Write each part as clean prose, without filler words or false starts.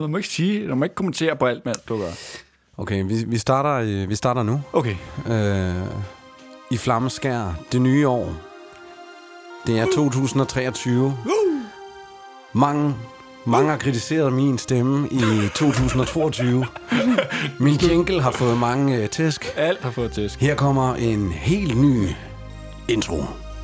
Du må ikke sige, du må ikke kommentere på alt, du gør. Okay, vi starter nu. Okay. I flammeskær, det nye år. Det er 2023. Mange har kritiseret min stemme i 2022. Min jingle har fået mange tæsk. Alt har fået tæsk. Her kommer en helt ny intro.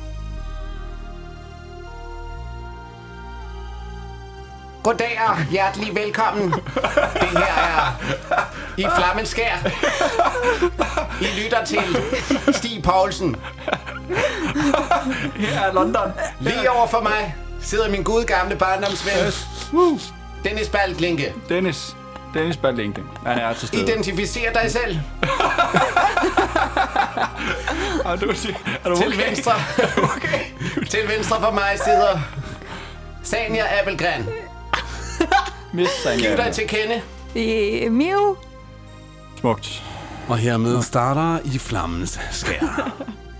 Goddag og hjertelig velkommen. Det her er I Flammeskær. I lytter til Stig Poulsen. Her er London. Lige over for mig sidder min gode gamle barndomsven, Dennis Balklinke. Dennis Balklinke. Han er til stede. Identificer dig selv. Er du Til okay? venstre. Okay. Til venstre for mig sidder Sanja Appelgren. Giv dig til kende. Miu. Smukt. Og hermed starter I flammens skær.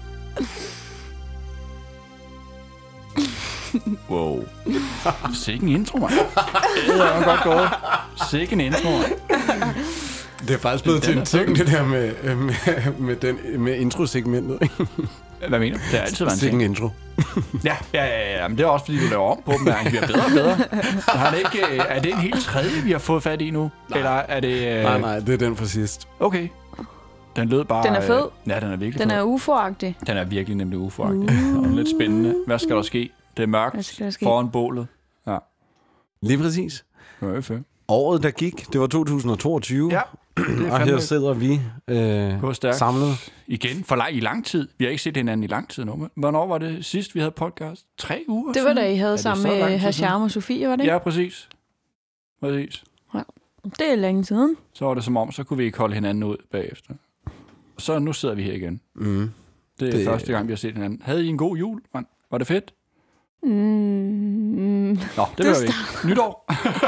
Wow. Sikke en intro, mand. Det er godt gået. Sikke en intro, mand. Det er faktisk blevet til en ting, det der med introsegmentet, ikke? Hvad mener du? Det er altid været en Sikke en ting. intro. Ja, men det er også fordi, du laver om på dem, der bliver bedre og bedre. Har det ikke, er det en helt tredje, vi har fået fat i nu? Nej. Eller er det... Nej, det er den fra sidst. Okay. Den lød bare... Den er fed. Ja, den er virkelig Den fed. er UFO-agtig. Den er virkelig nemlig uforagtig. Og lidt spændende. Hvad skal der ske? Det er Hvad mørkt skal der ske? foran bålet. Ja. Lige præcis. Det var fedt. Året, der gik, det var 2022. Ja, det er Og her fandme sidder vi gå stærkt. samlet. Igen, i lang tid. Vi har ikke set hinanden i lang tid nu. Men hvornår var det sidst, vi havde podcast? 3 uger Det var da I Er havde det sammen så lang med tid siden? Hasham og Sofie, var det ikke? Ja, præcis. Det er længe siden. Så var det som om, så kunne vi ikke holde hinanden ud bagefter. Så nu sidder vi her igen. Mm. Det er første gang, vi har set hinanden. Havde I en god jul, mand? Var det fedt? Mm, Nå, det behøver vi ikke. Nytår.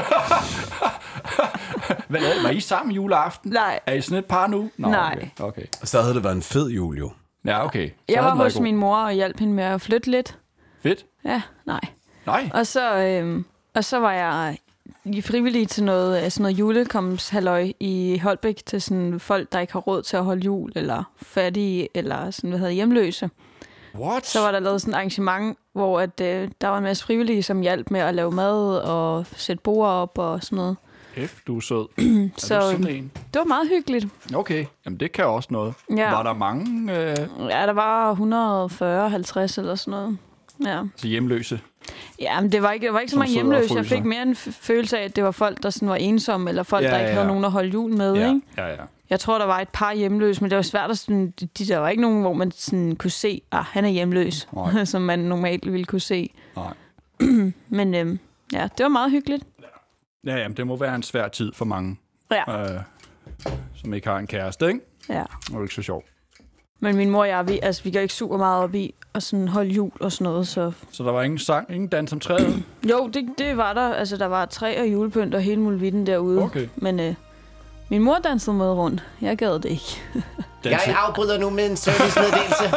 Hvad lavede I? Var I sammen juleaften? nej. Er I sådan et par nu? Nå, Nej. Okay. Så havde det været en fed jul, jo. Ja, okay. Så Jeg havde var den været hos god. min mor og hjalp hende med at flytte lidt. Fedt. Ja, nej. Nej. Og så var jeg i frivillig til sådan noget julekomshalløj i Holbæk til sådan folk, der ikke har råd til at holde jul, eller fattige, eller sådan, hjemløse. What? Så var der lavet sådan et arrangement, hvor der var en masse frivillige, som hjalp med at lave mad og sætte bord op og sådan noget. Du er sød. Så er du sådan en? det var meget hyggeligt. Okay. Jamen, det kan også noget. Ja. Var der mange Ja, der var 140-50 eller sådan noget. Ja. hjemløse? Ja, men det var ikke så Som mange sidder og hjemløse. Jeg fryser. fik mere en følelse af, at det var folk, der sådan var ensomme, eller folk, Ja, der ikke ja. havde nogen at holde jul med. Ja, Ikke? ja. Jeg tror, der var et par hjemløse, men det var svært at sådan, der var ikke nogen, hvor man sådan kunne se, han er hjemløs, Nej. som man normalt ville kunne se. Nej. Men ja, det var meget hyggeligt. Ja, jamen, det må være en svær tid for mange, Ja, som ikke har en kæreste, ikke? ja. Det er ikke så sjovt. Men min mor og jeg, vi går ikke super meget op i at sådan holde jul og sådan noget, så... Så der var ingen sang, ingen dans om træet? Jo, det var der. Altså, der var træ og julepynt og hele muligheden derude. Okay. Men min mor dansede med rundt. Jeg gad det ikke. Jeg afbryder nu med en servicemeddelelse.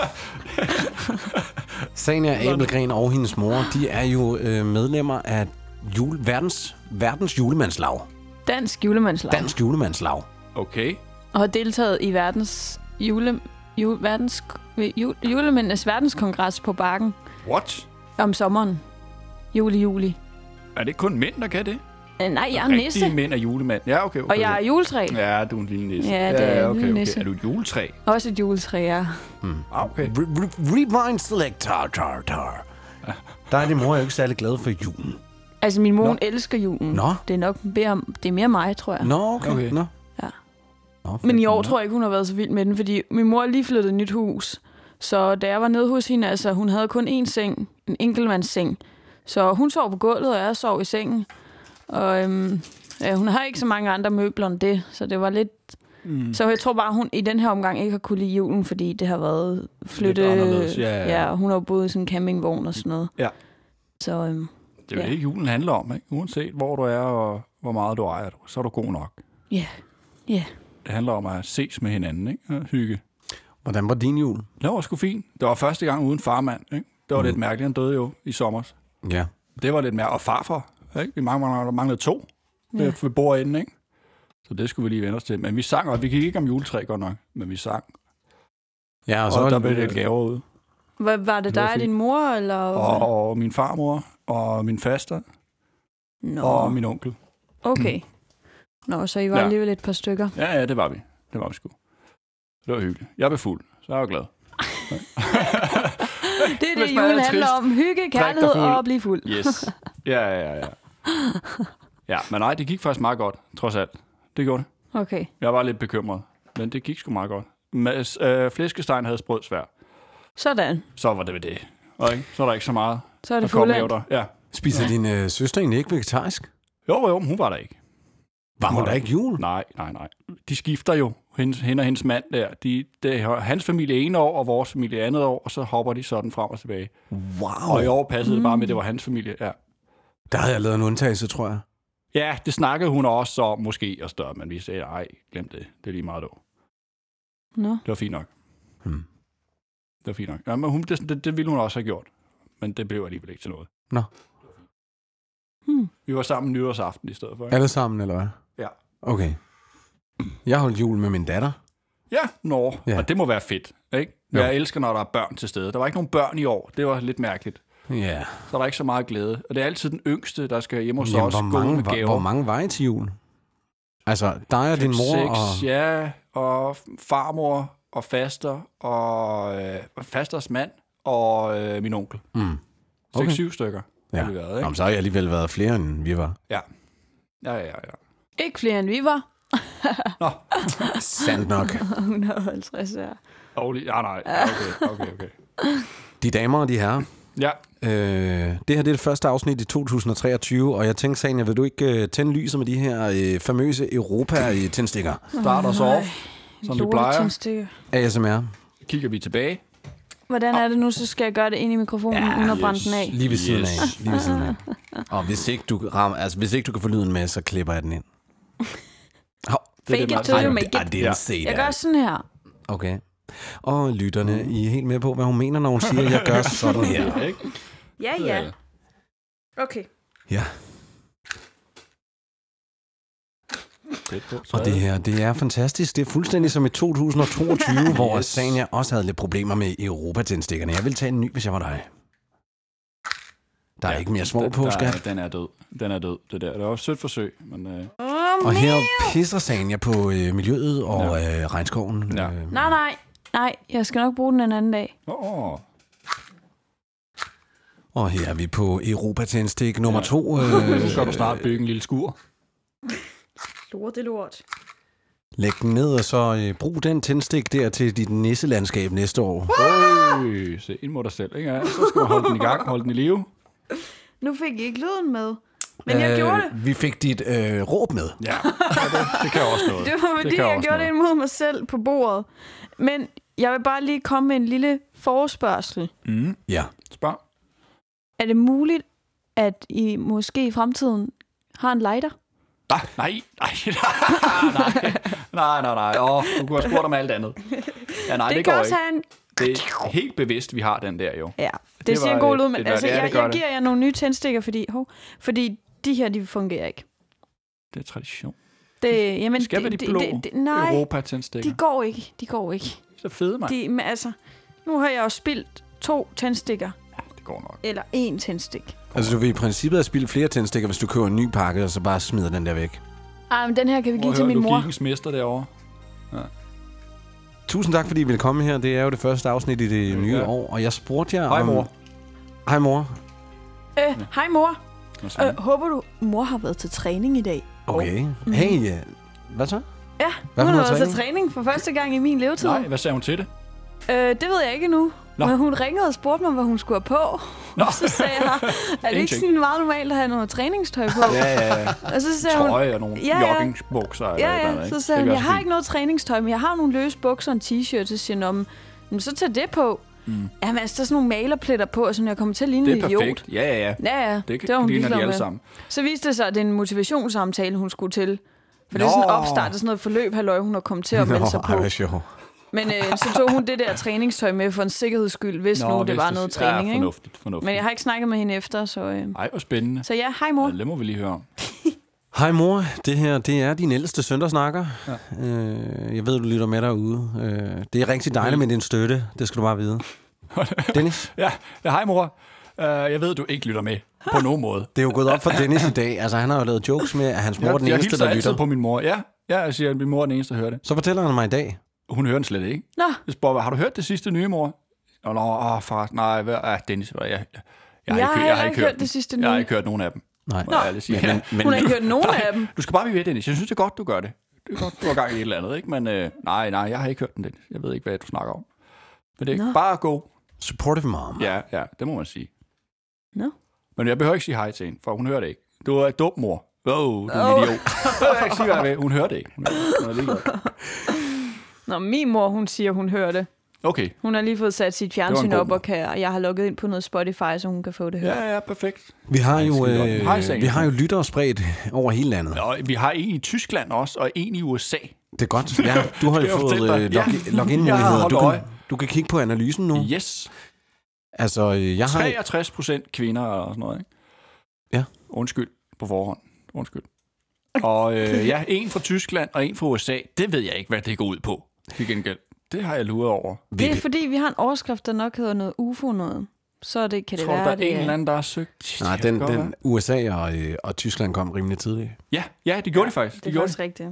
Sanja Abelgren og hendes mor, de er jo medlemmer af verdens julemandslag. Dansk julemandslag. Dansk julemandslag. Okay. Og har deltaget i julemændenes verdenskongres på Bakken What? om sommeren. Juli. Er det ikke kun mænd, der kan det? Nej, jeg er Rigtige nisse. mænd er julemand. Ja, okay. Og jeg er juletræ. Ja, du er en lille nisse. Ja, det er en okay, lille okay. nisse. Er du et juletræ? Også et juletræ, ja. Okay. Rewind select. Tar. Der er din mor jo ikke særlig glad for julen. Altså, min mor elsker julen. Nå. Det er nok mere mig, tror jeg. Nå, okay. Nå. Ja. Nå, Men i år fedt. tror jeg ikke, hun har været så vild med den, fordi min mor lige flyttede et nyt hus. Så da jeg var nede hos hende, altså hun havde kun én seng, en enkeltmandsseng. Så hun sov på gulvet, og jeg sov i sengen. Og hun har ikke så mange andre møbler end det, så det var lidt... Så jeg tror bare, hun i den her omgang ikke har kunne lide julen, fordi det har været flytte... Lidt anderledes, ja. Og hun har jo boet i sådan en campingvogn og sådan noget. Ja. Så Det er jo det, julen handler om, ikke? Uanset hvor du er og hvor meget du ejer, så er du god nok. ja. Det handler om at ses med hinanden, ikke? Og hygge. Hvordan var din jul? Det var sgu fint. Det var første gang uden farmand, ikke? Det var lidt mærkeligt. Han døde jo i sommer. Ja. Det var lidt mere. Og farfar, ikke? Vi manglede 2. ved bordenden, ikke? Så det skulle vi lige vende os til. Men vi sang, og vi gik ikke om juletræ godt nok, men vi sang. Ja, Og så der blev det gaver ude. Var det dig og din mor, eller? Og min farmor, og min faster, og min onkel. Okay. Nå, så I var alligevel et par stykker. Ja, det var vi. Det var vi sgu. Det var hyggeligt. Jeg blev fuld, så jeg var glad. Det er det, julen handler om. Hygge, kærlighed og at blive fuld. Yes. Ja. Ja, men nej, det gik faktisk meget godt, trods alt. Det gjorde det. Okay. Jeg var lidt bekymret, men det gik sgu meget godt. Flæskestegen havde sprød svær. Sådan. Så var det ved det. Og ikke? Så er der ikke så meget. Så er det fuldt. Ja. Spiser din søster egentlig ikke vegetarisk? Jo, men hun var der ikke. Var hun der ikke jul? Nej. De skifter jo. Hende og hendes mand der. Det er hans familie ene år, og vores familie andet år, og så hopper de sådan frem og tilbage. Wow. Og i år passede det bare med, at det var hans familie. Ja. Der havde jeg lavet en undtagelse, tror jeg. Ja, det snakkede hun også om, måske og større, men vi sagde, nej, glem det. Det er lige meget dog. Nå. Det var fint nok. Det var fint nok. Ja, men det ville hun også have gjort. Men det blev alligevel ikke til noget. Nå. Vi var sammen nytårsaften i stedet for. Ikke? Alle sammen, eller hvad? Ja. Okay. Jeg holdt jul med min datter. Ja, og det må være fedt, ikke? Jeg elsker, når der er børn til stede. Der var ikke nogen børn i år. Det var lidt mærkeligt. Ja. Så er der ikke så meget glæde. Og det er altid den yngste, der skal hjemme hos os gå med gaver. Hvor mange var I til jul? Altså, dig og din mor 6, ja, og farmor og faster, og fasters mand, og min onkel. 6-7 stykker har vi været, ikke? Jamen, så har jeg alligevel været flere, end vi var. Ja. Ikke flere, end vi var. Nå. Sandt nok. 150, ja. Nej. Okay. De damer og de herrer. Ja. Det her det er det første afsnit i 2023, og jeg tænkte, Sanja, vil du ikke tænde lyset med de her famøse Europa-tændstikker? Start os off, som vi plejer. ASMR. Kigger vi tilbage. Hvordan er det nu, så skal jeg gøre det ind i mikrofonen, uden at brænde den af? Lige ved siden af. Og hvis ikke du kan få lyden med, så klipper jeg den ind. Fake it till you make it. Jeg gør sådan her. Okay. Og lytterne, I er helt med på, hvad hun mener, når hun siger, jeg gør sådan her. Ja. Okay. Ja. Og det her, det er fantastisk. Det er fuldstændig som i 2022, hvor Sanja også havde lidt problemer med Europa-tændstikkerne. Jeg vil tage en ny, hvis jeg var dig. Der er ikke mere svår på, skat. Den er død. Det der. Det var også sødt forsøg, men... Og her pisser Sanja på miljøet og regnskoven. Ja. Nej, jeg skal nok bruge den en anden dag. Og her er vi på Europa-tændstik nummer 2. Nu skal du snart bygge en lille skur. Lort. Læg den ned, og så brug den tændstik der til dit nisselandskab næste år. Se ind mod dig selv, ikke? Ja, så skal du holde den i gang, holde den i live. Nu fik I ikke lyden med. Men jeg gjorde det. Vi fik dit råb med. Ja, det kan også noget. Det var fordi, jeg gjorde det imod mig selv på bordet. Men jeg vil bare lige komme med en lille forespørgsel. Ja. Spørg. Er det muligt, at I måske i fremtiden har en lighter? Nej. Du kunne have spurgt om alt andet. Ja, nej, det går ikke. Det er helt bevidst, vi har den der jo. Ja, det siger en god lyd, men altså, jeg giver jer nogle nye tændstikker, fordi de her, de fungerer ikke. Det er tradition. Det skal være de blå Europa-tændstikker. De går ikke. Så fede, mand. Altså, nu har jeg jo spildt 2 tændstikker. Ja, det går nok. Eller 1 tændstik. Altså, du vil i princippet have spildt flere tændstikker, hvis du køber en ny pakke, og så bare smider den der væk. Men den her kan vi give til min mor. Logikkens mester derovre. Ja. Tusind tak, fordi I ville komme her. Det er jo det første afsnit i det nye år, og jeg spurgte jer Hej, mor. Hej, mor. Hej, mor. Håber du, mor har været til træning i dag? Okay. Hey, hvad så? Ja, hun har været til træning for første gang i min levetid. Nej, hvad sagde hun til det? Det ved jeg ikke endnu. Men hun ringede og spurgte mig, hvad hun skulle have på. Så sagde jeg, er det ikke sådan meget normalt at have noget træningstøj på? Ja. Og så sagde Trøje og nogle joggingsbukser. Ja. Så sagde hun, jeg har ikke noget træningstøj, men jeg har nogle løse bukser og en t-shirt. Så siger hun, så tag det på. Jamen, altså, der er sådan nogle malerpletter på, og sådan, jeg kommer til at ligne en idiot. Det er perfekt. Ja. Det var hun ligner de alle sammen. Så viste det sig, at det er en motivationssamtale, hun skulle til. For det er sådan en opstart, sådan noget forløb, hun har kommet til at melde sig på. Men så tog hun det der træningstøj med for en sikkerheds skyld, hvis det var noget træning. Ja, fornuftigt. Men jeg har ikke snakket med hende efter, så... Ej, hvor spændende. Så ja, hej mor. Ja, det må vi lige høre om. Hej mor, det her det er din ældste søn, der snakker. Ja. Jeg ved, du lytter med derude. Det er rigtig dejligt med din støtte, det skal du bare vide. Dennis? Ja, hej mor. Jeg ved, du ikke lytter med på nogen måde. Det er jo gået op for Dennis i dag. Altså, han har jo lavet jokes med, at hans mor er den eneste, der lytter. På min mor. Ja, jeg siger, at min mor er den eneste, der hører det. Så fortæller han mig i dag. Hun hører den slet ikke. Nå. Jeg spørger, har du hørt det sidste nye, mor? Far, nej, Dennis, jeg har ikke hørt det sidste nye. Jeg har ikke hørt nogen af dem. Nej. Hun har ikke hørt nogen af dem. Du skal bare blive ved, Dennis. Jeg synes, det er godt, du gør det. Det er godt, du har gang i et eller andet, ikke? Men nej, jeg har ikke hørt den, Dennis. Jeg ved ikke, hvad du snakker om. Men det er bare go. Supportive mom. Ja, det må man sige. Nå. Men jeg behøver ikke sige hej til hende, for hun hører det ikke. Du er dum, mor. Du er en idiot. Jeg kan ikke sige, hvad jeg vil. Hun hører det ikke. Hun er ligeglad. Nå, min mor, hun siger, hun hører det. Okay. Hun har lige fået sat sit fjernsyn op, og jeg har logget ind på noget Spotify, så hun kan få det her. Ja, perfekt. Vi har jo lyttere spredt over hele landet. Ja, vi har en i Tyskland også, og en i USA. Det er godt. Ja, du har jo fået login-muligheder. Du kan kigge på analysen nu. Yes. Altså, jeg har 63% kvinder og sådan noget, ikke? Ja. Undskyld på forhånd. Undskyld. Og en fra Tyskland og en fra USA. Det ved jeg ikke, hvad det går ud på. Til gengæld. Det har jeg luret over. Det er fordi, vi har en overskrift, der nok hedder noget UFO noget. Så det kan det være, der er en eller anden, der har søgt. Nej, den USA og Tyskland kom rimelig tidligt. Ja, det gjorde de faktisk. Det er faktisk rigtigt.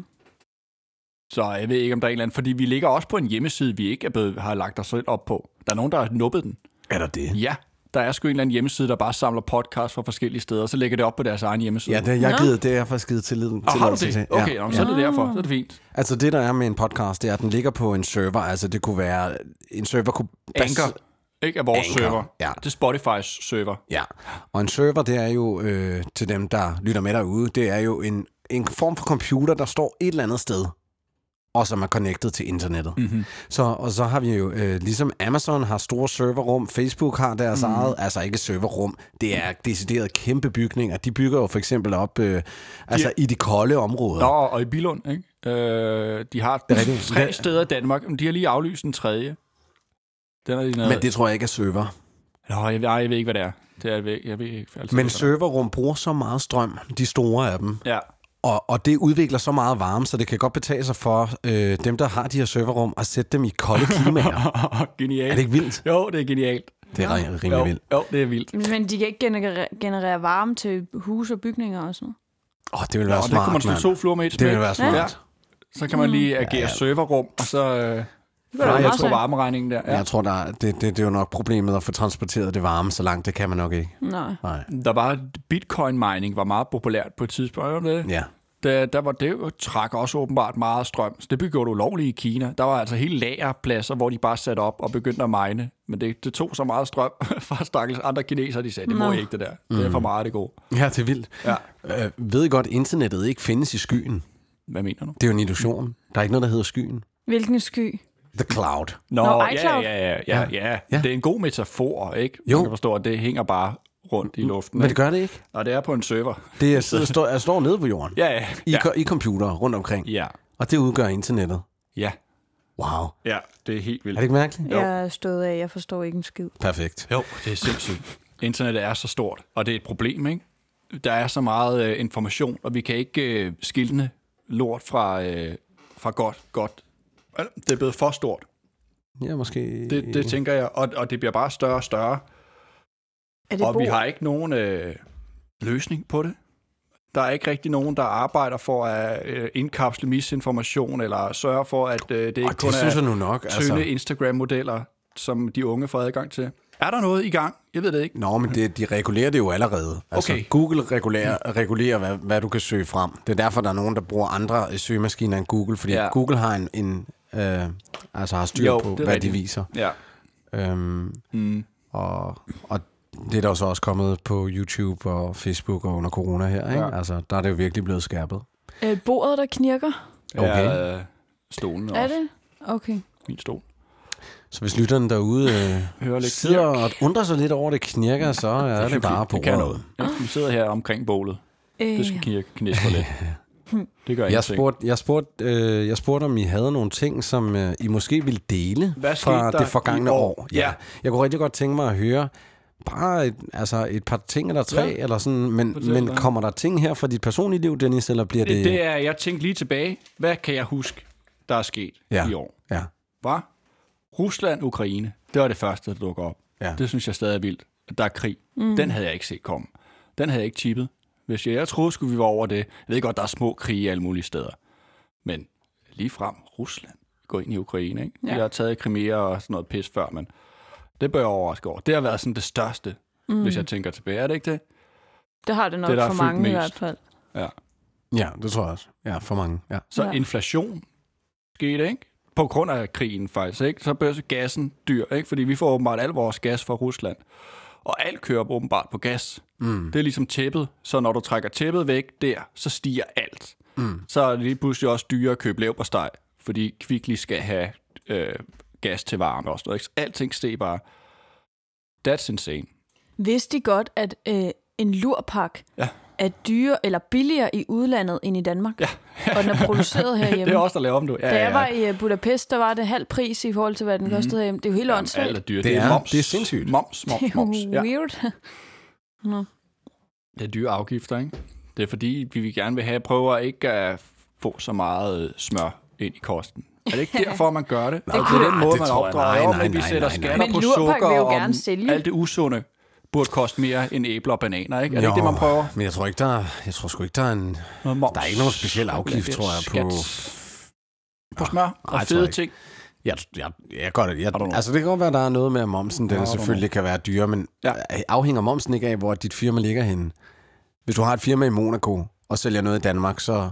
Så jeg ved ikke, om der er en eller anden, fordi vi ligger også på en hjemmeside, vi ikke har lagt os selv op på. Der er nogen, der har nuppet den. Er der det? Ja, der er sgu en eller anden hjemmeside, der bare samler podcast fra forskellige steder, og så lægger det op på deres egen hjemmeside. Ja, det er jeg faktisk givet tilliden til. Har du det? Okay, så er det derfor. Så er det fint. Altså det, der er med en podcast, det er, at den ligger på en server. Altså det kunne være, en server kunne... Anchor, ikke af vores server. Ja. Det er Spotify's server. Ja, og en server, det er jo, til dem, der lytter med derude, det er jo en form for computer, der står et eller andet sted, og som er connected til internettet. Mm-hmm. Så har vi jo, ligesom Amazon har store serverrum, Facebook har deres eget, altså ikke serverrum, det er decideret kæmpe bygninger. De bygger jo for eksempel op i de kolde områder. Nå, og i Billund, ikke? De har 3 steder i Danmark, men de har lige aflyst en 3. Men det tror jeg ikke er server. Nå, jeg ved ikke, hvad det er. Jeg ved ikke. Altså, men serverrum bruger så meget strøm, de store af dem. Ja. Og det udvikler så meget varme, så det kan godt betale sig for dem, der har de her serverrum, at sætte dem i kolde klimaer. Genialt. Er det ikke vildt? Jo, det er genialt. Det er rimelig vildt. Jo, det er vildt. Men de kan ikke generere varme til huse og bygninger og sådan noget? Det vil være smart, det kunne man slå 2 fluer med et smæk. Det vil være smart. Ja. Så kan man lige agere serverrum, og så... jeg tror varmeregningen der. Ja. Jeg tror, det er jo nok problemet at få transporteret det varme så langt. Det kan man nok ikke. Nej. Der var bitcoin mining var meget populært på et tidspunkt. Ja. Der var det trak også åbenbart meget strøm. Så det blev gjort ulovligt i Kina. Der var altså hele lagerpladser, hvor de bare satte op og begyndte at mine. Men det tog så meget strøm fra stakkels andre kinesere, de sagde, det må ikke det der. Det er for meget det gode. Ja, det er vildt. Ja. Ved I godt, internettet ikke findes i skyen? Hvad mener du? Det er jo en illusion. Der er ikke noget, der hedder skyen. Hvilken sky? The cloud. Nå, ja. Det er en god metafor, ikke? Jo. Man kan forstå, at det hænger bare rundt i luften. Men det gør det ikke. Og det er på en server. Det står nede på jorden. Ja. I computer rundt omkring. Ja. Og det udgør internettet. Ja. Wow. Ja, det er helt vildt. Er det ikke mærkeligt? Jeg er stået af. Jeg forstår ikke en skid. Perfekt. Jo, det er sindssygt. Internettet er så stort, og det er et problem, ikke? Der er så meget information, og vi kan ikke skilne lort fra godt. Det er blevet for stort. Ja, måske. Det tænker jeg, og det bliver bare større og større. Og vi har ikke nogen løsning på det. Der er ikke rigtig nogen, der arbejder for at indkapsle misinformation, eller sørge for, at det ikke kun er tynde Instagram-modeller, som de unge får adgang til. Er der noget i gang? Jeg ved det ikke. Nå, men de regulerer det jo allerede. Altså, okay. Google regulerer hvad du kan søge frem. Det er derfor, der er nogen, der bruger andre søgemaskiner end Google, fordi Google har har styr på, hvad de viser. Ja. Og det er der så også kommet på YouTube og Facebook og under corona her, ikke? Ja. Altså, der er det jo virkelig blevet skærpet. Bordet, der knirker? Okay. Stolen også. Er det? Okay. Min stol. Så hvis lytterne derude sidder og undrer sig lidt over det knirker, så er det bare på bordet. Ja, vi sidder her omkring bålet. Det skal knirke lidt. Det gør jeg spurgte, om I havde nogle ting, som I måske ville dele fra det forgangne år. Ja. Jeg kunne rigtig godt tænke mig at høre, Bare et par ting eller 3, eller sådan, men kommer der ting her fra dit personlige liv, Dennis, eller bliver det... Det er, jeg tænkte lige tilbage, hvad kan jeg huske, der er sket i år? Ja. Hvad? Rusland, Ukraine, det var det første, der dukker op. Ja. Det synes jeg stadig er vildt, at der er krig. Den havde jeg ikke set komme. Den havde jeg ikke tippet. Hvis jeg troede, skulle vi være over det. Jeg ved godt, der er små krige alle mulige steder. Men lige frem, Rusland går ind i Ukraine, ikke? Ja. Jeg har taget Crimea og sådan noget pis før, men det bør jeg overraske over. Det har været sådan det største, hvis jeg tænker tilbage. Er det ikke det? Det har det nok det, for mange i hvert fald. Ja, det tror jeg også. Ja, for mange. Ja. Så inflation skete, ikke? På grund af krigen faktisk, ikke? Så bliver gassen dyr, ikke? Fordi vi får åbenbart al vores gas fra Rusland. Og alt kører åbenbart på gas. Det er ligesom tæppet. Så når du trækker tæppet væk der, så stiger alt. Så er det lige pludselig også dyrere at købe leverpostej, fordi Kvickly skal have gas til varme også. Ikke? Alting steg bare. That's insane. Vidste de godt, at en lurpak er dyre eller billigere i udlandet end i Danmark? Ja. Og den er produceret herhjemme. Det er også der laver om du. Da jeg var i Budapest, der var det halv pris i forhold til, hvad den kostede herhjemme. Det er jo helt åndssvagt. Alt er dyrt. Det er moms. Det er sindssygt. Moms. Det er weird. No. Det er dyre afgifter, ikke? Det er fordi, vi gerne vil prøve at ikke at få så meget smør ind i kosten. Er det ikke derfor, man gør det? Det er den måde, man opdrager. Men vi sætter skatter på sukker og alt det usunde burde koste mere end æbler og bananer, ikke? Er det ikke det, man prøver? Men jeg tror ikke, jeg tror sgu ikke, der er en... Der er ikke nogen speciel afgift, tror jeg, på smør og fede ting. Altså, det kan godt være, at der er noget med, at momsen den selvfølgelig kan være dyre, men afhænger momsen ikke af, hvor dit firma ligger henne? Hvis du har et firma i Monaco og sælger noget i Danmark, så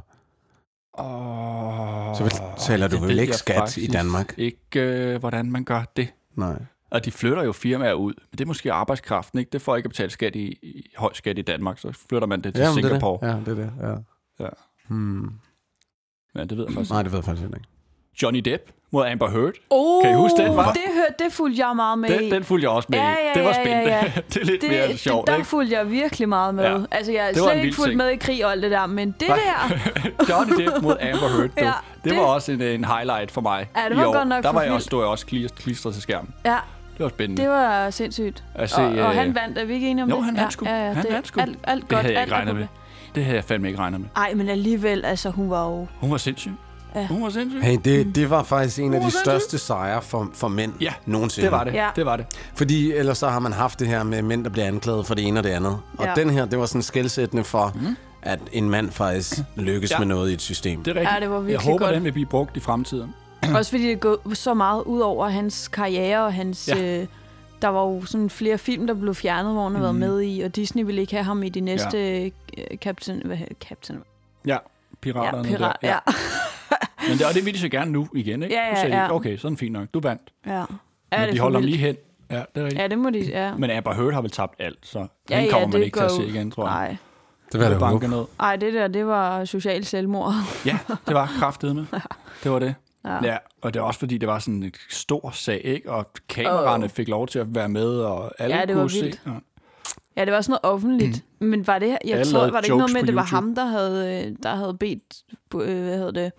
betaler du vel ikke skat i Danmark? Ikke, hvordan man gør det. Nej. Og de flytter jo firmaer ud. Men det er måske arbejdskraften, ikke? Det får ikke at betale skat høj skat i Danmark, så flytter man det til Singapore. Ja, det er det. Ja. Men det ved jeg faktisk. Nej, det ved jeg faktisk ikke. Johnny Depp mod Amber Heard. Kan I huske den, var? Det fulgte jeg meget med i. Den fulgte jeg også med i. Det var spændende. Det er lidt mere sjovt, der fulgte jeg virkelig meget med. Ja. Altså, jeg er slet ikke fulgt med i krig og alt det der, men det der... Johnny Depp mod Amber Heard, det var også en highlight for mig. Ja, det var godt nok. Der stod jeg også klistret til skærmen. Ja. Det var spændende. Det var sindssygt. Og han vandt, er vi ikke enige om det? Jo, han vandt sgu. Han vandt sgu. Alt godt. Det havde jeg ikke regnet med. Det havde jeg fandme ikke regnet med. Ej, men alligevel, altså hun var jo... Hun var sindssyg. Ja. Hun var sindssyg. Hey, det var faktisk en af de største sejre for mænd nogensinde. Det var det. Ja. Det var det. Fordi ellers så har man haft det her med mænd, der bliver anklaget for det ene og det andet. Og den her, det var sådan skelsættende for, at en mand faktisk lykkes med noget i et system. Det er rigtigt. Ja, det var virkelig jeg håber, godt. Den vil blive brugt i fremtiden. Også fordi det går så meget ud over hans karriere og hans... der var jo sådan flere film, der blev fjernet, hvor han har været med i, og Disney ville ikke have ham i de næste Captain... Ja, piraterne der. Ja. Men det vil de så gerne nu igen, ikke? Ja. Okay, sådan fint nok. Du vandt. Ja. Men de holder ham lige hen. Ja, det er rigtigt. Ja, det må de, ja. Men Amber Heard har vel tabt alt, så den kommer man ikke til at se igen, tror jeg. Nej. Det var det håbe. Ej, det var social selvmord. Ja, det var kraftedeme. Det var det. Ja, og det er også fordi, det var sådan en stor sag, ikke? Og kameraerne fik lov til at være med, og alle kunne se. Ja, det var sådan noget offentligt. Men var det, jeg tror, var det ikke noget med, det var ham, der havde bedt, hvad hedder det?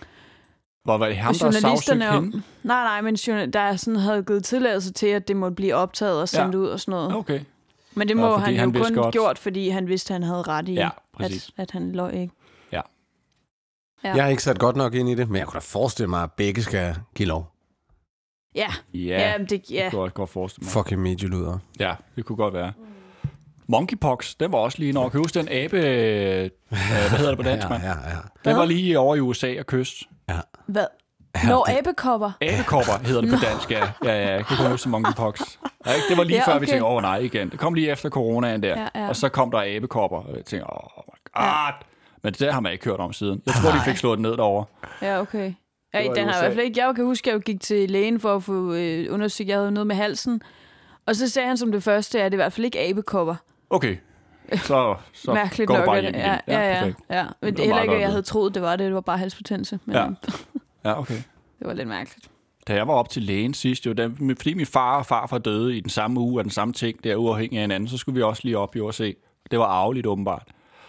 Var det ham, der sagsøgte hende? Nej, men der sådan havde givet tilladelse til, at det måtte blive optaget og sendt ud og sådan noget. Okay. Men det må han jo kun gjort, fordi han vidste, at han havde ret i, at han løg, ikke? Ja. Jeg har ikke sat godt nok ind i det, men jeg kunne da forestille mig, at begge skal give lov. Ja. Det kunne jeg godt forestille mig. Fucking medieluder. Ja, det kunne godt være. Monkeypox, den var også lige nok. Kan du huske den abe... hvad hedder det på dansk, mand? Ja. Den var lige over i USA og kyst. Ja. Hvad? Abekopper? Abekopper hedder det på dansk, ja. Jeg kan huske monkeypox. Det var lige før, vi tænkte, nej igen. Det kom lige efter coronaen der. Ja. Og så kom der abekopper. Og jeg tænkte, my god. Men det der har man ikke hørt om siden. Jeg tror, de fik slået den ned derovre. Ja, okay. Ja, den har i hvert fald ikke. Jeg kan huske, at jeg gik til lægen for at få undersøgt. Jeg havde noget med halsen. Og så sagde han som det første, at det i hvert fald ikke abekopper. Okay. Så mærkeligt går nok, du bare hjem igen. Ja. Men det er heller ikke, at jeg havde troet, det var bare halsbetændelse. Men ja, okay. Det var lidt mærkeligt. Da jeg var op til lægen sidst, fordi min far og farfar døde i den samme uge af den samme ting, der uafhængig af hinanden, så skulle vi også lige op i og se. Det var arveligt åbenbart.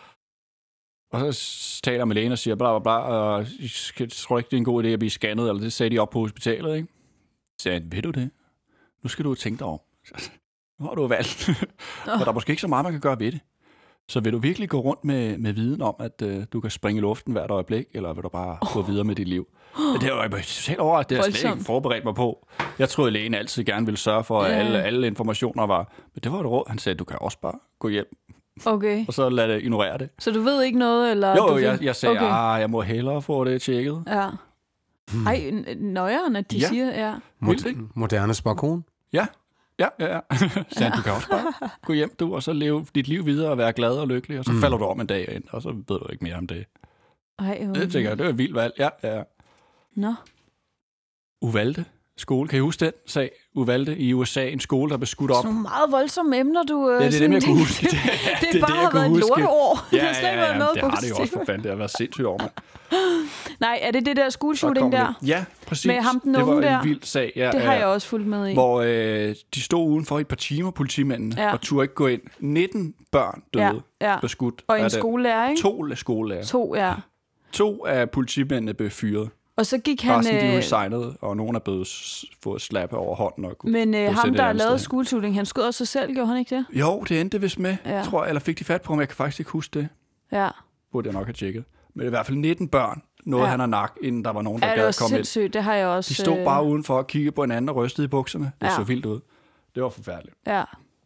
Og så taler jeg med lægen og siger, bla bla bla, og jeg tror ikke, det er en god idé at blive scannet, eller det sagde de op på hospitalet, ikke? Så sagde jeg, ved du det? Nu skal du tænke dig om. Nu har du valgt. Og der er måske ikke så meget, man kan gøre ved det. Så vil du virkelig gå rundt med viden om, at du kan springe i luften hvert øjeblik, eller vil du bare gå videre med dit liv? Det var jeg selv overrasket, det har jeg slet ikke forberedt mig på. Jeg troede, at lægen altid gerne ville sørge for, at alle informationer var... Men det var et råd. Han sagde, at du kan også bare gå hjem. Okay. Og så lad det ignorere det. Så du ved ikke noget? Eller Jo, jeg sagde, jeg må hellere få det tjekket. Ja. Ej, nøjeren, at de siger, Moderne spåkone. Ja. Så du kan også bare gå hjem, du, og så leve dit liv videre og være glad og lykkelig, og så falder du om en dag ind, og så ved du ikke mere om det. Ej, det tænker jeg, det er et vildt valg. Ja. Nå. Uvalde skole. Kan I huske den sag? Uvalde i USA, en skole, der blev skudt op. Sådan nogle meget voldsomme emner, du... Ja, det er dem, jeg kunne huske. Det er bare har været et lorteord. Ja, det har slet ikke været noget det har det jo også for fanden. Det har været sindssygt over, mand. Nej, er det der school-shooting der? Ja, præcis. Med ham den unge der? Det var en vild sag. Ja, det har jeg også fulgt med i. Hvor de stod udenfor i et par timer, politimændene, og turde ikke gå ind. 19 børn døde, blev skudt. Og en skolelærer, ikke? 2 skolelærer. 2, ja. 2 af politimændene blev fyret. Og så gik han... Resten de resignede, og nogen er blevet fået slappe over hånden. Og men ham, der lavede school-shooting, han skød også sig selv, gjorde han ikke det? Jo, det endte vist med, tror jeg. Eller fik de fat på ham, jeg kan faktisk ikke huske det. Ja. Burde jeg nok have tjekket. Men i hvert fald 19 børn nåede han at nakke, inden der var nogen, der gad komme ind. Det var sindssygt, det har jeg også... De stod bare udenfor og kiggede på hinanden og rystede i bukserne. Det så vildt ud. Det var forfærdeligt. Ja.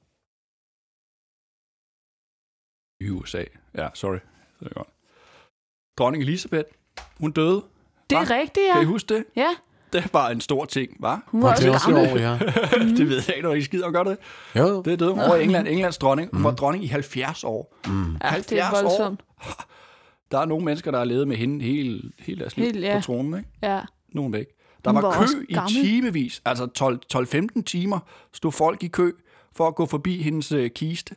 I USA. Ja, sorry. Det er godt. Dronning Elisabeth, hun døde. Det er rigtigt, ja. Kan I huske det? Ja. Det er bare en stor ting, hva'? Hun var også gammel. Det ved jeg ikke, når I skider og gør det. Jo. Det er døde over England. Englands dronning. Hun var dronning i 70 år. 70 år. Der er nogle mennesker, der har levet med hende hele deres liv på tronen, ikke? Ja. Nogen væk. Der var kø i timevis. Altså 12-15 timer stod folk i kø for at gå forbi hendes kiste.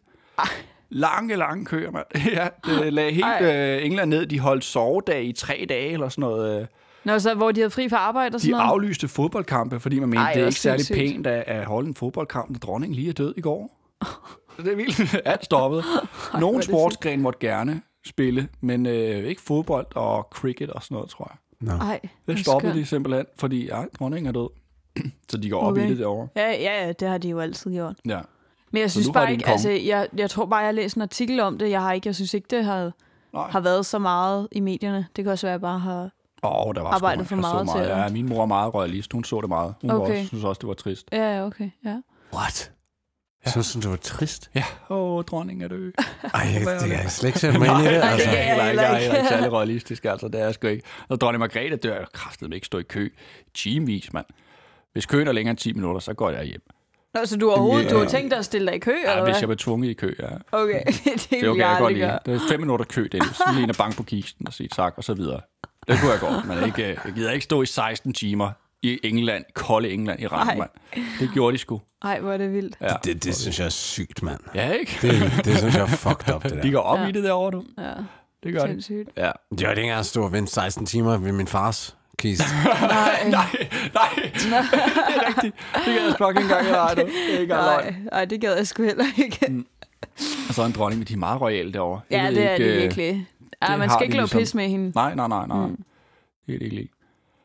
Lange køer, mand. Ja, det lagde helt England ned. De holdt sovedag i 3 dage eller sådan noget. Nå, så hvor de havde fri fra arbejde og sådan noget? De aflyste fodboldkampe, fordi man mente, det er ikke særlig pænt at holde en fodboldkamp, når dronningen lige er død i går. Det er vildt. Alt stoppede. Nogle sportsgren måtte gerne spille, men ikke fodbold og cricket og sådan noget, tror jeg. Ej, det stoppede de simpelthen, fordi dronningen er død. Så de går op i det derovre. Ja, det har de jo altid gjort. Ja. Men jeg synes bare ikke, altså, jeg tror bare, jeg har læst en artikel om det. Jeg synes ikke, det har været så meget i medierne. Det kan også være, at jeg bare har arbejdet for meget til det. Ja, min mor er meget royalist. Hun så det meget. Hun synes også, det var trist. Ja, okay. Ja. What? Jeg synes, det var trist. Ja, dronningen er død. Ej, det kan jeg slet ikke sætte mig ind i det. Altså. Jeg er ikke særlig royalistisk, altså. Det er jeg sgu ikke. Når dronning Margrethe dør, jeg kraftedeme ikke stå i kø timevis, mand. Hvis køen er længere end 10 minutter, så går jeg hjem. Nå, så du har tænkt dig at stille dig i kø, eller hvad? Hvis jeg blev tvunget i kø, ja. Okay, det er okay, jeg godt lide. Det er 5 minutter kø, det er så lige en bank på kisten og sige tak, og så videre. Det kunne jeg godt, men jeg gider ikke stå i 16 timer i England, kolde England i regn, mand. Det gjorde de sgu. Ej, hvor er det vildt. Ja, det synes jeg er sygt, mand. Ja, ikke? Det synes jeg er fucked up, det der. De går op i det derovre, du. Ja, det gør de. Ja. Det var ikke engang stå og vente 16 timer ved min fars kiste. Nej. Det er rigtigt. Det gad jeg sgu ikke engang. Nej, det gad jeg sgu heller ikke. Og så er en dronning med de meget royale derovre. Ja, det er det virkelig. Ja, man skal ikke lave pis med hende. Nej. Det er det ikke lige.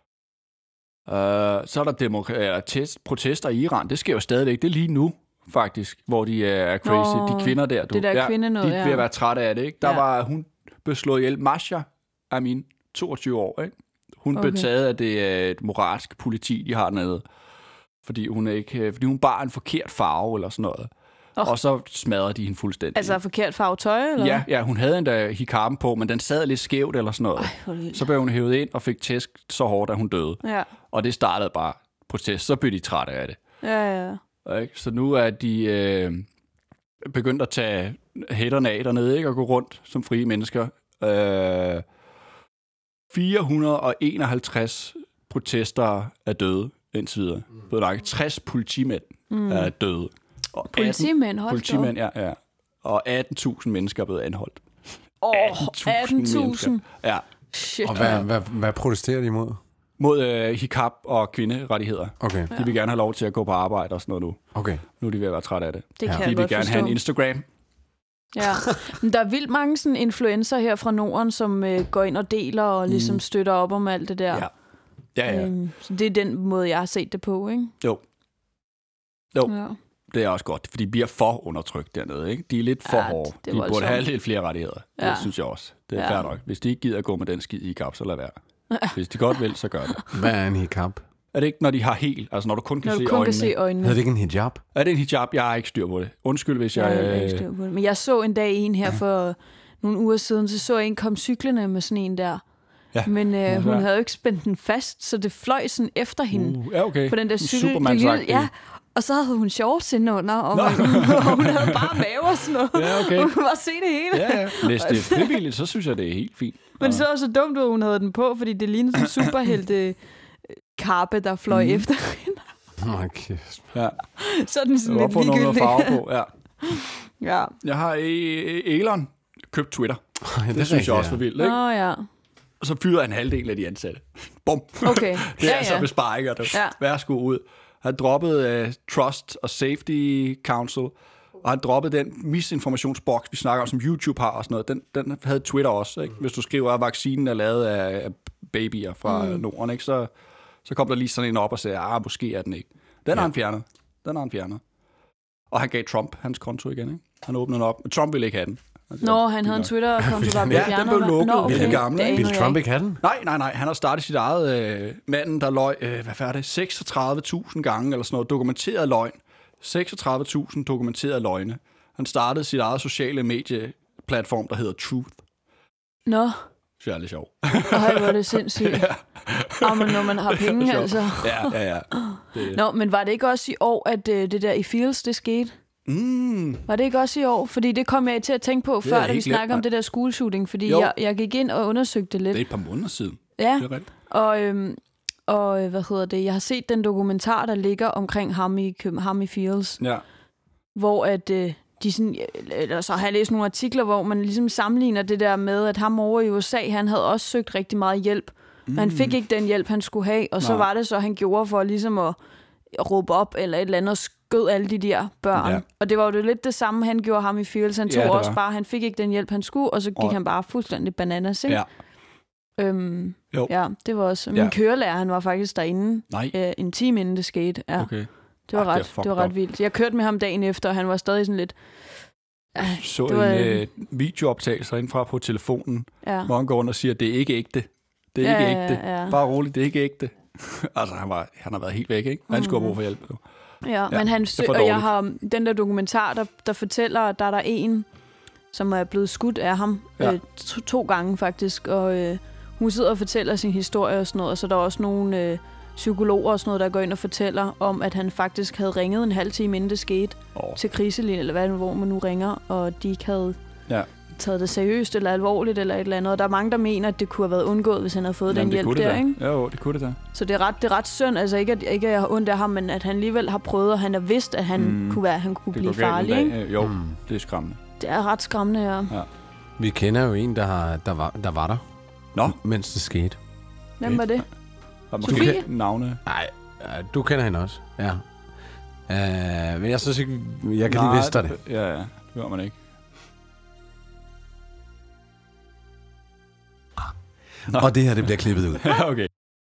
Så er der protester i Iran. Det sker jo stadigvæk. Det er lige nu, faktisk, hvor de er crazy. De kvinder der. Det der kvinde noget, de er ved at være trætte af det, ikke? Der var, hun blev slået ihjel. Masha Amin, 22 år, ikke? Hun blev taget af det moralske politi, de har dernede. Fordi hun bar en forkert farve eller sådan noget. Og så smadrede de hende fuldstændig. Altså forkert farve tøj, eller? Ja, hun havde endda hikaben på, men den sad lidt skævt eller sådan noget. Så blev hun hævet ind og fik tæsk så hårdt, at hun døde. Ja. Og det startede bare protest. Så blev de trætte af det. Ja. Så nu er de begyndt at tage hætterne af dernede, ikke? Og gå rundt som frie mennesker. 451 protester er døde indtil videre. 60 politimænd er døde. Politimænd, ja. Og 18.000 mennesker er blevet anholdt. 18.000? Ja. Shit. Og hvad protesterer de imod? Mod hijab og kvinderettigheder. Okay. De vil gerne have lov til at gå på arbejde og sådan noget nu. Okay. Nu er de ved at være trætte af det. Det kan de vil gerne have en Instagram. Ja, men der er vildt mange sådan influencer her fra Norden, som går ind og deler og ligesom støtter op om alt det der. Ja. Så det er den måde, jeg har set det på, ikke? Jo. Ja. det er også godt, fordi de bliver for undertrykt dernede, ikke? De er lidt for hårde. De burde have lidt flere rettigheder. Ja. Det synes jeg også. Det er fair nok. Hvis de ikke gider at gå med den skid hijab, så lad være. Hvis de godt vil, så gør det. Hvad er en hijab? Er det ikke, når de har helt, altså når du kun kan se øjnene? Er det ikke en hijab? Er det en hijab? Jeg har ikke styr på det. Undskyld, hvis jeg... Jeg har ikke styr på det. Men jeg så en dag en her for nogle uger siden, så jeg en kom cyklerne med sådan en der. Ja, men hun havde jo ikke spændt den fast, så det fløj sådan efter hende okay. på den der cykel. Superman-sagt. Ja, og så havde hun shorts indenunder, og hun havde bare mave og sådan noget. Ja, okay. Hun kunne bare se det hele. Ja. Hvis det er frivilligt, så synes jeg, det er helt fint. Men så så dumt ud, at hun havde den på, fordi det lignede sådan en superhelte karpe, der fløj efter hende. Okay. Ja. Så er den sådan lidt ligegyldig. Noget farve på, Ja. Jeg har Elon købt Twitter. Det synes jeg også var vildt, ikke? Ja. Og så fyrer han halvdelen af de ansatte. Bum. Okay. Det er altså besparinger, der værsgo ud. Han droppede Trust og Safety Council, og han droppede den misinformationsboks, vi snakker om, som YouTube har og sådan noget. Den havde Twitter også, ikke? Hvis du skriver, at vaccinen er lavet af babyer fra Norden, ikke? Så kom der lige sådan en op og sagde, måske er den ikke. Den har han fjernet. Og han gav Trump hans konto igen, ikke? Han åbnede den op. Men Trump ville ikke have den. Han havde en Twitter-konto, der blev fjernet. Ja, den blev lukket. Okay. Gamle. Vil Trump ikke have den? Nej. Han har startet sit eget manden, der løg, 36.000 gange, eller sådan noget, dokumenteret løgn. 36.000 dokumenterede løgne. Han startede sit eget sociale medieplatform, der hedder Truth. Nå. Det er lidt sjovt. Ej, hvor er det sindssygt. Men når man har penge, altså. Ja. Nå, men var det ikke også i år, at det der i Fields, det skete? Var det ikke også i år? Fordi det kom jeg til at tænke på, før da vi snakkede om det der schoolshooting, fordi jeg gik ind og undersøgte det lidt. Det er et par måneder siden. Ja, det er og jeg har set den dokumentar, der ligger omkring ham i Fields, hvor at de sådan, eller så har jeg læst nogle artikler, hvor man ligesom sammenligner det der med, at ham over i USA, han havde også søgt rigtig meget hjælp, men han fik ikke den hjælp, han skulle have, og så var det så, han gjorde for ligesom at råbe op, eller et eller andet, og skød alle de der børn. Ja. Og det var jo lidt det samme, han gjorde ham i Fields. Han tog også bare, han fik ikke den hjælp, han skulle, og så gik han bare fuldstændig bananas, ikke? Ja. Det var også... Min kørelærer, han var faktisk derinde en time inden det skete. Ja. Okay. Det var ret vildt. Jeg kørte med ham dagen efter, og han var stadig sådan lidt... Så en videooptagelse indfra på telefonen, hvor han går rundt og siger, det er ikke ægte. Det er ikke ægte. Ja. Bare roligt, det er ikke ægte. Altså, han har været helt væk, ikke? Han skulle have brug for hjælp. Ja, men og jeg har den der dokumentar, der fortæller, at der er en, som er blevet skudt af ham 2 gange faktisk, og hun sidder og fortæller sin historie og sådan noget, og så er der også nogle psykologer og sådan noget, der går ind og fortæller om, at han faktisk havde ringet en halv time inden det skete til kriselinjen, eller hvor man nu ringer, og de ikke havde taget det seriøst eller alvorligt eller et eller andet. Og der er mange, der mener, at det kunne have været undgået, hvis han havde fået den hjælp der, ikke? Jo, det kunne det da. Så det er ret synd, altså ikke at jeg har ondt af ham, men at han alligevel har prøvet, og han har vidst, at han kunne blive farlig, ikke? Jo, det er skræmmende. Det er ret skræmmende, ja. Vi kender jo en, der var der. Nå. Mens det skete. Hvem var det? Sofie? Navne? Nej, du kender hende også. Ja. Men jeg synes ikke, jeg kan lige vidste det. Ja, det gør man ikke. Nå. Og det her, det bliver klippet ud. Okay.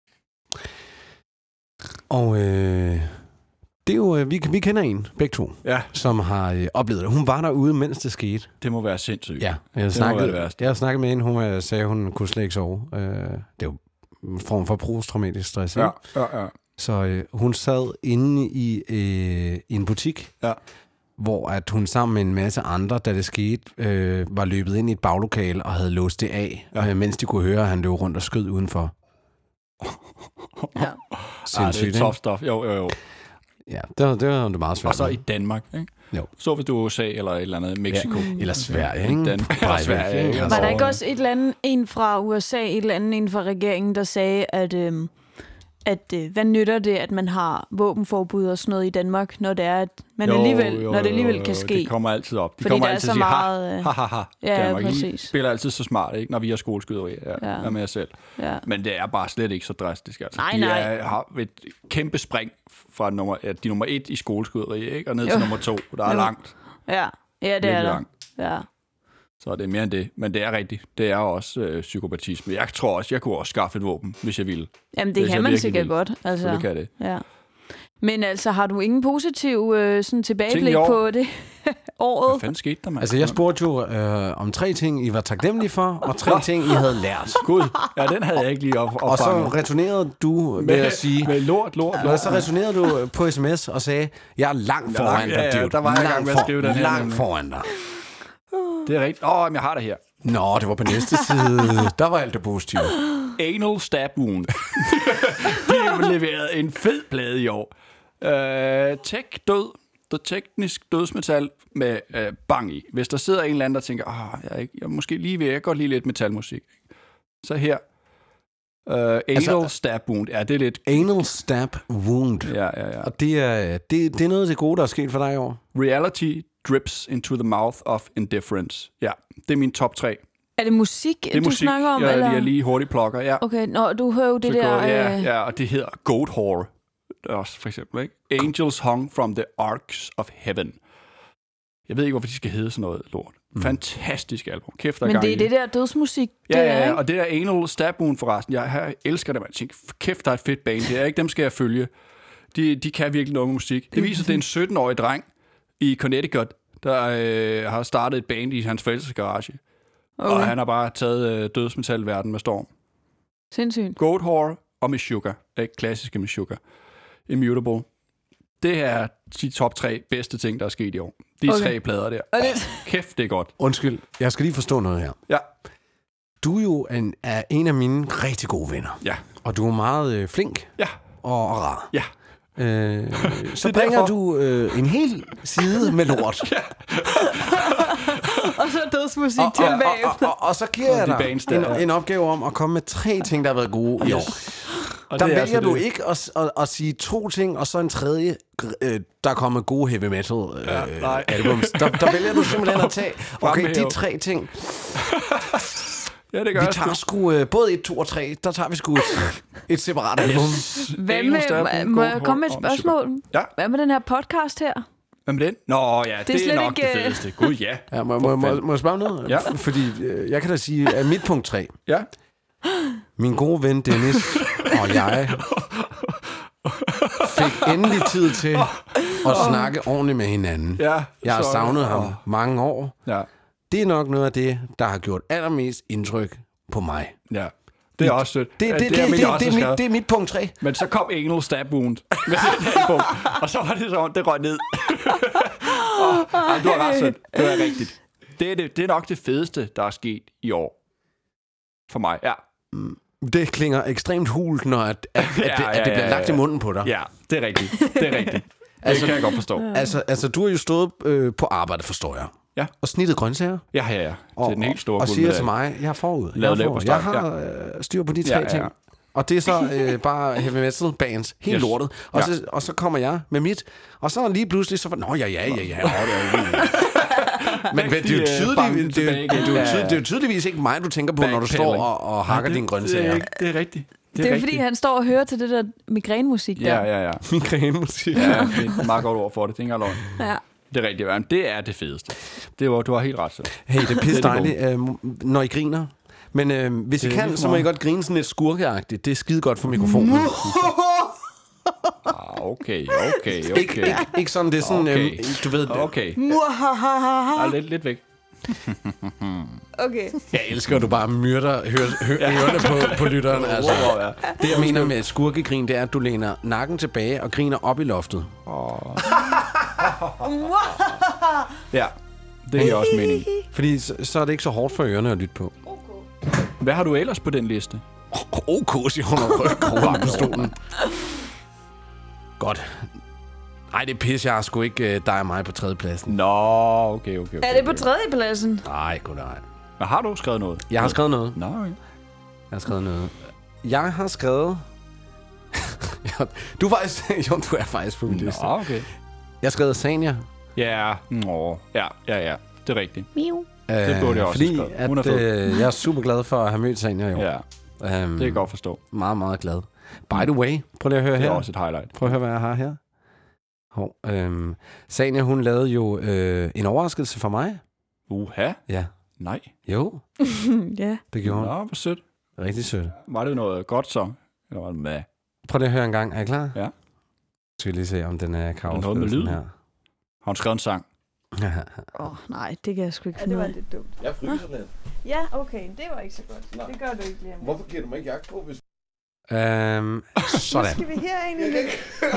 Og det er jo, vi kender en, begge to, som har oplevet det. Hun var derude, mens det skete. Det må være sindssygt. Ja, jeg har snakket med hende, hun sagde, at hun kunne slet ikke sove. Det er jo en form for posttraumatisk stress. Ja. Så hun sad inde i en butik, hvor at hun sammen med en masse andre, da det skete, var løbet ind i et baglokale og havde låst det af, mens de kunne høre, at han løb rundt og skød udenfor. Sindssygt, det er tough stuff. Jo. Ja, det var meget svært. Og så i Danmark, ikke? Jo. Så hvis du USA eller et eller andet Mexico. Ja. Eller Sverige, ikke? Eller Sverige, ikke? Var der ikke også et eller andet, en fra USA, et eller andet en fra regeringen, der sagde, at hvad nytter det, at man har våbenforbud og sådan noget i Danmark, når det er, at man alligevel kan ske? Det kommer altid op. Fordi kommer altid så meget... ha. Ja, præcis. I spiller altid så smart, ikke? Når vi har skoleskyderier med jer selv. Ja. Men det er bare slet ikke så drastisk. Altså. Nej. Har et kæmpe spring fra de nummer 1 i skoleskyderier, ikke? Og ned til nummer 2. Der er langt. Ja, det er der. Ja. Så det er mere end det. Men det er rigtigt. Det er også psykopatisme. Jeg tror også, jeg kunne også skaffe et våben, hvis jeg ville. Jamen, det kan man sikkert godt. Altså, så det kan det. Ja. Men altså, har du ingen positiv sådan tilbageblik på det året? Hvad fanden skete der, mand? Altså, jeg spurgte jo om 3 ting, I var taknemmelige for, og 3 ting, I havde lært. Gud, ja, den havde jeg ikke lige opfanget. Og så returnerede du med at sige... Med lort. Og så returnerede du på sms og sagde, jeg er langt foran dig, dude. Der var jeg i gang med at skrive den her. Langt foran dig. Det er rigtigt. Men jeg har det her. Nå, det var på næste side. Der var alt det positive. Anal Stab Wound. De har leveret en fed plade i år. Tech død. Det teknisk dødsmetal med bang i. Hvis der sidder en eller anden, der tænker, jeg kan godt lide lidt metalmusik. Så her. Anal Stab Wound. Ja, det er lidt... Anal Stab Wound. Ja. Og det er noget af det gode, der er sket for dig i år. Reality drips into the mouth of indifference. Ja, det er min top 3. Er det musik, det er du musik, snakker om? Eller? Jeg lige hurtigt plukker, ja. Okay, du hører jo det så der... Ja, og det hedder Goat Whore. Også for eksempel, ikke? Angels hung from the arcs of heaven. Jeg ved ikke, hvorfor de skal hedde sådan noget lort. Fantastisk album. Kæft, der men gang det er det der dødsmusik, ja, og det der Anal Stab Wound forresten. Jeg elsker det, man tænker, kæft, der er et fedt band. Det er ikke dem, skal jeg følge. De kan virkelig noget med musik. Det viser, at det er en 17-årig dreng i Connecticut, der har startet et band i hans forældres garage. Okay. Og han har bare taget dødsmetalverden med storm. Sindssygt. Goat Whore og Meshuggah. Ikke klassiske Meshuggah. Immutable. Det er de top 3 bedste ting, der er sket i år. De 3 plader der. Kæft, det er godt. Undskyld, jeg skal lige forstå noget her. Ja. Du er jo er en af mine rigtig gode venner. Ja. Og du er meget flink. Ja. Og rar. Ja. Så bringer du en hel side med lort. Ja. Og så dødsmusik til bagefter. Og så giver jeg dig en opgave om at komme med 3 ting, der har været gode i år. Der vælger du ikke at sige 2 ting, og så en tredje, der er kommet gode heavy metal albums. Der vælger du simpelthen at tage, okay, de 3 ting. Ja, det gør vi tager sgu både 1, 2 og 3, der tager vi sgu et separat album. Må jeg komme med et spørgsmål? Ja. Hvad med den her podcast her? Hvad med den? Nå ja, det er nok ikke... det fedeste. Gud, ja. Må jeg spørge om noget? Ja. Fordi jeg kan da sige, at mit punkt 3. Ja. Min gode ven Dennis og jeg fik endelig tid til at snakke ordentligt med hinanden. Ja, jeg har savnet ham mange år. Ja. Det er nok noget af det, der har gjort allermest indtryk på mig. Ja. Det er også sødt. Det er mit punkt 3. Men så kom Anal Stab Wound med og så var det sådan, det røg ned. Du har ret sødt. Det er rigtigt. Det er nok det fedeste, der er sket i år. For mig, ja. Det klinger ekstremt hult, når at det bliver lagt i munden på dig. Ja, det er rigtigt. Det kan jeg godt forstå. Altså du har jo stået på arbejde, forstår jeg. Ja. Og snittet grøntsager. Ja. Det er den helt store. Og siger til mig, jeg er forud. Jeg har styr på de 3 ting. Og det er så bare heavy metal bands. Helt lortet. Og så kommer jeg med mit. Og så lige pludselig så... Nå, ja. Men det er jo tydeligvis ikke mig, du tænker på, når du står og hakker dine grøntsager. Det er rigtigt. Det er fordi, han står og hører til det der migrænemusik der. Ja. Migrænemusik. Ja, det er meget godt ord for det. Det er ikke engang løgn. Ja. Det er rigtigt, det er det fedeste. Du har helt ret så. Hey, det er pisse dejligt, når I griner. Men hvis I kan, så må I godt grine sådan lidt skurkeagtigt. Det er skide godt for mikrofonen. Okay. Ikke sådan, det er sådan, du ved det. Okay. Lidt væk. Okay. Jeg elsker, at du bare myrder ørerne på lytteren. Altså. Det, jeg mener med skurkegrin, det er, at du læner nakken tilbage og griner op i loftet. Ja, det er også meningen. Fordi så er det ikke så hårdt for ørerne at lytte på. Hvad har du ellers på den liste? Siger hun og rykker på stolen. Godt. Nej, det er pis, jeg har sgu ikke dig og mig på 3. pladsen. Nå, okay. Er det på 3. pladsen? Nej, goddag. Men har du skrevet noget? Jeg har skrevet noget. Nå, okay. Jeg har skrevet... du er faktisk på min liste. Nå, okay. Jeg har skrevet Sanja. Ja, det er rigtigt. Miu. Det burde jeg også fordi jeg er super glad for at have mødt Sanja i år. Ja, det kan jeg godt forstå. Meget, meget glad. By the way, prøv lige at høre her. Det er også et highlight. Prøv at høre, hvad jeg har her. Sanja, hun lavede jo en overraskelse for mig. Ja. Nej. Jo. Ja. Det gjorde hun. Nå, hvor sødt. Rigtig sødt. Var det noget godt så? Eller var det med? Prøv lige at høre en gang. Er I klar? Ja. Skal lige se, om den er noget med lyd. her. Har hun skrevet en sang? Nej, det kan jeg sgu ikke. Ja, det var lidt dumt. Jeg fryser lidt. Ja, okay, det var ikke så godt. Nej. Det gør du ikke lige om. Hvorfor giver du mig ikke jagt på, hvis... Sådan. Skal vi her egentlig?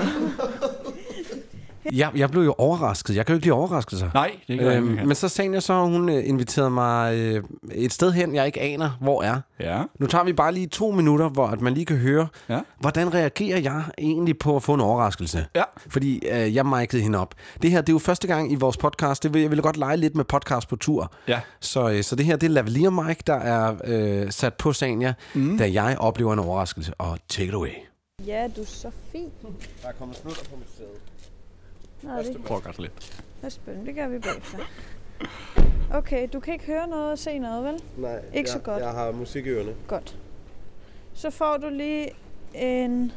Jeg blev jo overrasket. Jeg kan jo ikke lide overraskelser. Nej, det gør jeg ikke. Men så Sanja, så hun inviteret mig et sted hen, jeg ikke aner, hvor er. Ja. Nu tager vi bare lige 2 minutter, hvor at man lige kan høre, hvordan reagerer jeg egentlig på at få en overraskelse? Ja. Fordi jeg mic'ede hende op. Det her, det er jo første gang i vores podcast. Jeg ville godt lege lidt med podcast på tur. Ja. Så det her, det er lavalier mic, der er sat på Sanja, da jeg oplever en overraskelse. Og take it away. Ja, du er så fin. Der er kommet snutter på mit sæde. Nå, det Prøv at gøre det lidt. er spændende. Det gør vi bagefter. Okay, du kan ikke høre noget og se noget, vel? Nej, Ikke så godt. Jeg har musik i ørerne. Godt. Så får du lige en...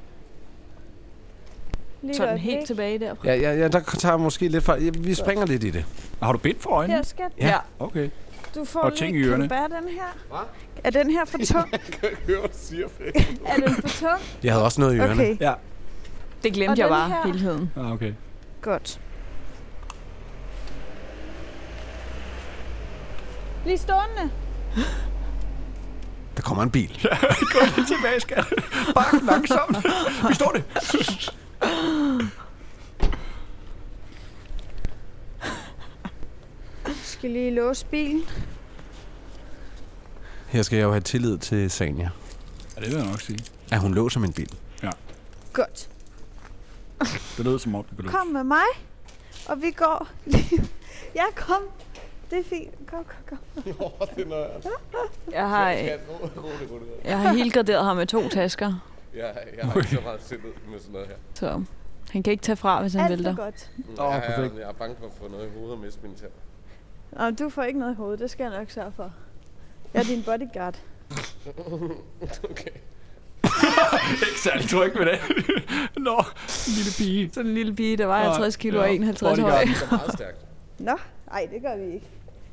Så den helt tilbage der. Ja, der tager jeg måske lidt for... Vi springer lidt i det. Har du bind for øjnene? Her, skat. Ja. Okay. Du får Og ting i lige... Kan ørerne. du bære den her? Hvad? Er den her for tung? Jeg kan ikke høre, hvad du siger, Fred. Er den for tung? Jeg havde også noget i ørerne. Okay, Ja. Det glemte Og jeg den bare her? hele tiden. Okay. godt. Bliv stående. Der kommer en bil. Gå lidt tilbage, skat. Bak langsomt. Vi står det. Skal lige låse bilen. Her skal jeg jo have tillid til Sanja. Ja, det vil jeg nok sige. At hun låser min bil. Godt. Det lød som om, det blev Kom med mig. Og vi går lige... Ja, kom. Det er fint. Kom. Det er noget. Jeg har helt graderet ham med 2 tasker. Jeg har ikke så meget tillid med sådan noget her. Så han kan ikke tage fra, hvis han Alt vælter. er godt. Jeg er bange for at få noget i hovedet og miste mine tænder. Nå, du får ikke noget i hovedet. Det skal jeg nok sørge for. Jeg er din bodyguard. Okay. ikke særlig tryg med det. Nå, en lille pige. Sådan en lille pige, der var 50 kilo og 51 høj. Det er meget stærkt. Nå, ej, det gør vi ikke.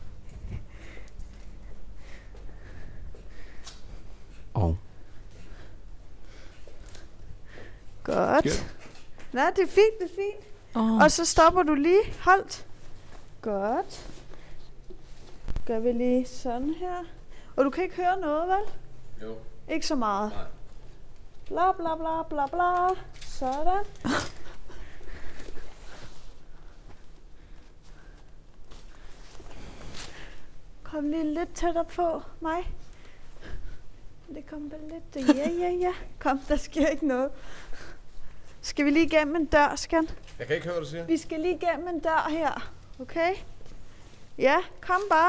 Godt. Nå, det er fint. Og så stopper du lige. Holdt. Godt. Gør vi lige sådan her. Og du kan ikke høre noget, vel? Jo. Ikke så meget. Nej. Bla bla bla bla bla. Sådan. Kom lige lidt tættere på mig. Det kom vel lidt. Ja. Kom, der sker ikke noget. Skal vi lige igennem en dør, skan? Jeg kan ikke høre, hvad du siger. Vi skal lige igennem en dør her. Okay? Ja, kom bare.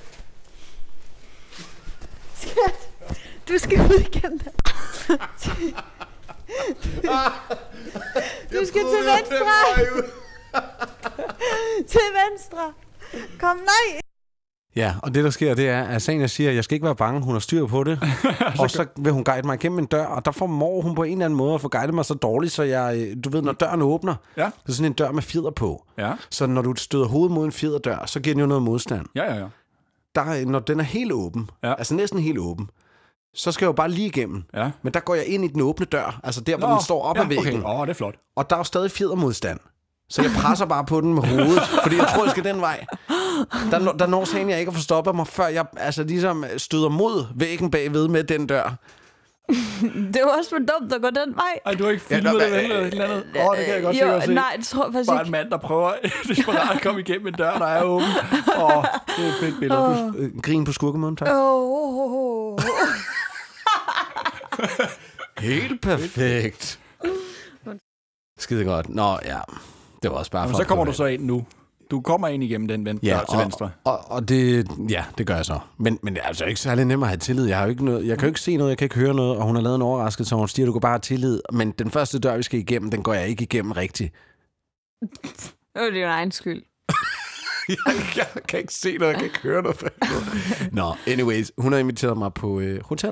Skat, du skal ud igennem der. Du skal til venstre. Til venstre. Kom, nej. Ja, og det der sker, det er, at Sanja siger, at jeg skal ikke være bange, hun har styr på det. Og så vil hun guide mig igennem en dør, og der formår hun på en eller anden måde at få guidet mig så dårligt, så jeg, du ved, når døren åbner, Ja. det er sådan en dør med fjeder på. Ja. Så når du støder hovedet mod en fjederdør, så giver den jo noget modstand. Ja. Der, når den er helt åben, altså næsten helt åben, så skal jeg jo bare lige igennem. Ja. Men der går jeg ind i den åbne dør, altså der, hvor den står op ad væggen. Okay. Det er flot. Og der er jo stadig fjedermodstand. Så jeg presser bare på den med hovedet, fordi jeg tror, jeg skal den vej. Der når Sanja ikke at få stoppet mig, før jeg altså ligesom støder mod væggen bagved med den dør. Det var også for dumt at gå den vej. Ej, du har ikke filmet det eller et eller andet? Det kan jeg godt se. Nej, det tror jeg faktisk bare ikke. en mand, der prøver desperat at komme igennem en dør, der er åben. Det er et fedt billede. Grin på skurkemåden, tak. Helt perfekt. Skide godt. Nå, ja. Det var også bare Jamen, for så kommer du så ind nu. Du kommer ind igennem den dør til venstre. Og det, ja, det gør jeg så. Men det er altså ikke særlig nemt at have tillid. Jeg kan jo ikke se noget, jeg kan ikke høre noget, og hun har lavet en overraskelse, og hun siger, du kan bare have tillid. Men den første dør, vi skal igennem, den går jeg ikke igennem rigtigt. Det er din egen skyld. jeg kan ikke se noget, jeg kan ikke høre noget. Nå, anyways, hun har inviteret mig på hotel.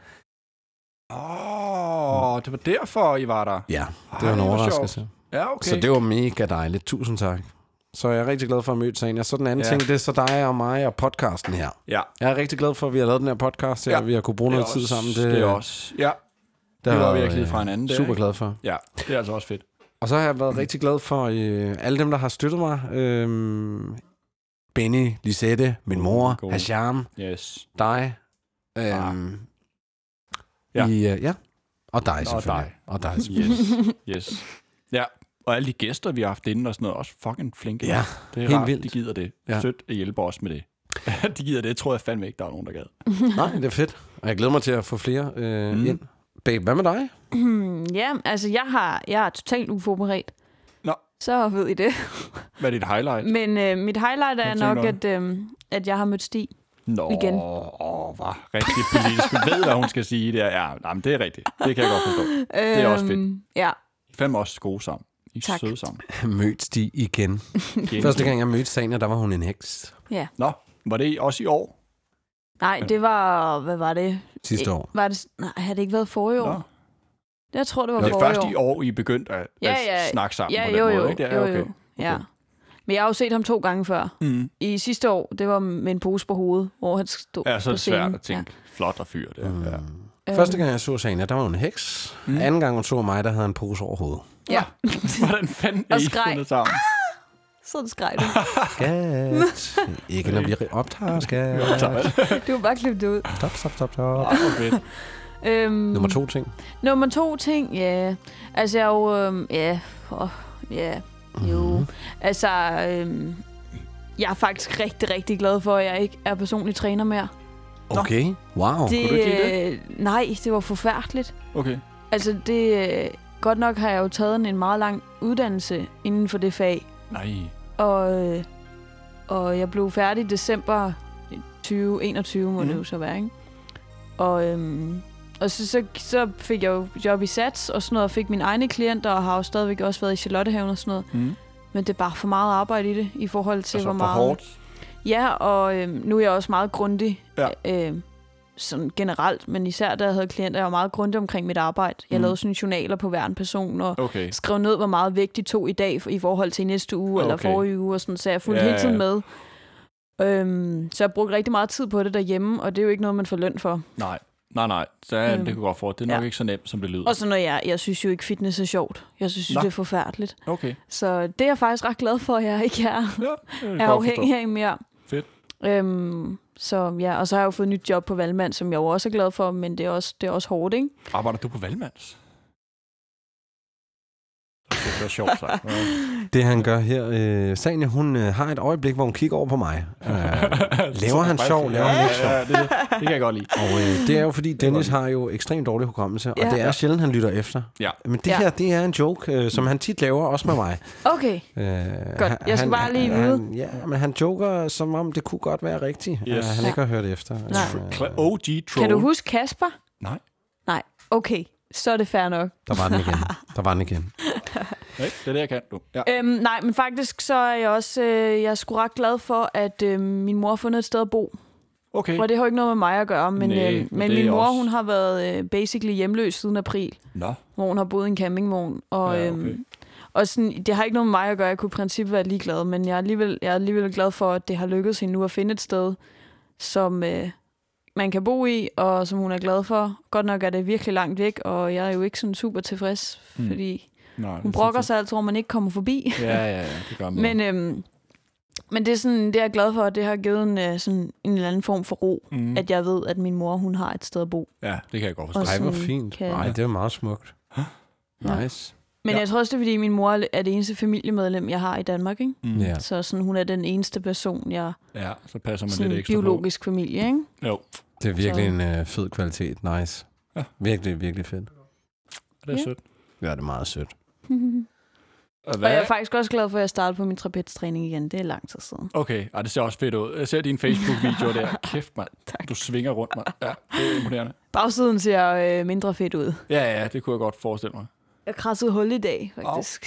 Det var derfor, I var der. Ja, det var en overraskelse. Ja, okay. Så det var mega dejligt. Tusind tak. Så jeg er rigtig glad for at møde Sanja. Så den anden ting, det er så dig og mig og podcasten her. Ja. Jeg er rigtig glad for, at vi har lavet den her podcast her. Vi har kunnet bruge noget tid sammen. Det er også. Ja. Det var virkelig fra en anden dag. Super glad for. Ja, det er altså også fedt. Og så har jeg været rigtig glad for alle dem, der har støttet mig. Benny, Lisette, min mor, Hasham, dig. Og dig selvfølgelig. Og dig selvfølgelig. Yes. Ja, og alle de gæster, vi har haft inde og sådan noget, også fucking flinke. Ja, det er helt rart, vildt. De gider det. Sødt at hjælpe os med det. De gider det, tror jeg fandme ikke, der er nogen, der gad. Nej, det er fedt. Og jeg glæder mig til at få flere ind. Babe, hvad med dig? Ja, altså jeg er totalt uforberedt. Nå. Så ved I det. Hvad er dit highlight? Men mit highlight er nok, at jeg har mødt Stig igen. Var rigtig politisk. Du ved, hvad hun skal sige der. Ja, men det er rigtigt. Det kan jeg godt forstå. Det er også fedt. Ja. I fandme også gode sammen. I er søde sammen. Mødt Stig igen. Første gang jeg mødte Sanja, der var hun en heks. Ja. Nå, var det også i år? Nej, det var... Hvad var det? Sidste år. Nej, havde det ikke været forrige år? Jeg tror, det var forrige år. Det er først i år, I begyndte at snakke sammen på den måde, ikke? Jo. Ja. Men jeg har jo set ham 2 gange før. I sidste år, det var med en pose på hovedet, hvor han stod så er det svært at tænke. Flot og fyr, det. Første gang jeg så Sanja, der var hun en heks. Anden gang hun så mig, der havde en pose over hovedet. Ja. Hvordan fanden er I fundet sammen? Sådan skreg du. Skat. Ikke når vi optager, skat. Du var bare klippet ud. Stop. Okay. Nummer 2 ting. Nummer 2 ting, ja. Altså, jeg er jo... Jo. Altså, jeg er faktisk rigtig, rigtig glad for, at jeg ikke er personlig træner mere. Okay, wow. Kunne du ikke lide det? Nej, det var forfærdeligt. Okay. Altså, godt nok har jeg jo taget en meget lang uddannelse inden for det fag. Nej. Og jeg blev færdig i december 2021, må det jo så være, ikke? Og så fik jeg jo job i Sats og sådan noget, og fik mine egne klienter, og har jo stadigvæk også været i Charlottehaven og sådan noget. Men det er bare for meget arbejde i det, i forhold til, hvor meget... hårdt? Ja, og nu er jeg også meget grundig, sådan generelt, men især da jeg havde klienter, jeg var meget grundig omkring mit arbejde. Jeg lavede sådan journaler på hver en person, og skrev ned, hvor meget vægt de tog i dag, i forhold til næste uge, eller forrige uge, og sådan, så jeg fulgte hele tiden med. Så jeg brugte rigtig meget tid på det derhjemme, og det er jo ikke noget, man får løn for. Nej. Så det kunne godt få. Det er nok ikke så nemt, som det lyder. Og så når jeg synes jo ikke, fitness er sjovt. Jeg synes det er forfærdeligt. Okay. Så det er jeg faktisk ret glad for, at jeg ikke er afhængig af mere. Fedt. Så ja, og så har jeg jo fået et nyt job på Valmand, som jeg jo også er glad for, men det er også hårdt, ikke? Arbejder du på Valmands? Det er sjovt sagt. Det han gør her, Sanja, hun har et øjeblik, hvor hun kigger over på mig. Laver han sjov, laver han ikke sjov? Ja, det kan jeg godt lide. Og det er jo fordi, Dennis har jo ekstremt dårlig hukommelse, og det er sjældent, han lytter efter. Ja. Men det her, det er en joke, som han tit laver, også med mig. Okay, godt. Jeg skal bare lige vide. Men han joker, som om det kunne godt være rigtigt. Yes. Han ikke har hørt efter. OG troll. Kan du huske Kasper? Nej. Okay. Så er det fair nok. Der var den igen. Nej, det er det, jeg kan. Ja. Nej, men faktisk så er jeg også jeg er sgu ret glad for, at min mor har fundet et sted at bo. Okay. For det har jo ikke noget med mig at gøre, men min mor, også... hun har været basically hjemløs siden april. Nå. Hvor hun har boet i en campingvogn. Og sådan, det har ikke noget med mig at gøre. Jeg kunne i princippet være ligeglad, men jeg er alligevel glad for, at det har lykkedes hende nu at finde et sted, som... man kan bo i, og som hun er glad for. Godt nok er det virkelig langt væk, og jeg er jo ikke sådan super tilfreds, fordi hun brokker sig altid, hvor man ikke kommer forbi. Ja, det gør man. Men det er sådan, det er jeg glad for, at det har givet sådan en eller anden form for ro, at jeg ved, at min mor, hun har et sted at bo. Ja, det kan jeg godt forstå. Ej, hvor fint. Nej, det er meget smukt. Nice. Men jeg tror også, det er, fordi min mor er det eneste familiemedlem, jeg har i Danmark, ikke? Ja. Så sådan, hun er den eneste person, jeg... Ja, så passer man sådan lidt ekstra biologisk familie, ikke? Jo. Det er virkelig en fed kvalitet. Nice. Ja. Virkelig, virkelig fedt. Det er sødt. Ja, det er meget sødt. Og jeg er faktisk også glad for, at jeg startede på min trapeztræning igen. Det er lang tid siden. Okay, det ser også fedt ud. Jeg ser din Facebook-video der. Kæft, mand. Du svinger rundt, mand. Ja, det er imponerende. Bagsiden ser mindre fedt ud. Ja, det kunne jeg godt forestille mig. Jeg kradsede hul i dag, faktisk.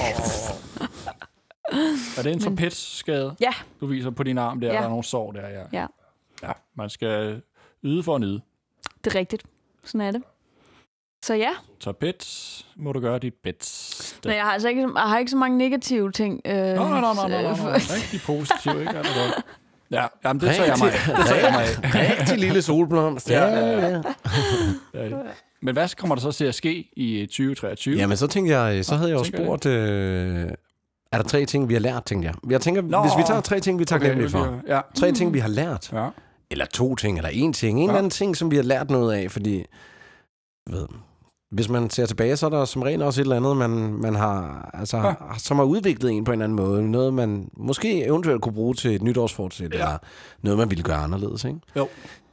Er det en trapezskade? Ja. Du viser på din arm der, der er nogle sår der. Ja, man skal yde for at nyde. Det er rigtigt. Sådan er det. Så ja. Trapez må du gøre dit bedste. Nej, jeg har ikke så mange negative ting. Nej. Rigtig positiv, ikke? Ja, jamen det tager jeg mig af. Rigtig lille solblomst. Ja. Men hvad kommer der så til at ske i 2023? Jamen, så tænkte jeg, så havde jeg jo spurgt, er der 3 ting, vi har lært, tænkte jeg. Jeg tænker, hvis vi tager 3 ting, vi tager taknemmelige for. Ja. 3 ting, vi har lært. Ja. Eller 2 ting, eller 1 ting. En eller anden ting, som vi har lært noget af, fordi hvis man ser tilbage, så er der som regel også et eller andet, man har, altså, som har udviklet en på en eller anden måde. Noget, man måske eventuelt kunne bruge til et nytårsfortsæt, eller noget, man ville gøre anderledes, ikke? Jo.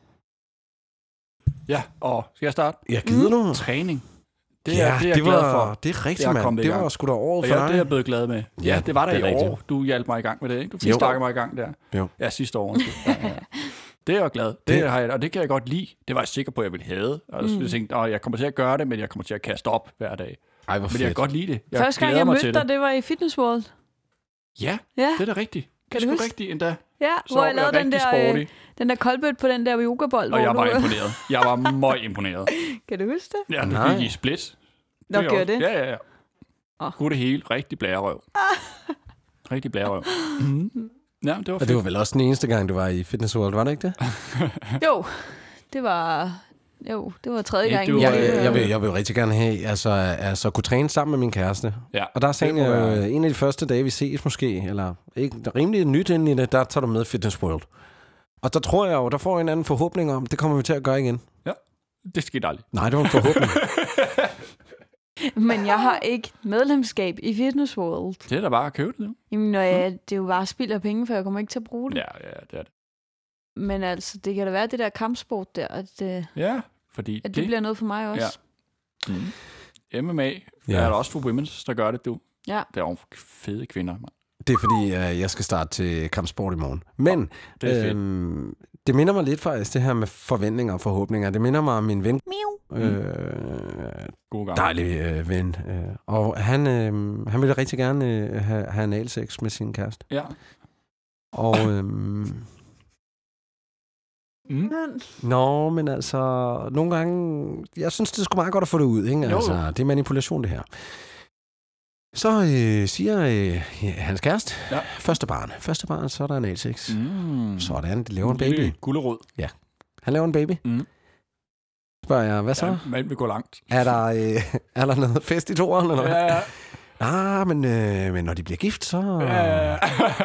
Ja, og skal jeg starte? Jeg gider nu. Træning. Det er jeg glad for. Det er rigtigt, mand. Det var sgu da året for dig. Det er jeg blevet glad med. Ja, det var der i år. Du hjalp mig i gang med det, ikke? Du fik stakket mig i gang der. Jo. Ja, sidste år. Ja. Det er jeg glad. Og det kan jeg godt lide. Det var jeg sikker på, at jeg ville have. Og jeg tænkte, jeg kommer til at gøre det, men jeg kommer til at kaste op hver dag. Ej, hvor fedt. Men jeg kan godt lide det. Første gang jeg mødte dig, det var i Fitness World. Ja, det er da rigtigt. Kan du huske? Rigtigt endda. Ja, hvor jeg lavede den der koldbødt på den der yogabold. Og jeg var imponeret. Jeg var meget imponeret. Kan du huske det? Ja, du gik i split. Nå, gør det? Ja. Gud det hele. Rigtig blærerøv. Rigtig blærerøv. Ja, det var fedt. Og det var vel også den eneste gang, du var i Fitness World, var det ikke det? Jo, det var tredje gang. Jeg vil rigtig gerne have, altså kunne træne sammen med min kæreste. Ja, og der sagde jeg, en af de første dage, vi ses måske, eller ikke rimelig nyt ind i det, der tager du med Fitness World. Og der tror jeg jo, der får en anden forhåbning om, det kommer vi til at gøre igen. Ja, det skete aldrig. Nej, det var en forhåbning. Men jeg har ikke medlemskab i Fitness World. Det er da bare at købe det. Jamen, det er jo bare spild af penge, for jeg kommer ikke til at bruge det. Ja, det er det. Men altså, det kan da være det der kampsport der, fordi det bliver noget for mig også. Ja. MMA er der også for women's, der gør det, du. Ja. Det er jo fede kvinder, man. Det er fordi, jeg skal starte til kampsport i morgen. Men det minder mig lidt faktisk, det her med forventninger og forhåbninger. Det minder mig om min ven. Dejlig ven. Og han ville rigtig gerne have analsex med sin kæreste. Ja. Og... Nå, men altså, nogle gange... Jeg synes, det er sgu meget godt at få det ud, ikke? Altså, det er manipulation, det her. Så siger hans kæreste, første barn, så er der analsex. Sådan, de laver en baby. Gullerod. Ja, han laver en baby. Spørger jeg, hvad så? Ja, man vil gå langt. Er der noget fest i toeren, eller noget? Ja. Men når de bliver gift, så... Ja.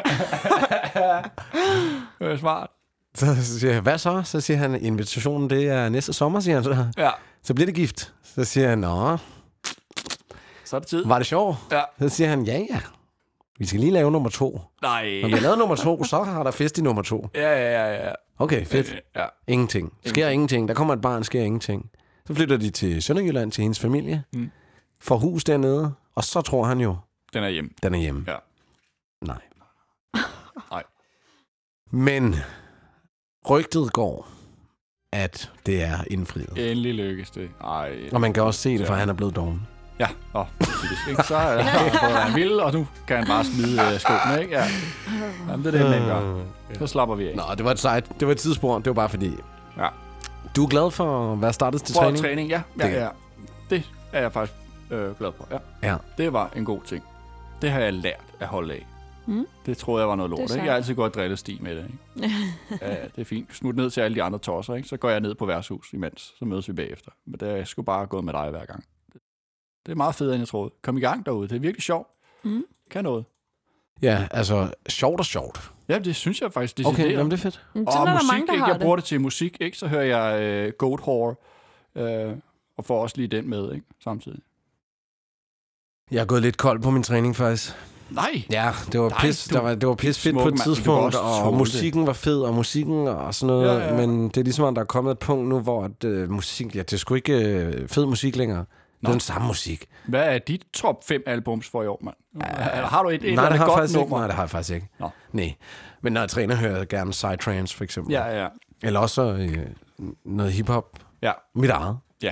Det er smart. Så siger jeg, hvad så? Så siger han, invitationen, det er næste sommer, siger han så. Ja. Så bliver det gift. Så siger han, nå... Så er det tid. Var det sjovt? Ja. Så siger han, ja. Vi skal lige lave nummer 2. Nej. Når vi har lavet nummer 2, så har der fest i nummer 2. Ja. Okay, fedt. Ja. Ingenting. Sker ingenting. Der kommer et barn, sker ingenting. Så flytter de til Sønderjylland, til hendes familie. Får hus dernede. Og så tror han jo... Den er hjemme. Ja. Nej. Nej. Men rygtet går, at det er indfriet. Endelig lykkes det. Ej. Og man kan også se det, for han er blevet doven. Ja, ikke? Så er han vild, og nu kan han bare smide skåben, ikke? Ja. Jamen, det er det, man gør. Så slapper vi af. Nå, det var et tidsspor. Det var bare fordi... Ja. Du er glad for at være startet til træning? Træning, ja. Det er jeg faktisk glad for, ja. Det var en god ting. Det har jeg lært at holde af. Det troede jeg var noget lort, ikke? Jeg har altid gået drillestil med det, ikke? Ja, det er fint. Smut ned til alle de andre tosser, ikke? Så går jeg ned på værtshus imens, så mødes vi bagefter. Men det er sgu bare gået med dig hver gang. Det er meget federe, end jeg troede. Kom i gang derude. Det er virkelig sjovt. Kan noget. Ja, altså sjovt og sjovt. Ja, det synes jeg faktisk. Okay, jamen det er fedt. Og musik, ikke? Jeg bruger det til musik, ikke? Så hører jeg Goat Whore, og får også lige den med, ikke? Samtidig. Jeg har gået lidt kold på min træning, faktisk. Nej! Ja, det var pis fedt på et tidspunkt, og musikken var fed, og musikken og sådan noget, ja. Men det er ligesom, at der er kommet et punkt nu, hvor musik, det er sgu ikke fed musik længere. Det er den samme musik. Hvad er dit top 5 albums for i år, mand? Har du et nej, eller andet godt nummer? Nej, det har jeg faktisk ikke. Nej. Men når jeg træner, hører jeg gerne Psytrance, for eksempel. Ja. Eller også noget hiphop. Ja. Mit eget. Ja,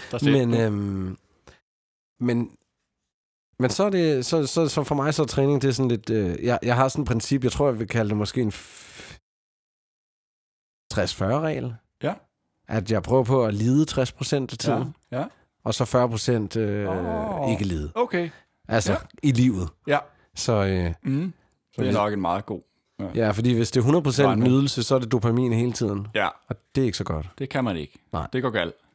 Men så er det, så for mig så er træning, det er sådan lidt, jeg har sådan et princip, jeg tror, jeg vil kalde det måske en 60-40-regel. Ja. At jeg prøver på at lide 60% af tiden. Ja. Og så 40% ikke lide. Okay. Altså i livet. Ja. Så det er nok en meget god. Ja, fordi hvis det er 100% nydelse, så er det dopamin hele tiden. Ja. Og det er ikke så godt. Det kan man ikke. Nej. Det går galt.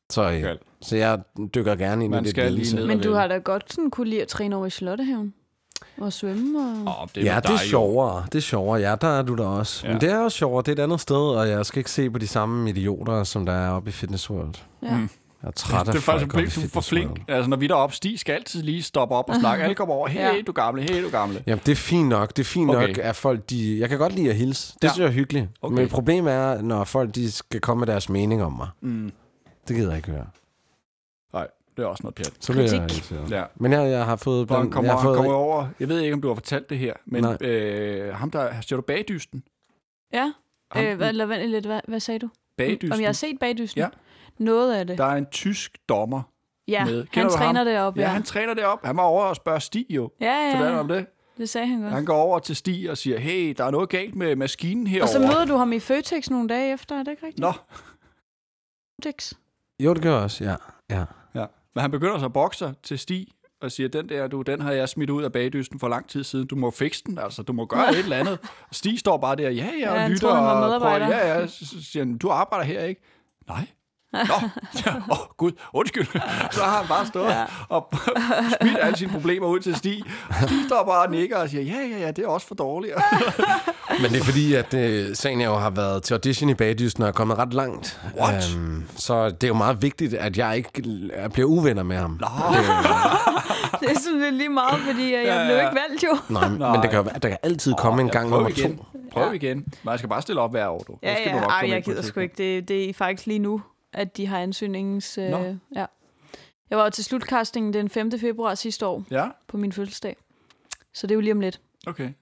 Så jeg dykker gerne ind i det ledelse. Men du har da godt sådan kunne lide at træne over i Slottehaven. Og svømme og... det er sjovere. Det er sjovere. Ja, der er du der også. Ja. Men det er også sjovere. Det er et andet sted, og jeg skal ikke se på de samme idioter, som der er oppe i Fitness World. Ja. Jeg er træt af folk. Det er faktisk for flink. Altså, når vi er deroppe, Stig skal altid lige stoppe op og snakke. Alle kommer over, hey, du gamle, hey, du gamle. Jamen, det er fint nok. Det er fint nok, at folk, jeg kan godt lide at hilse. Det synes jeg er hyggeligt. Okay. Men problemet er, når folk, de skal komme med deres mening om mig. Det gider jeg ikke høre. Nej, det er også noget pjat. Så bliver jeg irriteret. Ja. Men jeg har fået... Han kommer over... Jeg ved ikke, om du har fortalt det her, men ham der... Ser du Bagdysten? Ja. Hvad sagde du? Bagdysten. Om jeg har set Bagdysten? Ja. Noget af det. Der er en tysk dommer med. Han træner deroppe. Ja, han træner deroppe. Han var over og spørger Stig jo. Ja. Fortæller om det. Det sagde han godt. Han går over til Stig og siger, hey, der er noget galt med maskinen herovre. Og så møder du ham i Føtex nogle dage efter, er det ikke rigtigt? Nå. Føtex. Jo, det gør jeg også, ja. Men han begynder så at bokse til Stig og siger, den har jeg smidt ud af Bagdysten for lang tid siden. Du må fikse den, altså. Du må gøre et eller andet. Og Stig står bare der, og lytter. Og prøver, så siger han, du arbejder her, ikke? Nej. Nå, gud, undskyld. Så har han bare stået og smidt alle sine problemer ud til Stig. Stig står bare og nikker og siger, ja, det er også for dårligt. Men det er fordi, at sagen jo har været til audition i Bagdysten og er kommet ret langt. Så det er jo meget vigtigt, at jeg ikke bliver uvenner med ham. Det er sådan lige meget, fordi jeg blev ikke valgt jo. Nej, men der kan altid komme en gang nummer 2. Prøv igen. Man skal bare stille op hver år, du. Jeg gider sgu ikke. Det er faktisk lige nu, at de har ansøgningens... Jeg var til slutcastingen den 5. februar sidste år på min fødselsdag. Så det er jo lige om lidt. Okay.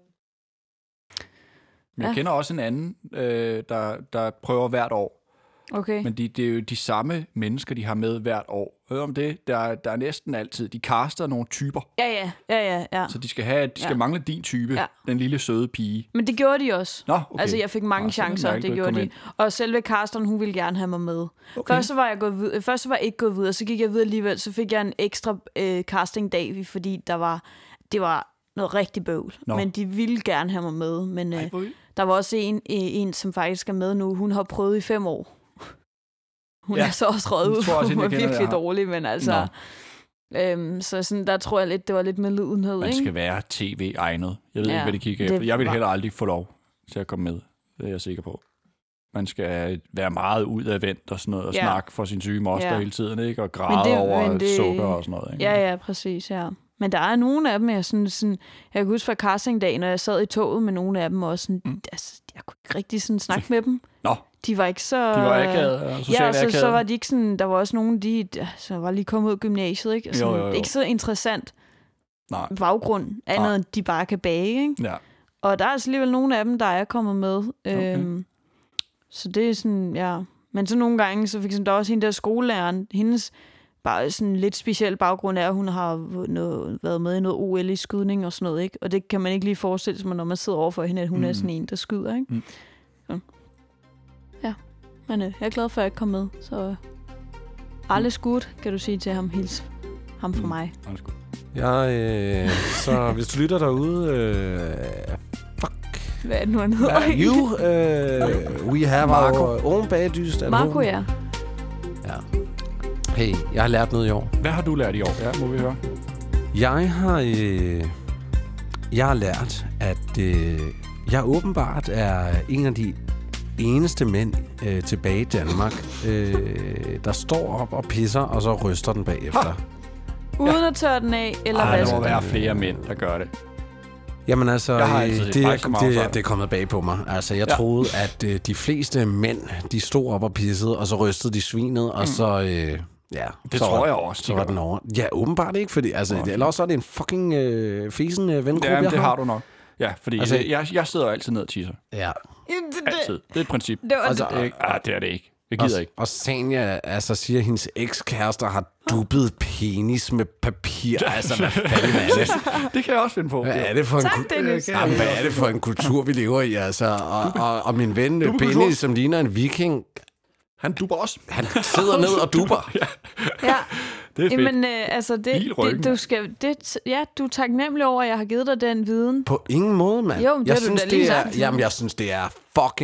Men jeg kender også en anden, der prøver hvert år. Okay. Men det er jo de samme mennesker, de har med hvert år. Hør om det? Der er næsten altid. De caster nogle typer. Ja. Så de skal mangle din type, den lille søde pige. Men det gjorde de også. Nå, okay. Altså, jeg fik mange chancer, det gjorde de. Og selve casteren, hun ville gerne have mig med. Okay. Først var jeg ikke gået videre, så gik jeg videre alligevel. Så fik jeg en ekstra casting-dag, fordi det var noget rigtig bøvl. Men de ville gerne have mig med. Men der var også en, som faktisk er med nu. Hun har prøvet i 5 år. Hun er så også røget ud. Hun var virkelig dårlig, men altså... så sådan, der tror jeg lidt, det var lidt med lidenhed. Man skal være tv-egnet. Jeg ved ikke, hvad de kigger efter. Jeg vil heller aldrig få lov til at komme med. Det er jeg sikker på. Man skal være meget udadvendt og sådan noget, og snakke for sin syge moster hele tiden, ikke? Og græde over sukker og sådan noget. Ikke? Ja, præcis, Men der er nogle af dem, jeg kan huske fra castingdagen, når jeg sad i toget med nogle af dem, og sådan, jeg kunne ikke rigtig sådan snakke med dem. Nå. De var ikke så... De var akavet, så var de ikke sådan... Der var også nogen, så var lige kommet ud af gymnasiet, ikke? Altså, jo. Det er ikke så interessant baggrund, andet end de bare kan bage, ikke? Ja. Og der er altså alligevel nogle af dem, der er kommet med. Så det er sådan, Men så nogle gange, så fik der også hende der skolelæreren, hendes bare sådan lidt speciel baggrund er, at hun har været med i noget OL i skydning og sådan noget, ikke? Og det kan man ikke lige forestille sig, når man sidder overfor hende, at hun er sådan en, der skyder, ikke? Så. Ja, men jeg er glad for, at jeg ikke kom med, så alles good, kan du sige til ham. Hils ham for mig. Alles good. Så hvis du lytter derude, hvad er det nu, han hedder? We have our own Bagdyst. Marco, ja. Hey, jeg har lært noget i år. Hvad har du lært i år? Ja, må vi høre. Jeg har lært, at jeg åbenbart er en af de eneste mænd tilbage i Danmark, der står op og pisser, og så ryster den bagefter. Uden at tørre den af, eller hvad? Der må være flere mænd, der gør det. Jamen altså, det er kommet bag på mig. Altså, jeg troede, at de fleste mænd, de stod op og pissede, og så rystede de svinet, og så... det tror jeg også. Så var den over. Ja, åbenbart ikke, fordi... Altså, eller også er det en fucking fesen vengruppe, jeg har. Det har du nok. Ja, fordi altså, jeg sidder altid ned og tisser. Ja. Altid. Det er et princip. Det er det ikke. Jeg gider ikke. Og Sanja siger, at hendes ekskærester har dubbet penis med papir. Altså, hvad fanden er det? Det kan jeg også finde på. Hvad er det for en kultur, vi lever i? Altså? Og min ven Benny, som ligner en viking... Han dubber også. Han sidder ned og dubber. Ja. Det er fedt. Jamen, altså, du er taknemmelig over, at jeg har givet dig den viden. På ingen måde, mand. Jo, jeg synes, det er fucking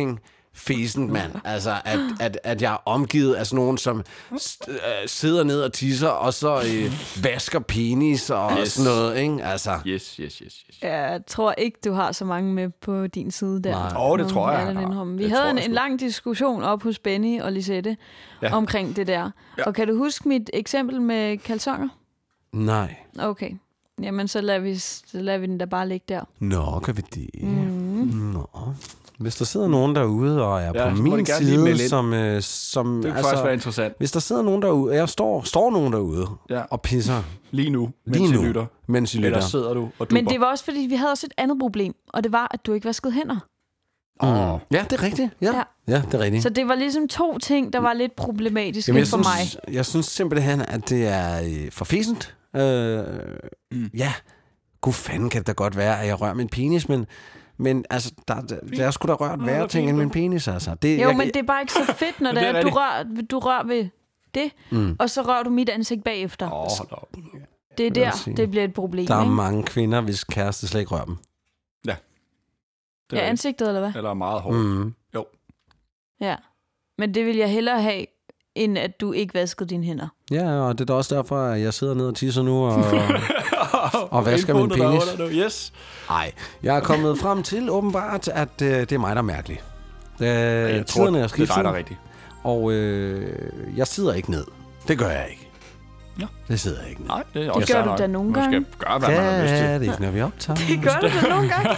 fæsent, mand. Altså, at jeg er omgivet af sådan nogen, som sidder ned og tisser, og så vasker penis og sådan noget, ikke? Altså. Yes. Jeg tror ikke, du har så mange med på din side der. Det tror jeg. Vi havde en lang diskussion op hos Benny og Lisette omkring det der. Ja. Og kan du huske mit eksempel med kalsonger? Nej. Okay. Jamen, så lader vi den da bare ligge der. Nå, kan vi det? Nå. Hvis der sidder nogen derude og er på min side, som det kan faktisk være interessant. Hvis der sidder nogen derude, står nogen derude og pisser. Lige nu, mens I lytter. Eller sidder du og duber. Men det var også, fordi vi havde også et andet problem, og det var, at du ikke vaskede hænder. Ja, det er rigtigt. Ja, det er rigtigt. Så det var ligesom 2 ting, der var lidt problematiske for mig. Jeg synes simpelthen, at det er for fæsent. Ja, god fanden kan det da godt være, at jeg rører min penis, men altså, der skulle da rørt værre ting end min penis, altså. Men det er bare ikke så fedt, når du rører ved det, og så rører du mit ansigt bagefter. Det er der, det bliver et problem. Der er mange kvinder, hvis kæreste slet ikke rører dem. Ja, ansigtet, eller hvad? Eller meget hårdt. Jo. Ja, men det vil jeg hellere have, end at du ikke vaskede dine hænder. Ja, og det er da også derfor, at jeg sidder ned og tisser nu og vasker min penis. Yes. Nej, jeg er kommet frem til åbenbart, at det er mig, der er mærkelig. Jeg tror, det er dig, der er rigtigt. Og jeg sidder ikke ned. Det gør jeg ikke. Ja. Det sidder jeg ikke ned. Nej, det er også gør du da nogle gange. Man skal gøre, hvad man har lyst til. Ja, det er ikke, når vi optager. Det gør du da nogle gange.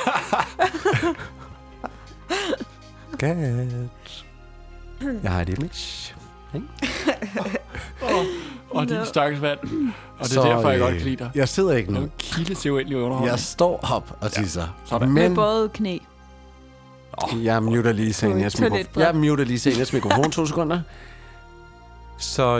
Skat. Jeg har et image. Og din stakkels vand. Og det er derfor, jeg godt kan lide dig. Jeg sidder ikke nu. Det er kilde til uendelig underholdning. Jeg står op og tisser. Sådan. Med både knæ. Jeg muter lige Senias mikrofon. Jeg muter lige Senias mikrofon 2 sekunder. Så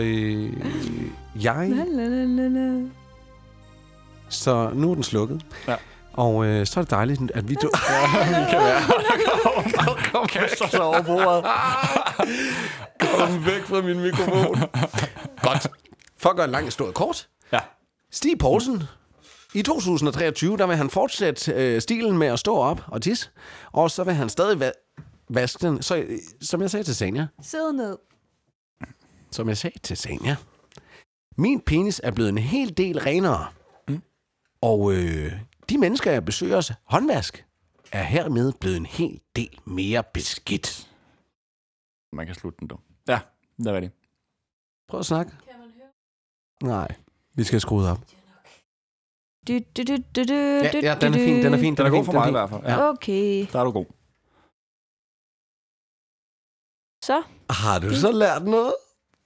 Så nu er den slukket. Ja. Og så er det dejligt, at vi... vi kan være. Kom kaster sig over bordet. Kom væk fra min mikrofon. Godt. For at gøre en lang historie kort. Ja. Stig Poulsen. I 2023, der vil han fortsætte stilen med at stå op og tisse. Og så vil han stadig vaske den. Så, som jeg sagde til Sanja. Sid ned. Som jeg sagde til Sanja. Min penis er blevet en hel del renere. Og de mennesker, jeg besøgers håndvask, er hermed blevet en hel del mere beskidt. Man kan slutte den dog. Ja, det er rigtigt. Prøv at snakke. Kan man høre? Nej, vi skal skrue op. Ja, den er fin, den er fin. Den er god for mig i hvert fald. Ja. Okay. Der er du god. Så? Har du så lært noget?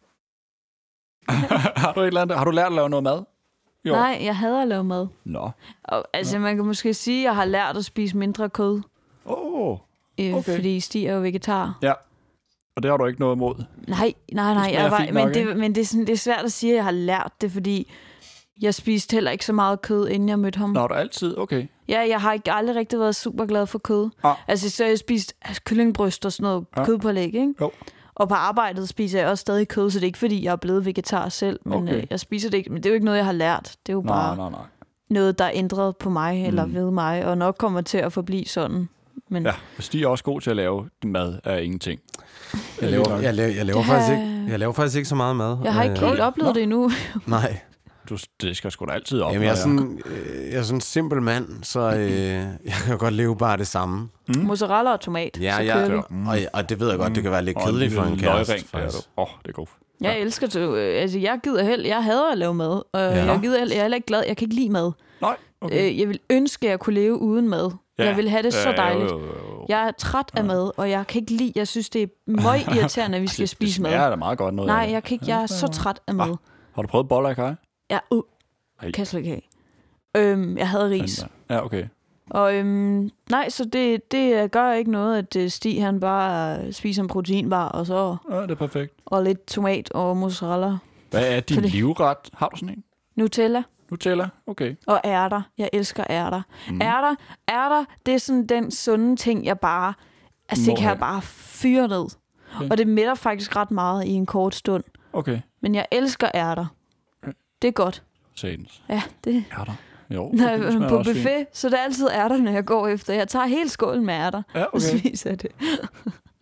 Har du lært at lave noget mad? Jo. Nej, jeg hader at lave mad. Nå. Og, altså, man kan måske sige, at jeg har lært at spise mindre kød. Okay. Fordi Stig er jo vegetar. Ja. Og det har du ikke noget imod? Nej. Det er svært at sige, at jeg har lært det, fordi jeg spiste heller ikke så meget kød, inden jeg mødte ham. Nå, er du altid? Okay. Ja, jeg har aldrig rigtig været super glad for kød. Altså, så jeg spist kyllingbryst og sådan noget kødpålæg, ikke? Jo. Og på arbejdet spiser jeg også stadig kød, så det er ikke, fordi jeg er blevet vegetar selv, men jeg spiser det ikke. Men det er jo ikke noget, jeg har lært. Det er jo bare noget, der er ændret på mig eller ved mig, og nok kommer til at forblive sådan. Men ja, Stig er også god til at lave mad af ingenting. Jeg laver faktisk ikke så meget mad. Jeg har ikke helt oplevet det endnu. Nej. Det skal sgu da altid op. Jamen, jeg er sådan en simpel mand, så jeg kan godt leve bare det samme. Mozzarella og tomat. Ja. Og det ved jeg godt, det kan være lidt kedeligt for en kæreste. Det er godt. Jeg elsker det. Altså, jeg hader at lave mad, og jeg er heller ikke glad. Jeg kan ikke lide mad. Nej. Okay. Jeg vil ønske, at jeg kunne leve uden mad. Ja. Jeg vil have det så dejligt. Jeg er træt af mad, og jeg kan ikke lide. Jeg synes, det er meget irriterende, at vi skal spise mad. Det er da meget godt noget. Nej, jeg er så træt af mad. Har du prøvet boller i kaj? Ja, kan jeg slet ikke have. Jeg havde ris. Ja, okay. Og nej, så det gør ikke noget, at Stig han bare spiser en proteinbar, og så... Ja, det er perfekt. Og lidt tomat og mozzarella. Hvad er din livret? Har du sådan en? Nutella, okay. Og ærter. Jeg elsker ærter. Ærter, det er sådan den sunde ting, jeg bare... Altså, det kan jeg bare fyre ned. Okay. Og det mætter faktisk ret meget i en kort stund. Okay. Men jeg elsker ærter. Det er godt. Sadens. Ja, det... Ærter. Jo, på buffet, fint. Så det er altid ærter, når jeg går efter. Jeg tager helt skålen med ærter, og spiser det.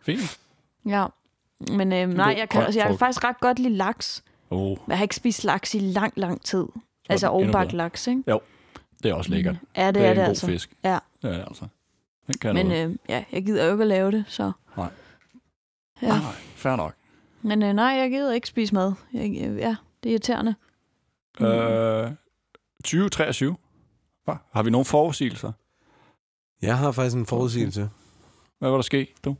Fint. Ja. Men nej, jeg kan faktisk ret godt lide laks. Men jeg har ikke spist laks i lang tid. Altså overbagt laks, ikke? Jo, det er også lækkert. Ja, det er det altså. Det er en god fisk. Ja. Det er det altså. Den kan noget. Jeg gider jo ikke at lave det, så... Nej. Ja. Nej, fair nok. Men nej, jeg gider ikke spise mad. Det er irriterende. 2023. Har vi nogle forudsigelser? Jeg har faktisk en forudsigelse. Hvad var der ske, du?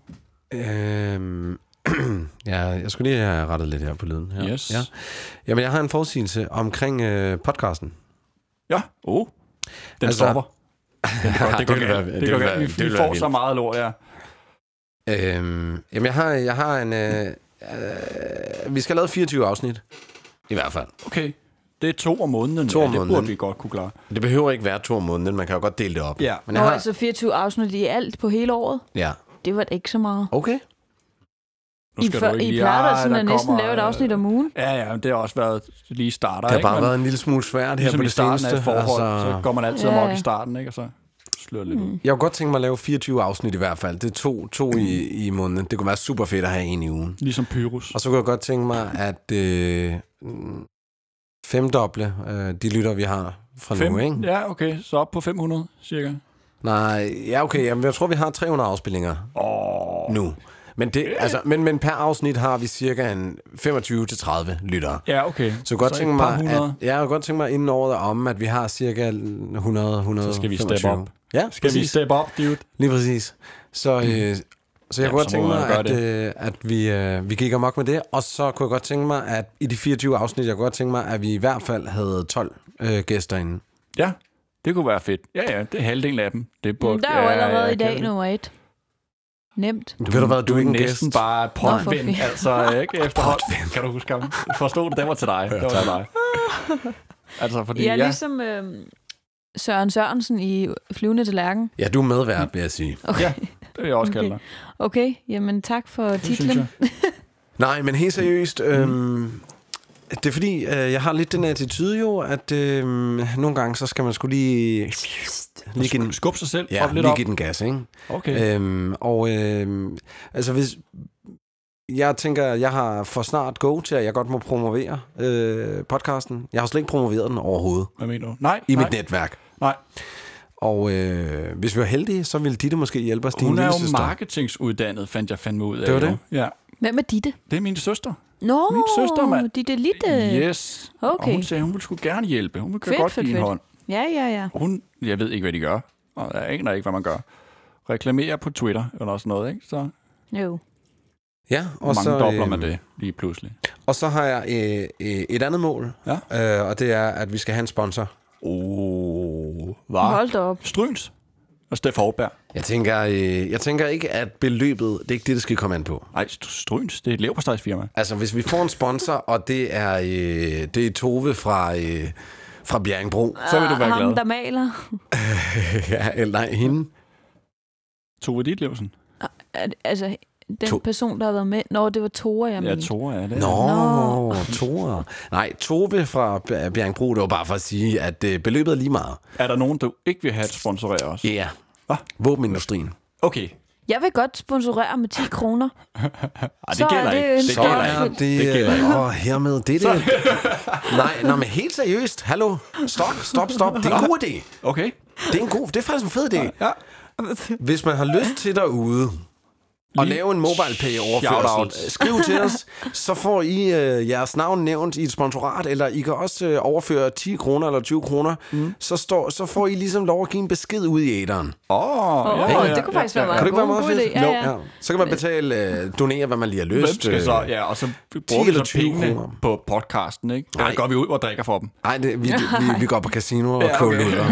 Ja, jeg skulle lige have rettet lidt her på lyden. Her. Yes. Ja. Jamen, jeg har en forudsigelse omkring podcasten. Ja, den stopper. Det går galt. Vi får så meget lort, ja. Jamen, jeg har en... vi skal have lavet 24 afsnit. I hvert fald. Okay. Det er 2 om måneden. Det burde vi godt kunne klare. Det behøver ikke være 2 om måneden. Man kan jo godt dele det op. Ja. Men jeg har... altså 24 afsnit i alt på hele året? Ja. Det var da ikke så meget. Okay. I plejer da sådan at næsten lave et afsnit om ugen. Ja, det har også været lige starter. Det har bare været en lille smule svært her på det seneste. Af forhold, så går man altid amok i starten, ikke? Og så slår lidt ud. Jeg kunne godt tænke mig at lave 24 afsnit i hvert fald. Det er 2 i måneden. Det kunne være super fedt at have en i ugen. Ligesom Pyrus. Og så kunne jeg godt tænke mig at femdoble de lytter, vi har fra nu, ikke? Ja, okay. Så op på 500, cirka. Nej, ja, okay. Jamen, jeg tror, vi har 300 afspillinger nu. Men, men per afsnit har vi cirka en 25-30 lyttere. Ja, okay. Så godt tænke mig, jeg har godt tænkt mig inden året om, at vi har cirka 100. Så skal vi steppe op. Ja, skal vi steppe op, dude? Lige præcis. Så jeg kunne godt tænke mig, at vi gik amok med det. Og så kunne jeg godt tænke mig, at i de 24 afsnit, jeg kunne godt tænke mig, at vi i hvert fald havde 12 gæster inde. Ja, det kunne være fedt. Ja, det er halvdelen af dem. Det burde, der er jo allerede i dag nummer 1. Nemt. Ved du hvad, du er ikke en næsten gæst. bare potvind, altså ikke efterhånden. Kan du huske ham? Forstod du, det var til dig. Det var til dig. Altså, fordi, ligesom Søren Sørensen i Flyvende Tallerken. Ja, du er medvært, vil jeg sige. Okay. Ja, det vil jeg også kalde dig. Okay, jamen tak for titlen. Nej, men helt seriøst, det er fordi, jeg har lidt den attitude jo, at nogle gange, så skal man sgu lige give den, skubbe sig selv op lidt op. Give den gas, ikke? Okay. Altså hvis jeg tænker, jeg har for snart go til, at jeg godt må promovere podcasten. Jeg har slet ikke promoveret den overhovedet. Hvad mener du? Nej. Mit netværk. Nej. Og hvis vi var heldige, så ville Ditte måske hjælpe os. Hun er jo marketingsuddannet, fandt jeg fandme ud af. Det var det? Ja. Hvem er Ditte? Det er min søster. Nå, min søster, mand. Ditte Litte. Yes. Okay. Og hun sagde, hun ville sgu gerne hjælpe. Hun ville godt give en hånd. Ja. Jeg ved ikke, hvad de gør. Og jeg aner ikke, hvad man gør. Reklamerer på Twitter eller sådan noget, ikke? Så jo. Ja, og mange dobler man det lige pludselig. Og så har jeg et andet mål, og det er, at vi skal have en sponsor. Hold da op. Stryns og Steff Hovberg. Jeg tænker ikke, at beløbet, det er ikke det skal komme an på. Nej, Stryns, det er et leverpostejsfirma. Altså, hvis vi får en sponsor, og det er Tove fra Bjerringbro, så vil du være glad. Ham, der maler. ja, eller nej, hende. Tove Ditlevsen. Altså, den person, der har været med. Nå, det var Tore, jeg mente. Ja, Tore, ja. Det Tore. Nej, Tove fra Bjerringbro, det var bare for at sige, at beløbet er lige meget. Er der nogen, du ikke vil have at sponsorere os? Ja. Våbenindustrien. Okay. Jeg vil godt sponsorere med 10 kroner. Det gælder ikke. Det gælder ikke. Hermed, det er det. Nej, men helt seriøst. Hallo. Stop. Det er en god idé. Okay. Det er faktisk en fed idé. Ja. Hvis man har lyst til derude og lave en MobilePay-overførsel, skriv til os, så får I jeres navn nævnt i et sponsorat, eller I kan også overføre 10 kroner eller 20 kroner, så får I ligesom lov at give en besked ud i æteren. Det kunne faktisk være meget god idé. Ja. Så kan man betale, donere, hvad man lige har lyst. Hvem skal så, og så bruger vi så pengene på podcasten, ikke? Eller går vi ud og drikker for dem? Nej, vi går på casino og kåluder.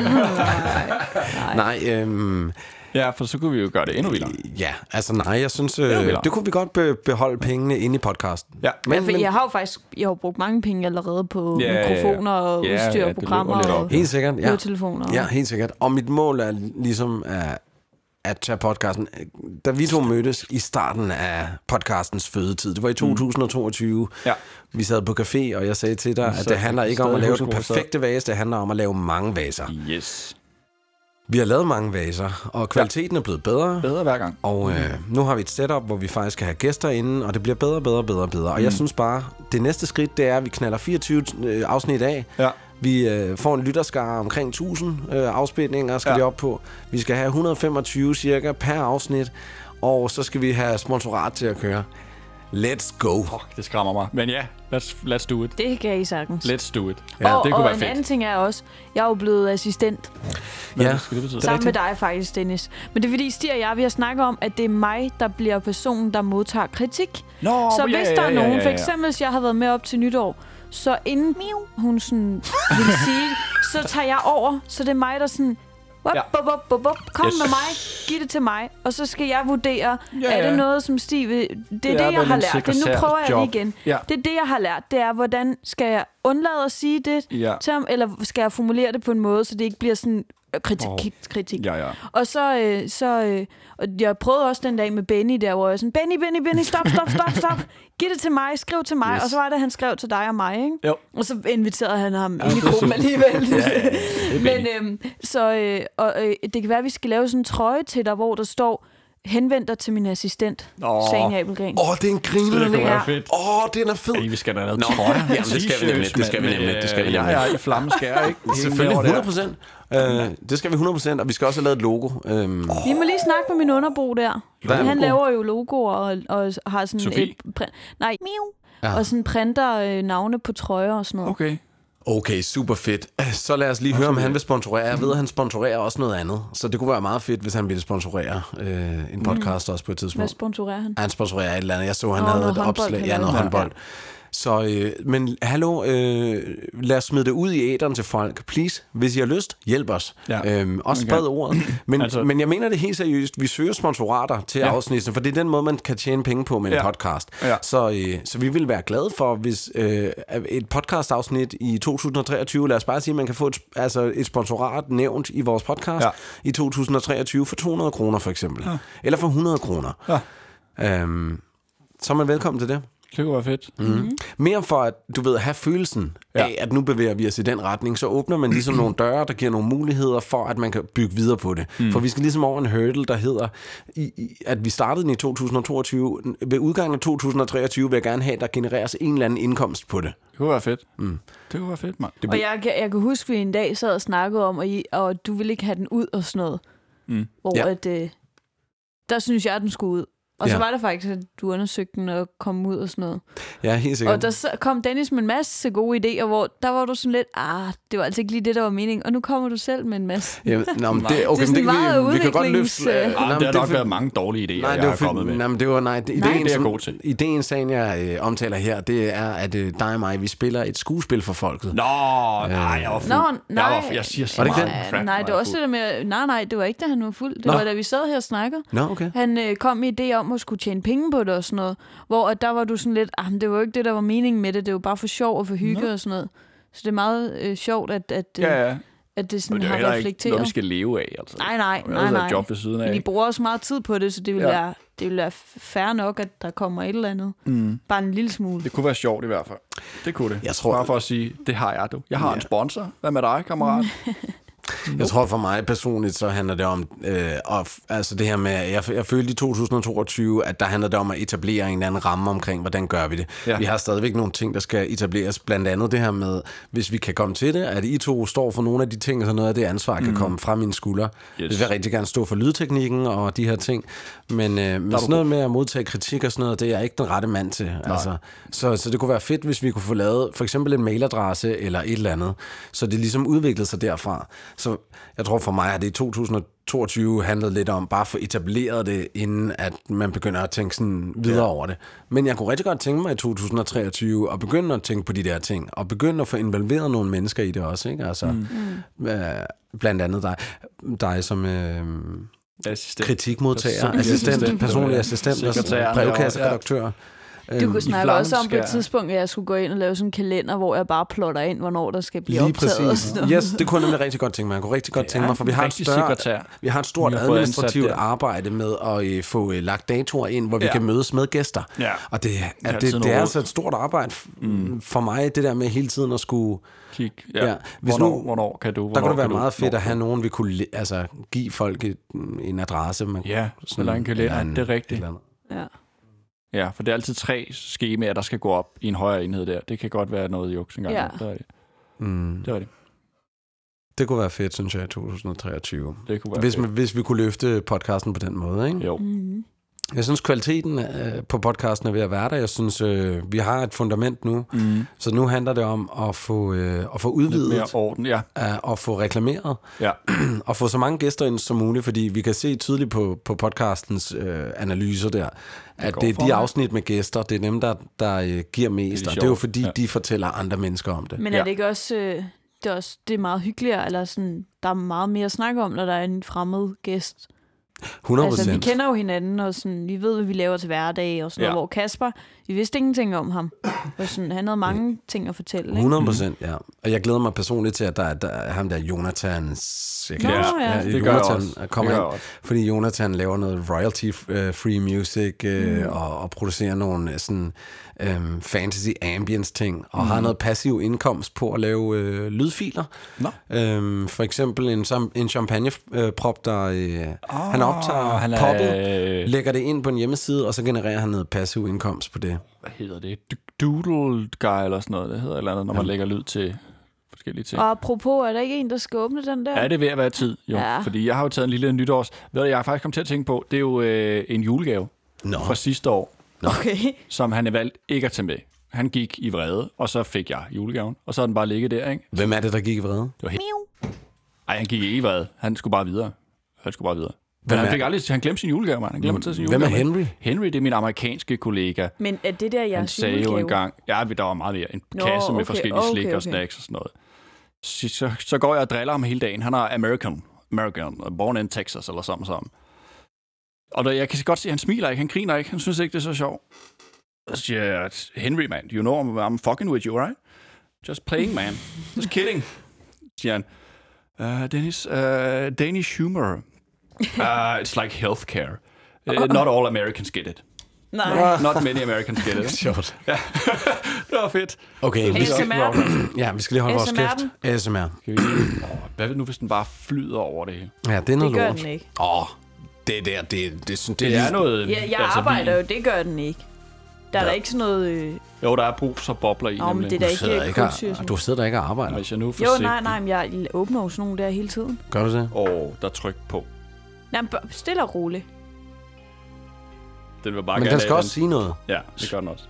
Nej, ja, for så kunne vi jo gøre det endnu vildere. Ja, altså nej, jeg synes, det kunne vi godt beholde pengene inde i podcasten. Ja. Men jeg har jo faktisk brugt mange penge allerede på mikrofoner og udstyr og programmer og helt sikkert, høretelefoner. Ja, helt sikkert. Og mit mål er ligesom at tage podcasten. Da vi to mødtes i starten af podcastens fødetid, det var i 2022. Ja. Vi sad på café, og jeg sagde til dig, at det handler ikke om at lave den perfekte vase, det handler om at lave mange vaser. Yes. Vi har lavet mange vaser, og kvaliteten er blevet bedre. Bedre hver gang. Og nu har vi et setup, hvor vi faktisk skal have gæster inde, og det bliver bedre, bedre, bedre, bedre. Og jeg synes bare, det næste skridt, det er, at vi knalder 24 afsnit af. Ja. Vi får en lytterskare omkring 1000 afspilninger, skal vi op på. Vi skal have 125 cirka per afsnit, og så skal vi have sponsorat til at køre. Let's go. Det skræmmer mig. Men ja, let's do it. Det kan I sagtens. Let's do it. Ja, og, det kunne være en fedt. anden ting er også, jeg er jo blevet assistent. Hvad skal det betyde? Sammen med dig faktisk, Dennis. Men det er fordi, Stig og jeg, vi har snakket om, at det er mig, der bliver personen, der modtager kritik. Så hvis der er nogen, for eksempel hvis jeg har været med op til nytår, så inden hun sådan vil sige, så tager jeg over. Så det er mig, der sådan... Kom med mig, giv det til mig, og så skal jeg vurdere, er det noget, som Stig vil... Det er det, jeg har lært. Nu prøver jeg lige igen. Ja. Det er det, jeg har lært. Det er, hvordan skal jeg undlade at sige det til ham, eller skal jeg formulere det på en måde, så det ikke bliver sådan kritik. Ja. Og så og jeg prøvede også den dag med Benny der, hvor jeg sådan, Benny, stop. Giv det til mig, skriv til mig. Yes. Og så var det, han skrev til dig og mig, ikke? Jo. Og så inviterede han ham ind i gruppen alligevel. Men det kan være, at vi skal lave sådan en trøje til dig, hvor der står, henvend dig til min assistent, sagde Inge Abelgren. Det er en griner. Det kunne være fedt. Den er fed. Vi skal da lave trøjer. Jamen, det skal vi nemlig. Jeg er i flammeskære, ikke? Selvfølgelig, 100%. Det skal vi 100%, og vi skal også have lavet et logo. Vi må lige snakke med min underbo der. Han laver jo logoer og har sådan og sådan printer navne på trøjer og sådan noget. Okay, super fedt. Så lad os lige høre, om han vil sponsorere. Jeg ved, at han sponsorerer også noget andet. Så det kunne være meget fedt, hvis han ville sponsorere en podcast også på et tidspunkt. Hvad sponsorerer han? Han sponsorerer et eller andet. Jeg så, han havde et opslag. Noget håndbold. Så, men hallo, lad os smide det ud i æteren til folk. Please, hvis I har lyst, hjælp os. Ja. Også spred ordet. Men jeg mener det helt seriøst. Vi søger sponsorater til afsnittet, for det er den måde, man kan tjene penge på med en podcast. Ja. Så vi vil være glade for, hvis et podcast-afsnit i 2023, lad os bare sige, at man kan få et sponsorat nævnt i vores podcast i 2023 for 200 kroner for eksempel. Ja. Eller for 100 kroner. Ja. Så er man velkommen til det. Det kunne være fedt. Mere for at, du ved, have følelsen af, at nu bevæger vi os i den retning, så åbner man ligesom nogle døre, der giver nogle muligheder for, at man kan bygge videre på det. For vi skal ligesom over en hurdle, der hedder, at vi startede i 2022. Ved udgangen af 2023 vil jeg gerne have, at der genereres en eller anden indkomst på det. Det kunne være fedt. Det kunne være fedt, mand. Og jeg kan huske, at vi en dag sad og snakkede om, og du ville ikke have den ud og sådan noget. Hvor at, der synes jeg, at den skulle ud. Og så var det faktisk, at du undersøgte den og kom ud og sådan noget. Ja, helt sikkert. Og der kom Dennis med en masse gode idéer, hvor der var du sådan lidt, det var altså ikke lige det, der var meningen. Og nu kommer du selv med en masse. Jamen, det er sådan meget vi kan godt løfte. Det har nok været mange dårlige idéer, jeg har kommet med. Det er god til. Ideen, sagen jeg omtaler her, det er, at dig og mig, vi spiller et skuespil for folket. Jeg var fuld. Jeg siger så meget. Nej, det var også det der med, nej, det var ikke, da han var fuld. Det var, da vi sad her og snakkede. Han kom med idé om at skulle tjene penge på det og sådan noget, hvor der var du sådan lidt, det var jo ikke det, der var meningen med det, det var bare for sjov og for hygge og sådan noget. Så det er meget sjovt, at det sådan har reflekteret. Det er noget, vi skal leve af, altså. Nej. Job ved siden af. Men I bruger også meget tid på det, så det vil være fair nok, at der kommer et eller andet. Bare en lille smule. Det kunne være sjovt i hvert fald. Det kunne det. Jeg tror, bare for at sige, det har jeg, du. Jeg har en sponsor. Hvad med dig, kammerat? Jeg tror for mig personligt, så handler det om, altså det her med, jeg følte i 2022, at der handler det om at etablere en eller anden ramme omkring, hvordan gør vi det. Ja. Vi har stadigvæk nogle ting, der skal etableres, blandt andet det her med, hvis vi kan komme til det, at I to står for nogle af de ting, så noget af det ansvar kan komme fra mine skuldre. Yes. Det vil jeg rigtig gerne stå for lydteknikken og de her ting, men sådan noget med at modtage kritik og sådan noget, det er jeg ikke den rette mand til. Altså, så det kunne være fedt, hvis vi kunne få lavet for eksempel en mailadresse eller et eller andet, så det ligesom udviklede sig derfra. Så jeg tror for mig, at det i 2022 handlede lidt om bare at få etableret det, inden at man begynder at tænke sådan videre over det. Men jeg kunne rigtig godt tænke mig i 2023 at begynde at tænke på de der ting, og begynde at få involveret nogle mennesker i det også, ikke? Altså, blandt andet dig som kritikmodtager, assistent, personlig assistent, brevkasseredaktør. Du kunne snakke også om på et tidspunkt, at jeg skulle gå ind og lave sådan en kalender, hvor jeg bare plotter ind, hvornår der skal blive optaget. Og sådan noget. Yes, det kunne jeg nemlig rigtig godt tænke mig. Jeg kunne rigtig godt tænke mig, for vi har et stort administrativt arbejde med at få lagt datoer ind, hvor vi kan mødes med gæster. Ja. Og det er altså et stort arbejde for mig, det der med hele tiden at skulle... Hvornår kan du? Der kunne det være meget fedt at have nogen, vi kunne give folk en adresse. Eller en kalender, det er rigtigt. Ja, for det er altid 3 skemaer, der skal gå op i en højere enhed der. Det kan godt være noget juks engang. Ja. Det er det. Det er det. Det kunne være fedt, synes jeg, i 2023. Det kunne være hvis vi kunne løfte podcasten på den måde, ikke? Jo. Jeg synes, kvaliteten på podcasten er ved at være der. Jeg synes, vi har et fundament nu. Så nu handler det om at få udvidet. Lidt mere orden, og få reklameret. Ja. Og få så mange gæster ind som muligt, fordi vi kan se tydeligt på podcastens analyser der, at det er de afsnit med gæster, det er dem, der giver mest. Og det er jo fordi, de fortæller andre mennesker om det. Men er det ikke også... Det er meget hyggeligere, eller sådan, der er meget mere at snakke om, når der er en fremmed gæst. 100%. Altså, vi kender jo hinanden, og sådan, vi ved, hvad vi laver til hverdag, og sådan noget, hvor Kasper, vi vidste ingenting om ham. Og sådan, han havde mange ting at fortælle. Ikke? 100%, ja. Og jeg glæder mig personligt til, at der er ham der Jonathan... det gør jeg også. Kommer ind, fordi Jonathan laver noget royalty-free music, og producerer nogle sådan... fantasy ambience ting, og har noget passiv indkomst på at lave lydfiler. For eksempel en champagneprop, der han optager poppet, lægger det ind på en hjemmeside, og så genererer han noget passiv indkomst på det. Hvad hedder det? Doodle Guy eller sådan noget. Det hedder et eller andet, når man lægger lyd til forskellige ting. Og apropos, er der ikke en, der skal åbne den der? Ja, det er ved at være tid, jo. Ja. Fordi jeg har jo taget en lille nytårs... Ved du, jeg har faktisk kommet til at tænke på, det er jo en julegave fra sidste år. Okay. Som han er valgt ikke at tage med. Han gik i vrede, og så fik jeg julegaven. Og så er den bare ligget der, ikke? Hvem er det, der gik i vrede? Det var Ej, han gik ikke i vrede. Han skulle bare videre. Han glemte sin julegave, man. Han glemte at tage sin julegave. Hvem er Henry? Henry, det er min amerikanske kollega. Men er det der jeres han sagde julegave? Jo engang, der var meget mere. En kasse med forskellige slik og snacks og sådan noget. Så går jeg og driller ham hele dagen. Han er American, born in Texas eller sådan. Og jeg kan godt se, at han smiler ikke, han griner ikke, han synes ikke, det er så sjovt. Så siger jeg, Henry, man, you know I'm fucking with you, right? Just playing, man. Just kidding. Siger han, Dennis, Danish humor. It's like healthcare. Not all Americans get it. Nej. Not many Americans get it. Sjovt. Ja, det var fedt. Okay, vi skal lige holde vores kæft. ASMR. Hvad vil nu, hvis den bare flyder over det hele? Ja, det er noget lort. Det gør den ikke. Det er noget... Ja, jeg arbejder jo, det gør den ikke. Der er der ikke sådan noget... Jo, der er brus og bobler i. Men det er der ikke kulsyre. Du sidder der ikke og arbejder. Hvis jeg nu nej, men jeg åbner jo sådan nogle der hele tiden. Gør du det? Der er tryk på. Nej, stille og roligt. Den vil bare men den skal også sige noget. Ja, det gør den også.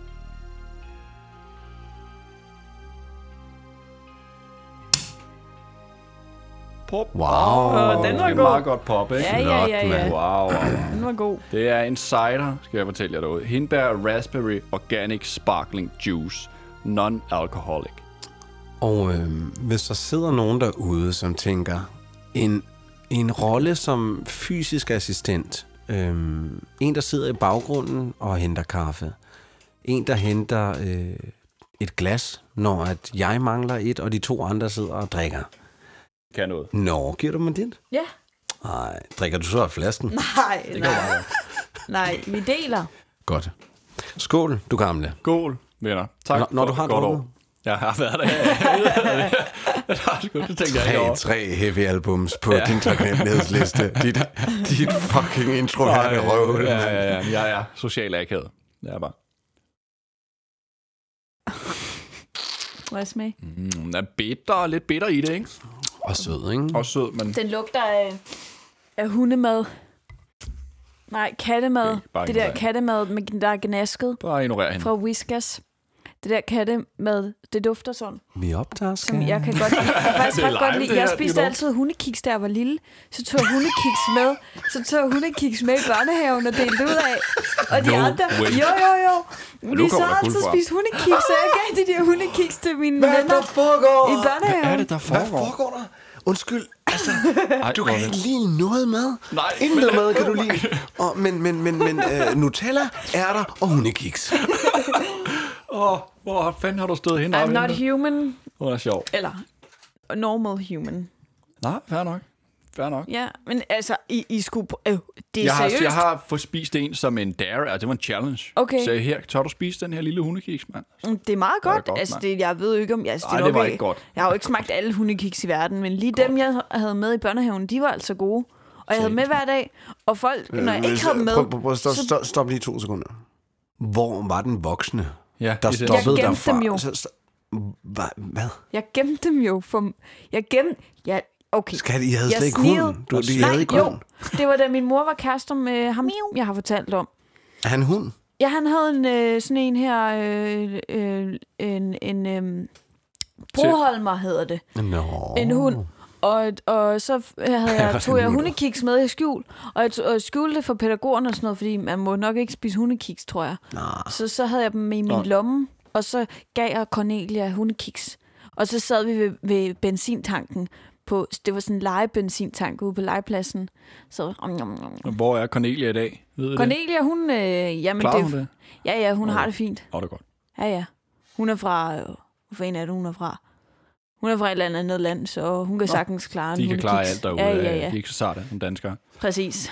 Pop. Wow. Den var god. Meget godt pop, ikke? Ja. Wow. Den var god. Det er en cider, skal jeg fortælle jer derude. Hindbær Raspberry Organic Sparkling Juice. Non-alcoholic. Og hvis der sidder nogen derude, som tænker, en rolle som fysisk assistent, en, der sidder i baggrunden og henter kaffe, en, der henter et glas, når at jeg mangler et, og de 2 andre sidder og drikker. Kan noget. Giver du mig dit? Ja. Nej, drikker du så af flasken? Nej, vi deler. Godt. Skål, du gamle. Skål, venner. Tak når du har godt år. Jeg har været der. 3 heavy albums på din taknemmelighedsliste. dit fucking introverte røv. Ja. Jeg er social akavet. Det er bare. Hvad er smag? Den er bitter, lidt bitter i det, ikke? Og sød, ikke? Og sød, men... Den lugter af hundemad. Nej, kattemad. Okay, det der kattemad, der er gnasket. Bare ignorer hende. Fra Whiskas. Det der kattemad, det dufter sådan. Vi optager, som jeg kan godt lide. Jeg faktisk ret godt lide. Jeg spiste altid hundekiks, da jeg var lille. Så tog jeg hundekiks med i børnehaven og delte ud af. Og de andre... Jo. Vi så altid spist hundekiks, så jeg gav de der hundekiks til mine venner i børnehaven. Hvad er det, der foregår? Hvad foregår der? Undskyld. Altså, du kan hvor ikke lide noget mad. Nej, Intet mad kan du lide. Men Nutella, ærter og hundekiks. Hvor fanden har du stået henne? I'm not human. Det er sjovt. Eller normal human. Nej, fair nok. Ja, men altså, I skulle... det er seriøst. Jeg har fået spist en som en dare, altså det var en challenge. Okay. Så her, tør du spise den her lille hundekiks, mand? Det er meget godt. godt, Altså, jeg ved jo ikke om... Altså, Nej, det var ikke godt. Jeg har jo ikke smagt alle hundekiks i verden, men lige dem, jeg havde med i børnehaven, de var altså gode. Og jeg havde med hver dag, og folk, når jeg ikke havde med... Prøv, stop lige 2 sekunder. Hvor var den voksne, Ja, der stoppede jeg derfra? dem jo. Hvad? Jeg gemte dem jo. Okay. Skat, I havde slet ikke hunden. I havde ikke hunden. Det var da min mor var kærester med ham, jeg har fortalt om. Er han hund? Ja, han havde sådan en her... Broholmer hedder det. Nå. En hund. Og så tog jeg hundekiks med i skjul, og jeg skjulte det for pædagogerne og sådan noget, fordi man må nok ikke spise hundekiks, tror jeg. Så havde jeg dem i min lomme, og så gav jeg Cornelia hundekiks. Og så sad vi ved benzintanken. Det var sådan en legebenzintank ude på legepladsen. Så, Hvor er Cornelia i dag? Ved Cornelia, hun... jamen klarer hun det? Ja, hun har det fint. Det er godt. Ja. Hun er fra... Hvorfor en er det, hun er fra? Hun er fra et eller andet land, så hun kan sagtens klare en De kan klare alt derude. Ja. De er ikke så sarte som danskere. Præcis.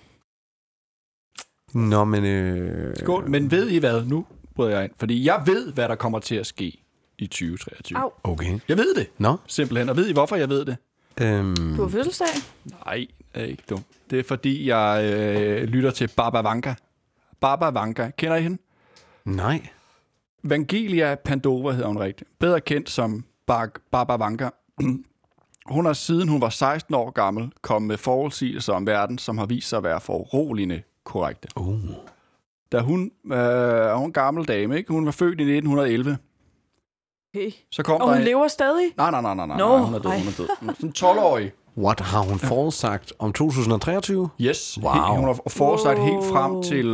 Nå, men... Skål. Men ved I hvad? Nu bryder jeg ind. Fordi jeg ved, hvad der kommer til at ske i 2023. Au. Okay. Jeg ved det. Nå. Simpelthen. Og ved I, hvorfor jeg ved det? Du har fødselsdag? Nej, det er ikke dumt. Det er fordi, jeg lytter til Baba Vanga. Baba Vanga. Kender I hende? Nej. Vangelia Pandova hedder hun rigtigt. Bedre kendt som Baba Vanga. Hun har siden hun var 16 år gammel kommet med forudsigelser om verden, som har vist sig at være foruroligende korrekte. Da hun er en gammel dame, ikke? Hun var født i 1911. Okay. Så kom og der hun lever stadig? Nej. Hun er død. Hun er sådan 12-årig. What har hun forudsagt om 2023? Yes. Wow. Hun har forudsagt helt frem til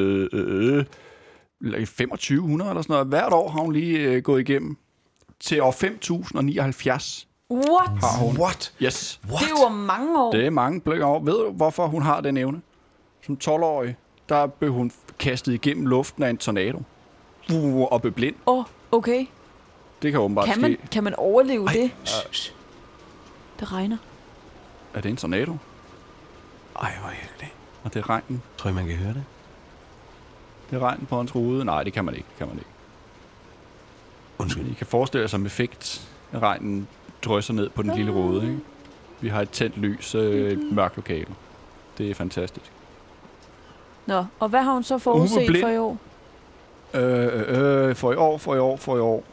2500 eller sådan noget. Hvert år har hun lige gået igennem. Til år 5079. What? Har hun. What? Yes. Det er jo mange år. Det er mange blikker over. Ved du, hvorfor hun har den evne? Som 12-årig, der blev hun kastet igennem luften af en tornado. Og blev blind. Okay. Det kan åbenbart ske. Kan man overleve det? Det regner. Er det en tornado? Ej, hvor er det? Og det er regnen. Tror I, man kan høre det? Det er regnen på hans rude. Nej, det kan man ikke. Undskyld. I kan forestille jer som effekt, at regnen drysser ned på den lille rude. Ikke? Vi har et tændt lys, et mørkt lokale. Det er fantastisk. Nå, og hvad har hun så forudset for i år? For i år.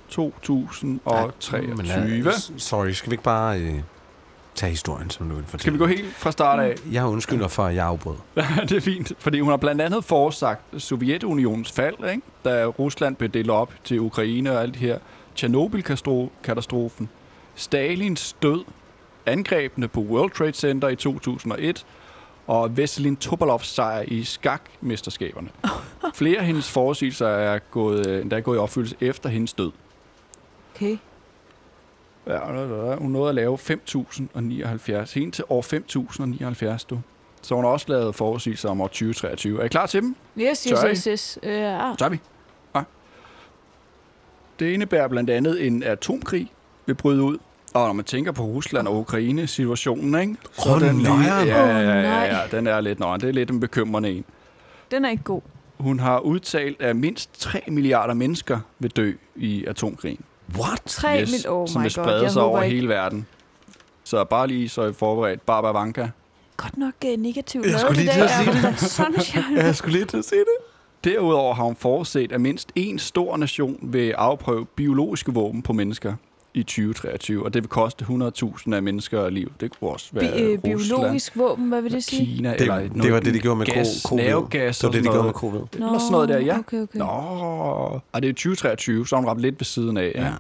2023. Sorry, skal vi ikke bare tage historien, som du vil fortælle? Skal vi gå helt fra start af? Jeg undskylder for, at jeg afbrød. Det er fint, fordi hun har blandt andet forudsagt Sovjetunionens fald, ikke? Da Rusland blev delt op til Ukraine og alt det her. Tjernobyl-katastrofen, Stalins død, angrebene på World Trade Center i 2001 og Veselin Topolovs sejr i skakmesterskaberne. Flere af hendes forudsigelser er gået i opfyldelse efter hendes død. Okay. Ja, hun nåede at lave 5079. Helt til år 5079, du. Så hun har også lavet forudsigelser om år 2023. Er I klar til dem? Yes. Ja. Tør vi? Ja. Det indebærer blandt andet en atomkrig vil bryde ud. Og når man tænker på Rusland og Ukraine-situationen, ikke? Så den den er lidt nøjeren. Det er lidt en bekymrende en. Den er ikke god. Hun har udtalt, at mindst 3 milliarder mennesker vil dø i atomkrigen. What? 3 milliarder? Oh my god. Som vil sprede sig over hele verden. Så bare lige så er forberedt. Baba Vanga. Godt nok negativt. Jeg skulle lige til at sige det. Jeg skulle lige til at sige det. Derudover har hun forudset, at mindst én stor nation vil afprøve biologiske våben på mennesker i 2023, og det vil koste 100.000 af mennesker liv. Det kunne også være Rusland, biologisk våben, hvad vil det sige? Kina, det, eller det var det, de gjorde med covid. Nervegas. Det var det, de gjorde med covid. Eller sådan noget der, ja. Okay. Nå, og det er 2023, så har hun ramt lidt ved siden af. Ja.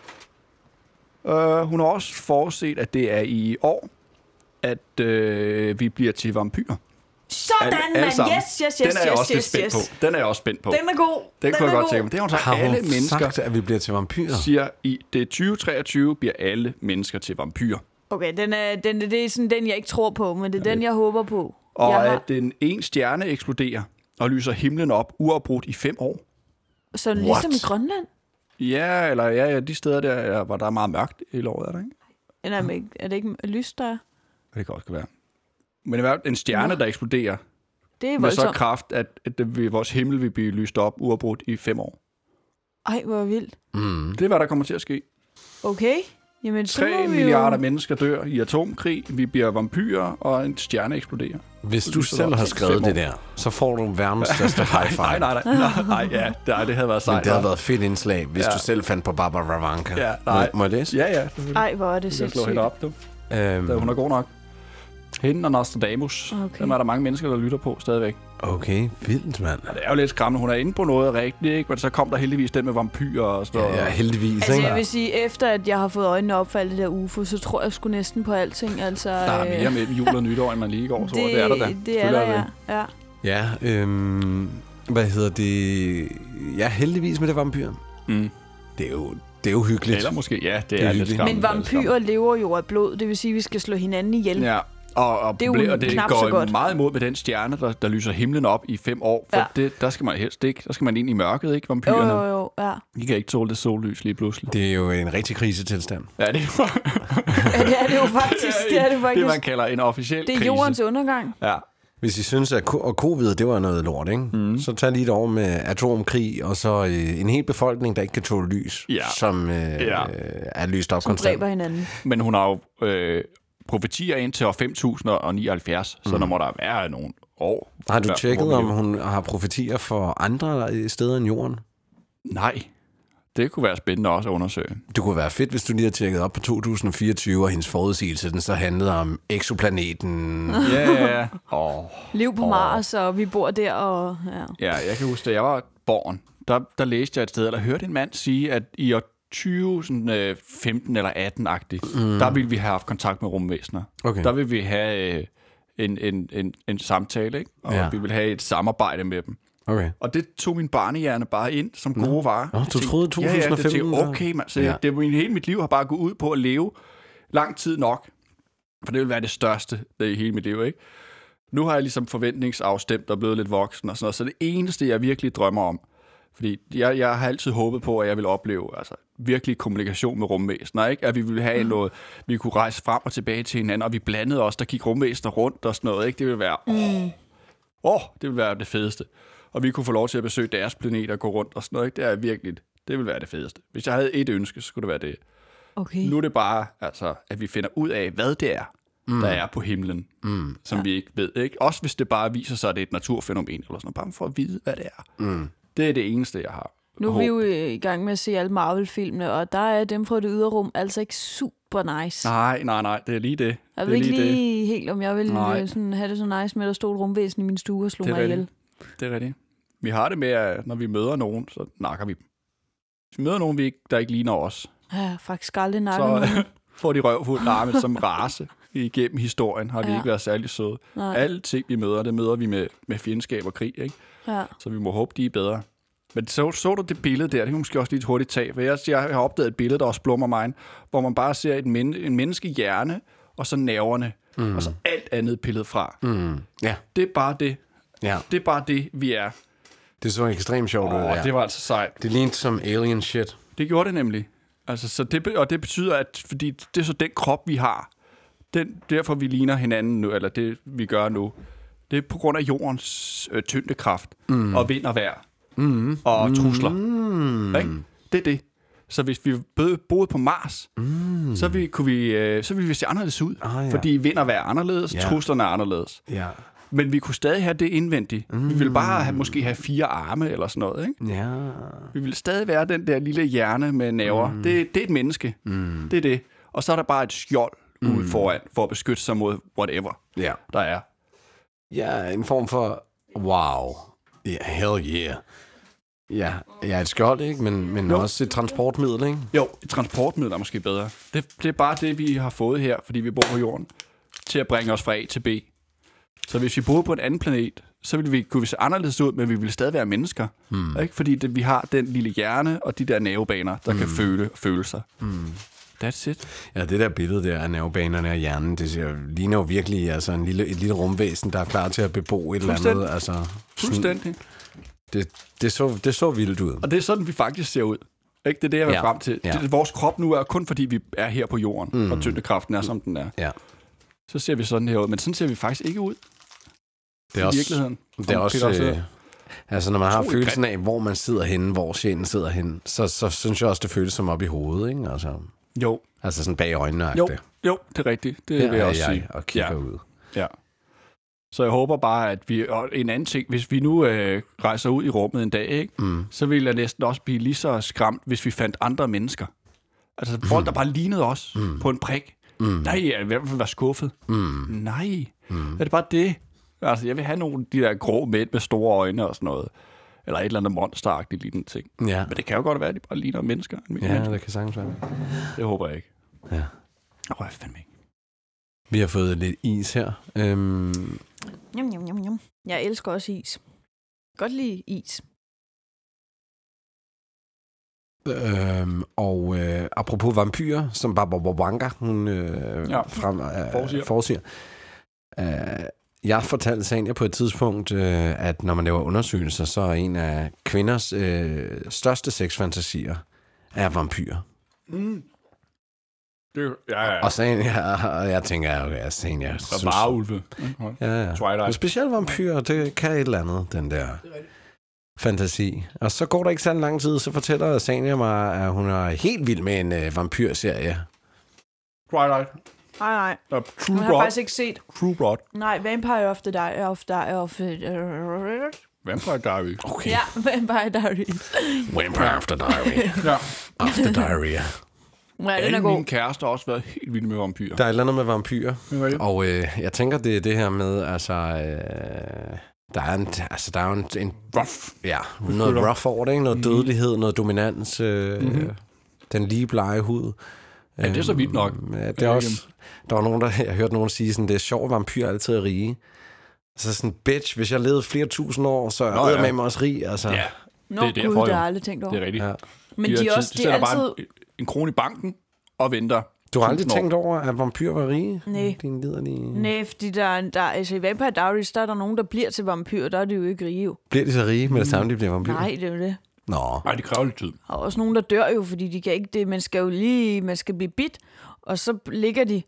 Hun har også forudset, at det er i år, at vi bliver til vampyrer. Sådan, mand! Yes. Den er jeg også lidt spændt på. Den er jeg også spændt på. Den er god. Den kunne jeg godt tænke mig. Det har hun sagt, alle mennesker sagt, at vi bliver til vampyrer? Siger, i det 2023 bliver alle mennesker til vampyrer. Okay, det er sådan den, jeg ikke tror på, men det er den, jeg håber på. Og at en stjerne eksploderer og lyser himlen op uafbrudt i 5 år. Så ligesom i Grønland? Ja, eller de steder der, hvor der er meget mørkt hele året, er der ikke? Nej, er det ikke lys, der er? Det kan også være. Men i hvert fald en stjerne, der eksploderer det er med så kraft, at vores himmel vil blive lyst op uafbrudt i 5 år. Ej, hvor vildt. Det er, hvad der kommer til at ske. Okay. Jamen, 3 milliarder mennesker dør i atomkrig, vi bliver vampyrer, og en stjerne eksploderer. Hvis du selv har skrevet det der, så får du verdens største high five. Nej, det havde været sejt. Men det havde været fedt indslag, hvis du selv fandt på Barbara Ravanka. Ja, må jeg læse? Ja. Ej, hvor er det sindssygt. Slå hende op, du. Hun er god nok. Hende og Nostradamus. Okay. Dem er der mange mennesker, der lytter på stadigvæk. Okay, vildt, mand. Ja, det er jo lidt skræmmende. Hun er inde på noget rigtigt, ikke? Men så kom der heldigvis den med vampyrer og sådan noget. Ja, heldigvis, altså, ikke? Jeg vil sige, efter at jeg har fået øjnene op for alt det der UFO, så tror jeg sgu næsten på alting. Altså, der er mere med jul og nytår, end man lige i går, tror jeg. Det er der da. Det er der, ja. Ja, hvad hedder det? Ja, heldigvis med det vampyr. Det er jo hyggeligt. Eller måske, ja, det er lidt skræmmende. Men vampyrer lever jo af blod, det vil sige, at vi skal slå hinanden ihjel. Ja. Og det er jo det går meget imod med den stjerne, der lyser himlen op i 5 år. For der skal man helst ikke. Der skal man ind i mørket, ikke? Vampyrerne. Jo, ja. De kan ikke tåle det sollys lige pludselig. Det er jo en rigtig krisetilstand. Ja, det er det er det jo faktisk. Det, man kalder en officiel krise. Det er jordens undergang. Ja. Hvis I synes, at covid, det var noget lort, ikke? Så tag lige et år med atomkrig, og så en hel befolkning, der ikke kan tåle lys, som er lyst op som konstant. Dræber hinanden. Men hun har jo profetier ind til år 5079, så der må der være nogle år. Har du tjekket, om hun har profetier for andre steder end jorden? Nej. Det kunne være spændende også at undersøge. Det kunne være fedt, hvis du lige havde tjekket op på 2024, og hendes forudsigelse, den så handlede om exoplaneten. Ja. Liv på Mars, og vi bor der. Og, ja, jeg kan huske, da jeg var born, der læste jeg et sted, eller hørte en mand sige, at i år 2015 eller 18-agtigt, der ville vi have haft kontakt med rumvæsener. Okay. Der ville vi have en samtale, ikke? Og vi ville have et samarbejde med dem. Okay. Og det tog min barnehjerne bare ind, som gode varer. Du troede 2015? Ja, okay, man. Så hele mit liv har bare gået ud på at leve lang tid nok. For det vil være det største i hele mit liv, ikke? Nu har jeg ligesom forventningsafstemt og blevet lidt voksen og sådan noget. Så det eneste, jeg virkelig drømmer om, fordi jeg har altid håbet på, at jeg vil opleve virkelig kommunikation med rumvæsener, ikke? At vi ville have noget, vi kunne rejse frem og tilbage til hinanden, og vi blandede os, der gik rumvæsener rundt og sådan noget, ikke? Det ville være, det ville være det fedeste. Og vi kunne få lov til at besøge deres planet og gå rundt og sådan noget, ikke? Det er virkelig, det ville være det fedeste. Hvis jeg havde et ønske, så skulle det være det. Okay. Nu er det bare, at vi finder ud af, hvad det er, der er på himlen, som vi ikke ved, ikke? Også hvis det bare viser sig, at det er et naturfænomen eller sådan noget, bare for at vide, hvad det er. Det er det eneste, jeg har. Nu er vi jo i gang med at se alle Marvel-filmene, og der er dem fra det ydre rum altså ikke super nice. Nej, det er lige det. Jeg ved ikke lige helt, om jeg vil sådan have det så nice med, at der stod et rumvæsen i min stue og slog mig ihjel. Det er rigtigt. Vi har det med, at når vi møder nogen, så nakker vi dem. Hvis vi møder nogen, der ikke ligner os, ja, faktisk aldrig nakker nogen. Så får de røvfuld arme som race. Igennem historien har vi ikke været særlig søde. Nej. Alle ting, vi møder, det møder vi med fjendskab og krig, ikke? Ja. Så vi må håbe, de er bedre. Men så du det billede der, det kan måske også lige hurtigt tage, for jeg har opdaget et billede, der også blummer mig, hvor man bare ser en menneskehjerne, og så nerverne, og så alt andet pillet fra. Ja. Det er bare det. Ja. Det er bare det, vi er. Det så ekstremt sjovt ud. Det var altså sejt. Det lignede som alien shit. Det gjorde det nemlig. Altså, så det betyder, at fordi det er så den krop, vi har, derfor vi ligner hinanden nu, eller det vi gør nu, det er på grund af jordens tyngdekraft og vind og vejr og trusler. Ikke? Det er det. Så hvis vi boede på Mars, så ville vi se anderledes ud. Fordi vind og vejr er anderledes, truslerne er anderledes. Ja. Men vi kunne stadig have det indvendigt. Vi ville bare måske have 4 arme eller sådan noget. Ikke? Ja. Vi ville stadig være den der lille hjerne med nerver. Det er et menneske. Det er det. Og så er der bare et skjold ude foran, for at beskytte sig mod whatever, der er. Ja, en form for wow. Yeah, hell yeah. Ja, et skjold, ikke? Men også et transportmiddel, ikke? Jo, et transportmiddel er måske bedre. Det er bare det, vi har fået her, fordi vi bor på jorden, til at bringe os fra A til B. Så hvis vi boede på en anden planet, så kunne vi se anderledes ud, men vi ville stadig være mennesker. Ikke? Fordi vi har den lille hjerne og de der nervebaner, der kan føle sig. That's it. Ja, det der billede der af nervebanerne af hjernen, det ligner jo virkelig altså et lille rumvæsen, der er klar til at bebo et eller andet. Altså, fuldstændig. Det så vildt ud. Og det er sådan, vi faktisk ser ud. Ikke? Det er det, jeg vil frem til. Ja. Vores krop nu er kun fordi, vi er her på jorden, og tyngdekraften er, som den er. Ja. Så ser vi sådan her ud. Men sådan ser vi faktisk ikke ud. Det er i virkeligheden. Det er også... altså, når man har følelsen af, hvor man sidder henne, hvor sjælen sidder henne, så synes jeg også, det føles som op i hovedet, ikke? Altså, jo. Altså sådan bag øjnene. Jo, det er rigtigt. Det vil jeg også sige. Og kigger ud. Ja. Så jeg håber bare, at vi... Og en anden ting, hvis vi nu rejser ud i rummet en dag, ikke? Så vil jeg næsten også blive lige så skræmt, hvis vi fandt andre mennesker. Altså folk, der bare lignede os på en prik. Nej, jeg vil i hvert fald være skuffet. Nej, er det bare det? Altså, jeg vil have nogle af de der grå mænd med store øjne og sådan noget. Eller et eller andet monsteragtigt lignende ting. Ja. Men det kan jo godt være, at de bare ligner mennesker. Det kan sagtens være. Det håber jeg ikke. Ja. Jeg fandme ikke. Vi har fået lidt is her. Jum. Jeg elsker også is. Godt lide is. Og apropos vampyrer, som Barbara Wanga, hun forudsiger. Jeg fortalte Sanja på et tidspunkt, at når man laver undersøgelser, så er en af kvinders største sexfantasier er vampyrer. Og Sanja, jeg tænker, okay, Sanja... Så varulve. Ja. Specielt vampyrer, det kan et eller andet, den der fantasi. Og så går der ikke så lang tid, så fortæller Sanja mig, at hun er helt vild med en vampyrserie. Twilight. Nej. True jeg har faktisk ikke set. True Blood. Nej, Vampire of the Vampire Diaries. Okay. Ja, Vampire Diaries. Vampire After Diary. Ja. After Diary. Ja, den er god. Mine kærester har også været helt vilde med vampyrer. Der er et eller andet med vampyrer. Og jeg tænker, det er det her med, altså... der er jo en rough. Ja, noget rough over det, ikke? Noget dødelighed, noget dominans, den lige blege hud. Ja, det er så vildt nok. Det er også, der var nogen, jeg har hørt nogen sige sådan, det er sjovt, at vampyrer altid er rige. Så sådan, bitch, hvis jeg levede flere tusind år, så er jeg med mig også rig. Altså. Ja, det er derfor, det har jeg aldrig tænkt over. Det er rigtigt. Ja. Men de er også, de sætter altid... bare en krone i banken og venter. Du har aldrig tænkt over, at vampyrer var rige? Nej. Nej, fordi der altså i Vampire Diaries, der er der nogen, der bliver til vampyrer, der er de jo ikke rige jo. Bliver de så rige med det samme, de bliver vampyrer? Nej, det er jo det. Nå. Nej, det kræver lidt tid. Og også nogen, der dør jo, fordi de kan ikke det. Man skal blive bit, og så ligger de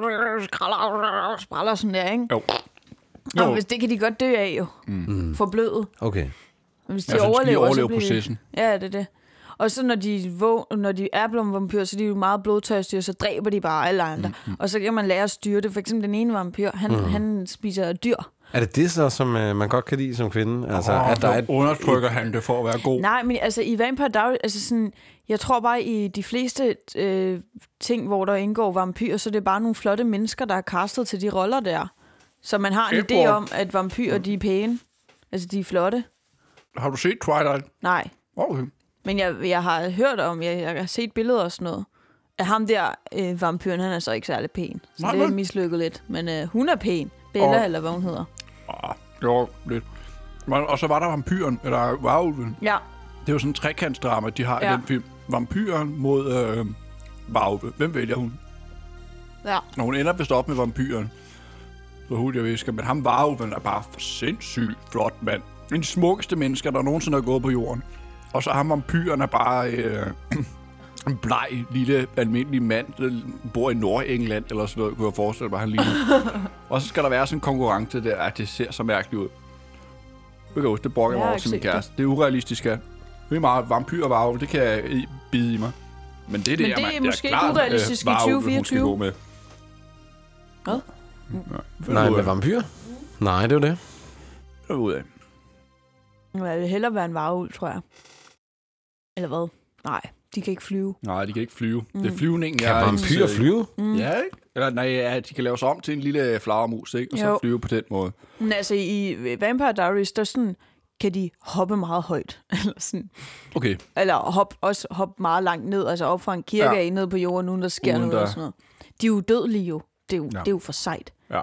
spræller sådan der, ikke? Jo. Og hvis det kan de godt dø af jo. Forblødet. Okay. Og hvis de overlever, så bliver processen. Ja, det er det. Og så når de er blevet vampyrer, så er de jo meget blodtørstige, og så dræber de bare alle andre. Og så kan man lære at styre det. For eksempel den ene vampyr, han spiser dyr. Er det så, som man godt kan lide som kvinde? Altså, at der undertrykker han det for at være god? Nej, men altså i Vampire Diaries, altså sådan, jeg tror bare i de fleste ting, hvor der indgår vampyrer, så det er bare nogle flotte mennesker, der er castet til de roller der. Så man har en idé om, at vampyrer, de er pæne. Altså, de er flotte. Har du set Twilight? Nej. Okay. Men jeg har hørt om, jeg har set billeder og sådan noget. Af ham der, vampyren, han er så ikke særlig pæn. Så det er mislykket lidt. Men hun er pæn. Bella, eller hvad hun hedder. Jo, lidt. Og så var der vampyren, eller varulven. Ja. Det er jo sådan en trekantsdrama, de har i den film. Vampyren mod varulven. Hvem vælger hun? Ja. Og hun ender vist op med vampyren. Så hurtigt jeg visker. Men ham varulven er bare for sindssygt flot mand. En af de smukkeste mennesker, der nogensinde er gået på jorden. Og så ham vampyren er bare en bleg, lille, almindelig mand, der bor i Nordengland, eller sådan noget, kunne jeg forestille mig, han ligner. Og så skal der være sådan en konkurrence der, at det ser så mærkeligt ud. Det brokker mig over til min kæreste. Det er urealistisk, ja. Det er meget vampyr og varulv, det kan jeg bide i mig. Men det er måske ikke urealistisk i 2024. Med. Hvad? Nej, med vampyr? Nej, det er jo det. Det er ud af. Jeg vil hellere være en varulv, tror jeg. Eller hvad? Nej, de kan ikke flyve. Nej, de kan ikke flyve. Det er flyvningen, kan vampyrer flyve? Ja, ikke? Eller nej, de kan lave sig om til en lille flagermus, ikke? Og så flyve på den måde. Men altså, i Vampire Diaries, der sådan, kan de hoppe meget højt. Eller sådan. Okay. Eller hoppe meget langt ned, altså op fra en kirke af ned på jorden, uden der sker noget og sådan noget. De er udødelige jo. Det er jo for sejt. Ja.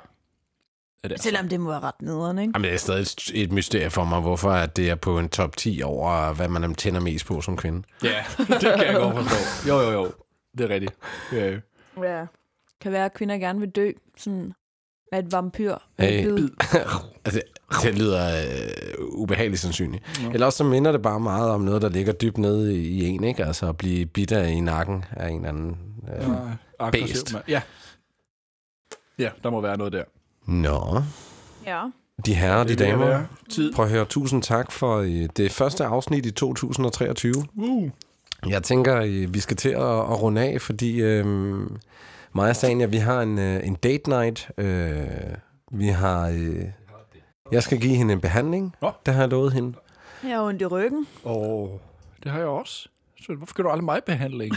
Selvom det må være ret nederen, ikke? Jamen, det er stadig et mysterie for mig, hvorfor at det er på en top 10 over, hvad man tænder mest på som kvinde. Ja, det kan jeg godt forstå. Jo. Det er rigtigt. Ja. Kan være, at kvinder gerne vil dø sådan af et vampyr. Altså, det lyder ubehageligt sandsynligt. Eller også så minder det bare meget om noget, der ligger dybt nede i en, ikke? Altså at blive bidt af i nakken af en eller anden bæst. Ja, der må være noget der. Nå. Ja. De herrer, de damer. Prøv at høre, tusind tak for det første afsnit i 2023. Jeg tænker, vi skal til at runde af, fordi mig og Sanja, vi har en date night. Vi har... jeg skal give hende en behandling. Det har jeg lovet hende. Jeg har ondt i ryggen. Det har jeg også. Så hvorfor skal du aldrig mig behandling?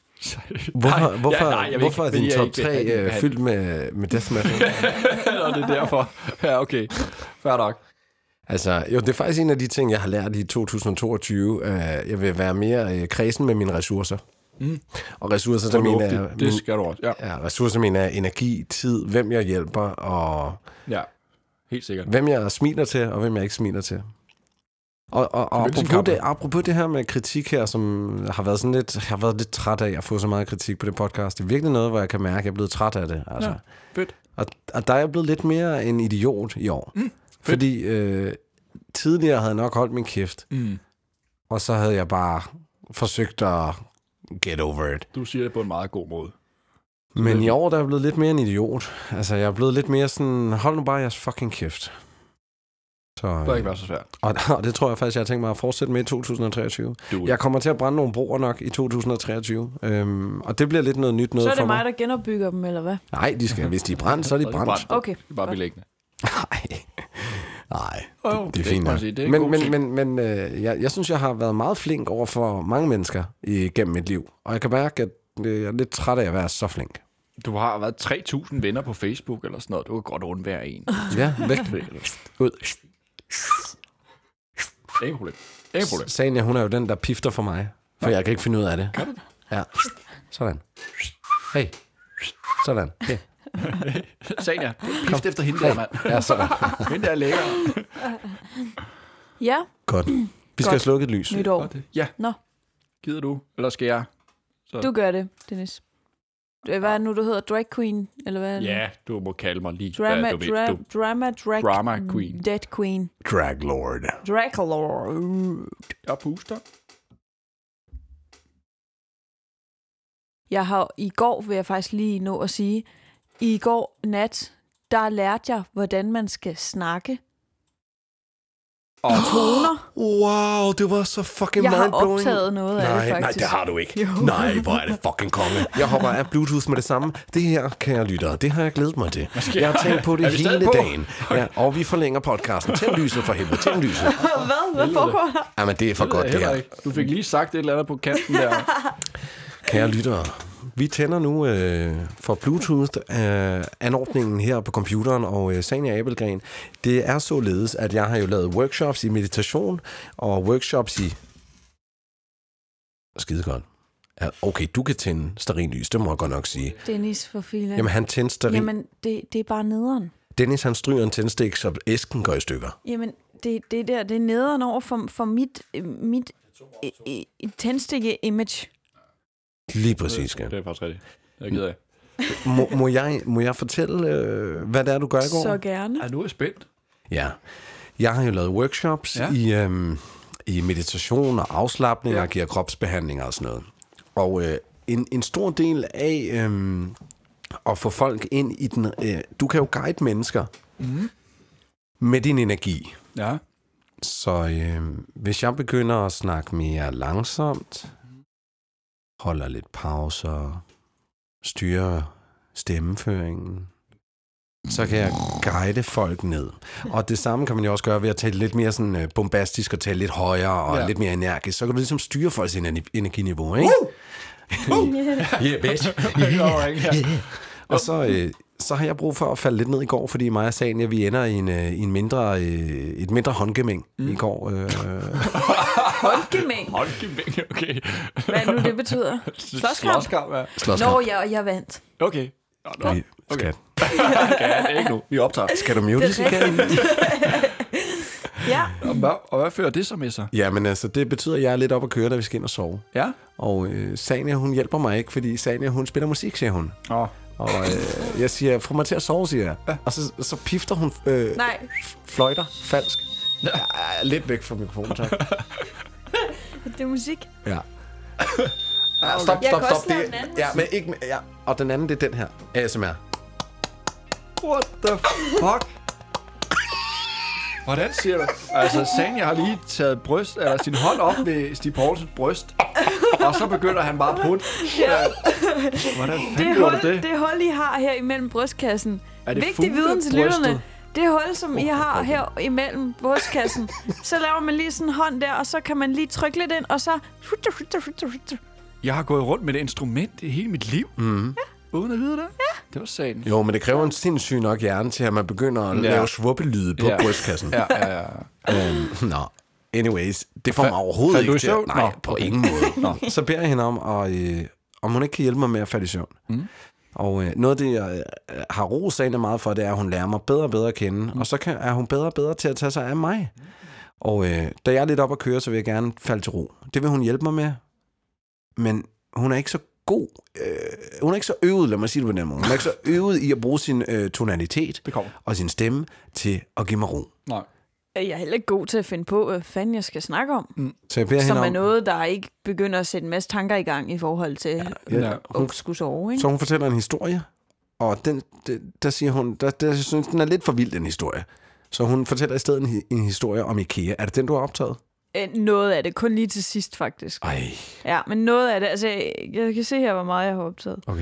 Hvorfor er din top 3 fyldt med death metal? Det er derfor. Ja, okay. Fair nok. Altså, jo, det er faktisk en af de ting, jeg har lært i 2022. Jeg vil være mere kredsen med mine ressourcer. Og ressourcer, der mener jeg... Det skal du også, ja. Ressourcer mener jeg energi, tid, hvem jeg hjælper, og... Ja, helt sikkert. Hvem jeg smiler til, og hvem jeg ikke smiler til. Og apropos det her med kritik her, som har været sådan lidt... Jeg har været lidt træt af at få så meget kritik på det podcast. Det er virkelig noget, hvor jeg kan mærke, at jeg er blevet træt af det. Altså. Ja, fedt. Og der er jeg blevet lidt mere en idiot i år. Fordi tidligere havde jeg nok holdt min kæft. Og så havde jeg bare forsøgt at get over it. Du siger det på en meget god måde. Men i år der er jeg blevet lidt mere en idiot. Altså jeg er blevet lidt mere sådan, hold nu bare jeres fucking kæft. Så, det er ikke været så svært. Og det tror jeg faktisk, jeg har tænkt mig at fortsætte med i 2023. Jeg kommer til at brænde nogle broer nok i 2023. Og det bliver lidt noget nyt noget for mig. Så er det mig, der genopbygger dem, eller hvad? Nej, de skal, hvis de er brændt, så er de brændt. Okay. Det er bare beliggende. Nej, det er fint. Men jeg synes, jeg har været meget flink over for mange mennesker igennem mit liv. Og jeg kan mærke, at jeg er lidt træt af at være så flink. Du har været 3.000 venner på Facebook eller sådan noget. Du kan godt undvære en. Ja, væk. Ud. Ingen problem. Sanja, hun er jo den, der pifter for mig. For jeg kan ikke finde ud af det. Kan du det? Ja. Sådan. Hey. Sådan. Hey. Sanja, pift efter hende der, mand. Ja, sådan. Hende der er lækker. Ja. Godt. Vi skal have slukket et lys. Nytår. Ja. Nå. Gider du? Eller skal jeg? Så. Du gør det, Dennis. Hvad er det nu, du hedder? Drag Queen? Eller hvad? Ja, du må kalde mig lige. Drama Queen. Dead Queen. Drag Lord. Jeg puster. Jeg har i går, vil jeg faktisk lige nå at sige, i går nat, der lærte jeg, hvordan man skal snakke. Og toner. Wow, det var så fucking mindblowing. Jeg har mindblowing. optaget noget af det, faktisk. Nej, det har du ikke. Jo. Nej, hvor er det fucking konge. Jeg hopper af Bluetooth med det samme. Det her, kære lyttere, det har jeg glædet mig til. Jeg har tænkt på det hele dagen. Ja, og vi forlænger podcasten. Tænd lyset for helvede. Tænd lyset. Hvad foregår der? Jamen, det er for godt, det her. Ikke. Du fik lige sagt et eller andet på kanten der. Kære lyttere, vi tænder nu for Bluetooth-anordningen her på computeren, og Sanja Abelgren, det er således, at jeg har jo lavet workshops i meditation, og workshops i... Skidegodt. Ja, okay, du kan tænde stearinlys, det må jeg godt nok sige. Dennis, for filen. Jamen, han tænder stearin... Jamen, det er bare nederen. Dennis, han stryger en tændstik, så æsken går i stykker. Jamen, det er nederen over for mit tændstikke-image. Lige præcis, ja. Det er faktisk rigtigt. Jeg gider af. Må jeg fortælle, hvad det er, du gør i går? Så gerne. Nu er jeg spændt. Ja. Jeg har jo lavet workshops i meditation og afslapning og giver kropsbehandlinger og sådan noget. Og en stor del af at få folk ind i den... du kan jo guide mennesker med din energi. Ja. Så hvis jeg begynder at snakke mere langsomt, holder lidt pauser, styrer stemmeføringen, så kan jeg guide folk ned. Og det samme kan man jo også gøre ved at tale lidt mere sådan bombastisk og tale lidt højere og lidt mere energisk. Så kan du ligesom styre folks energiniveau, ikke? Yeah, bitch. Og så har jeg brug for at falde lidt ned i går, fordi mig og Sanja, vi ender i et mindre håndgemæng i går. Håndgemæng? Håndgemæng, okay. Hvad nu det betyder? Slåskamp, ja. Nå, jeg vandt. Okay. Okay. Skat. Ikke nu. Vi optager. Skal du mute det igen? Ja. Og hvad fører det så med sig? Jamen altså, det betyder, at jeg er lidt op at køre, da vi skal ind og sove. Ja. Og Sanja, hun hjælper mig ikke, fordi Sanja, hun spiller musik, siger hun. Og jeg siger, få mig til at sove, siger jeg. Ja. Og så pifter hun fløjter falsk. Ja. Jeg er lidt væk fra mikrofonen, tak. Det er musik. Ja. Stop. Men ikke, og den anden, det er den her. ASMR. What the fuck? Hvordan siger du? Altså, Sanja har lige taget sin hånd op ved Stig Poulsens bryst, og så begynder han bare at putte. Ja. Hvordan fanden gjorde du det? Det hul, I har her imellem brystkassen. Er det vigtig viden til lytterne. Det hul, som I har her imellem brystkassen, så laver man lige sådan en hånd der, og så kan man lige trykke lidt ind, og så... Jeg har gået rundt med det instrument i hele mit liv. Mm. Ja. Uden at vide det. Ja. Det var sagen. Jo, men det kræver en sindssyg nok hjerne til, at man begynder at lave svuppelyde på brystkassen. Ja. Nå, anyways. Det får mig overhovedet ikke til. Nej, på ingen måde. Så beder jeg hende om hun ikke kan hjælpe mig med at falde i søvn. Mm. Og noget af det, jeg har rost Sanja meget for, det er, at hun lærer mig bedre og bedre at kende. Og så er hun bedre og bedre til at tage sig af mig. Og da jeg er lidt op at køre, så vil jeg gerne falde til ro. Det vil hun hjælpe mig med. Men hun er ikke så god. Hun er ikke så øvet, lad mig sige det på den måde. Hun er ikke så øvet i at bruge sin tonalitet og sin stemme til at give mig ro. Nej. Jeg er heller ikke god til at finde på, hvad fanden jeg skal snakke om. Mm. Så jeg beder som er noget, der ikke begynder at sætte en masse tanker i gang i forhold til at skulle sove. Ikke? Så hun fortæller en historie, og der siger hun, der synes den er lidt for vild, den historie. Så hun fortæller i stedet en historie om IKEA. Er det den, du har optaget? Noget af det. Kun lige til sidst, faktisk. Ej. Ja, men noget af det. Altså, jeg kan se her, hvor meget jeg har optaget. Okay.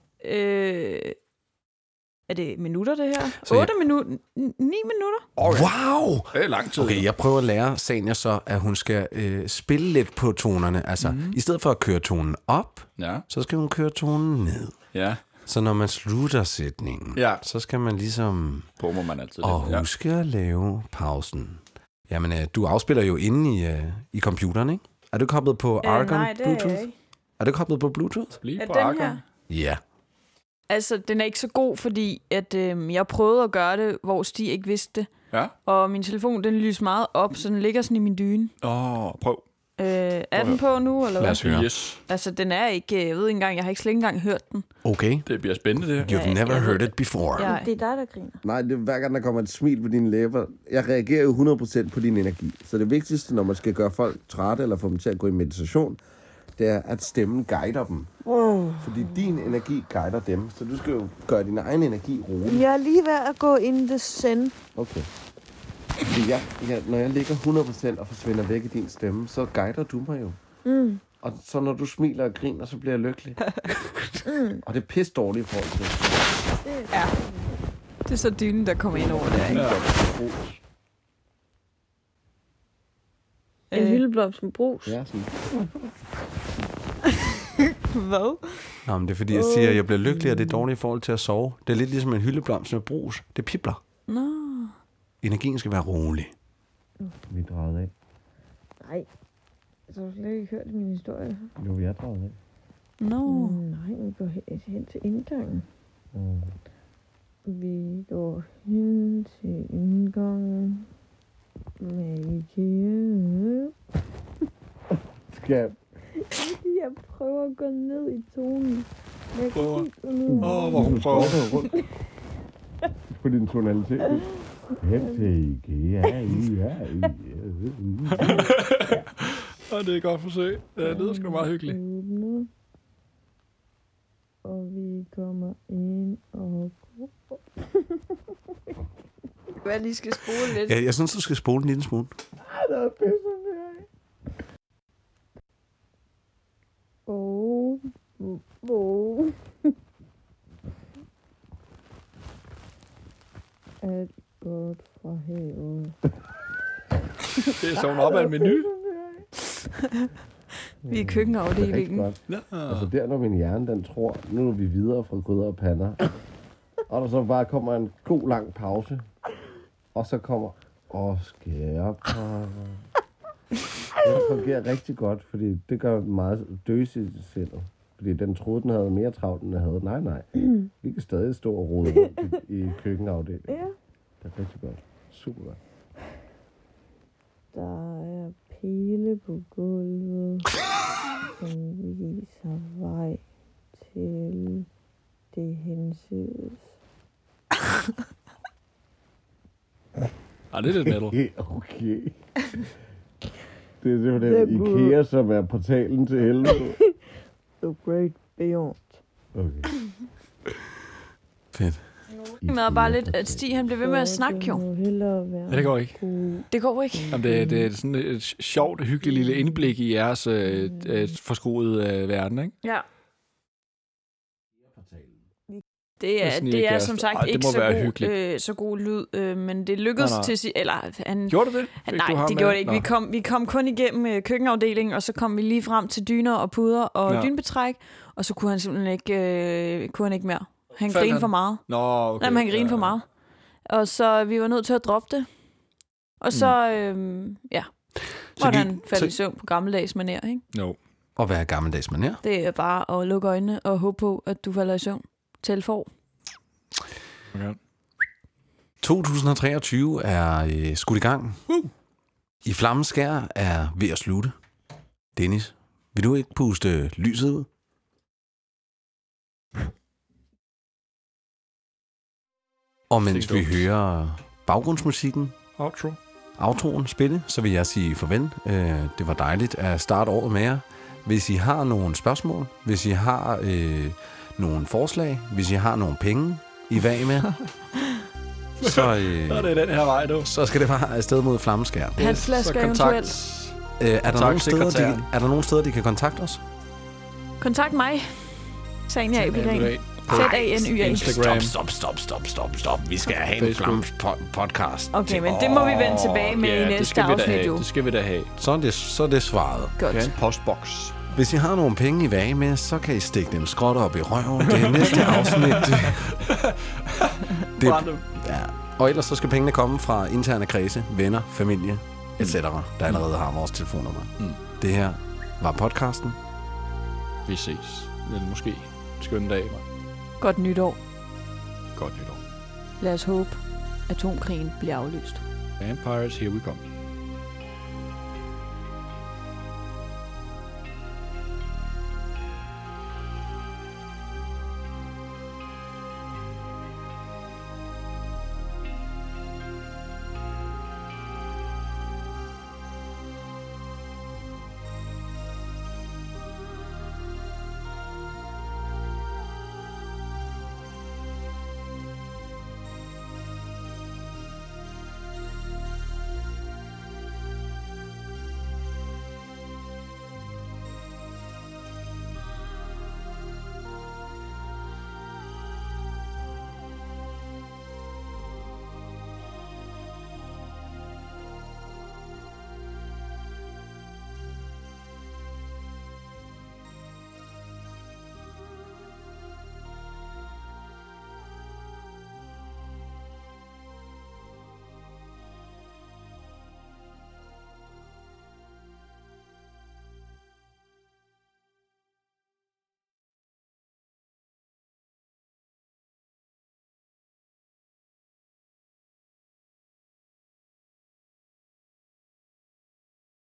Er det minutter, det her? 8 minutter? 9 minutter? Wow! Det er lang tid. Okay, jeg prøver at lære Sanja så, at hun skal spille lidt på tonerne. Altså, i stedet for at køre tonen op, så skal hun køre tonen ned. Ja. Så når man slutter sætningen, så skal man ligesom... Må man altid huske at lave pausen. Jamen, du afspiller jo inde i computeren, ikke? Er du koblet på Argon Bluetooth? Er du koblet på Bluetooth? Lige på Argon? Her? Ja. Altså, den er ikke så god, fordi at, jeg prøvede at gøre det, hvor Stig ikke vidste det. Ja. Og min telefon, den lyser meget op, så den ligger sådan i min dyne. Prøv. Er den på nu, eller hvad? Lad os høre. Yes. Altså, den er ikke... Jeg ved ikke engang, jeg har ikke slet ikke engang hørt den. Okay. Det bliver spændende, det her. You've never heard it before. Ja. Det er dig, der griner. Nej, det er hver gang, der kommer et smil på dine læber. Jeg reagerer jo 100% på din energi. Så det vigtigste, når man skal gøre folk trætte, eller få dem til at gå i meditation, det er, at stemmen guider dem. Fordi din energi guider dem. Så du skal jo gøre din egen energi rolig. Jeg er lige ved at gå in the zen. Okay. Fordi når jeg ligger 100% og forsvinder væk i din stemme, så guider du mig jo. Mm. Og så når du smiler og griner, så bliver jeg lykkelig. Og det er pisse dårligt i forhold til. Ja. Det er så dynen, der kommer ind over det, ikke? En hyldeblomst med brus. Ja, sådan. Hvad? Nå, men det er fordi, jeg siger, at jeg bliver lykkelig, og det er dårligt i forhold til at sove. Det er lidt ligesom en hyldeblomst med brus. Det pibler. Nå. Energien skal være rolig. Vi er drejet af. Nej. Så har du slet ikke hørt min historie. Jo, vi er drejet af. Nå. Nej, vi går hen til indgangen. Vi går hen til indgangen med IKEA. Skal jeg prøver at gå ned i tonen. Hvor hun prøver rundt på din tonalitet. Hen til IKEA. Det er godt forsøg. Det lyder sgu meget hyggeligt. Og vi kommer ind og... Jeg lige skal spole lidt. Ja, jeg synes, du skal spole en lille smule. Der er pisse Alt godt fra havet. Det er sådan op af en menu. Vi er i køkkenafdelingen. Altså der, når min hjerne, den tror, nu er vi videre fra gryder og pander. Og der så bare kommer en god lang pause. Og så kommer skærper. Det fungerer rigtig godt, fordi det gør meget døsigt selv. Fordi den troede, den havde mere travlt, end den havde. Nej. Vi kan stadig stå og rode rundt i køkkenafdelingen. Ja. Det er rigtig godt. Super godt. Der er pile på gulvet, som viser vej til det hinsides. Ah, det er lidt metal. Okay. Det er simpelthen IKEA, som er portalen til helvede. The Great Beyond. Okay. Fedt. Det er bare lidt, at Stig han bliver ved med at snakke jo. Ja, det går ikke. Det går ikke. Jamen, det er sådan et sjovt, hyggeligt lille indblik i jeres forskruede verden, ikke? Ja. Det er som sagt ikke så god lyd, men det lykkedes til eller han gjorde det? Nej, det gjorde det ikke. Vi kom kun igennem køkkenafdelingen, og så kom vi lige frem til dyner og puder og dynbetræk, og så kunne han simpelthen ikke mere. Han grinede for meget. Nå, okay. Jamen, han grinede for meget. Og så vi var nødt til at droppe det. Og så måtte han falde i søvn på gammeldags manér, ikke? Jo. Og hvad er gammeldags manér? Det er bare at lukke øjnene og håbe på, at du falder i søvn. Tæl for. Okay. 2023 er skudt i gang. I Flammeskær er ved at slutte. Dennis, vil du ikke puste lyset ud? Og mens vi hører baggrundsmusikken, outroen spille, så vil jeg sige farvel. Det var dejligt at starte året med jer. Hvis I har nogle spørgsmål, hvis I har nogle forslag, hvis I har nogle penge, I vag med, så det er den her vej, du. Så skal det bare afsted mod Flammeskær. Handflasker eventuelt. Er der nogle steder, de kan kontakte os? Kontakt mig. Sanja Abelgren. Z-A-N-Y-A. Instagram. Stop. Vi skal have en Flammes podcast. Okay, men det må vi vende tilbage med i næste afsnit, jo. Det skal vi da have. Så er det svaret. Godt. Okay, en postboks. Hvis I har nogle penge i vage med, så kan I stikke dem skråt op i røven. Det er næste afsnit. Ja. Og ellers så skal pengene komme fra interne kredse, venner, familie, etc., der allerede har vores telefonnummer. Det her var podcasten. Vi ses. Eller måske skønne dag, man. Godt nytår. Godt nytår. Lad os håbe, atomkrigen bliver aflyst. Vampires, here we come.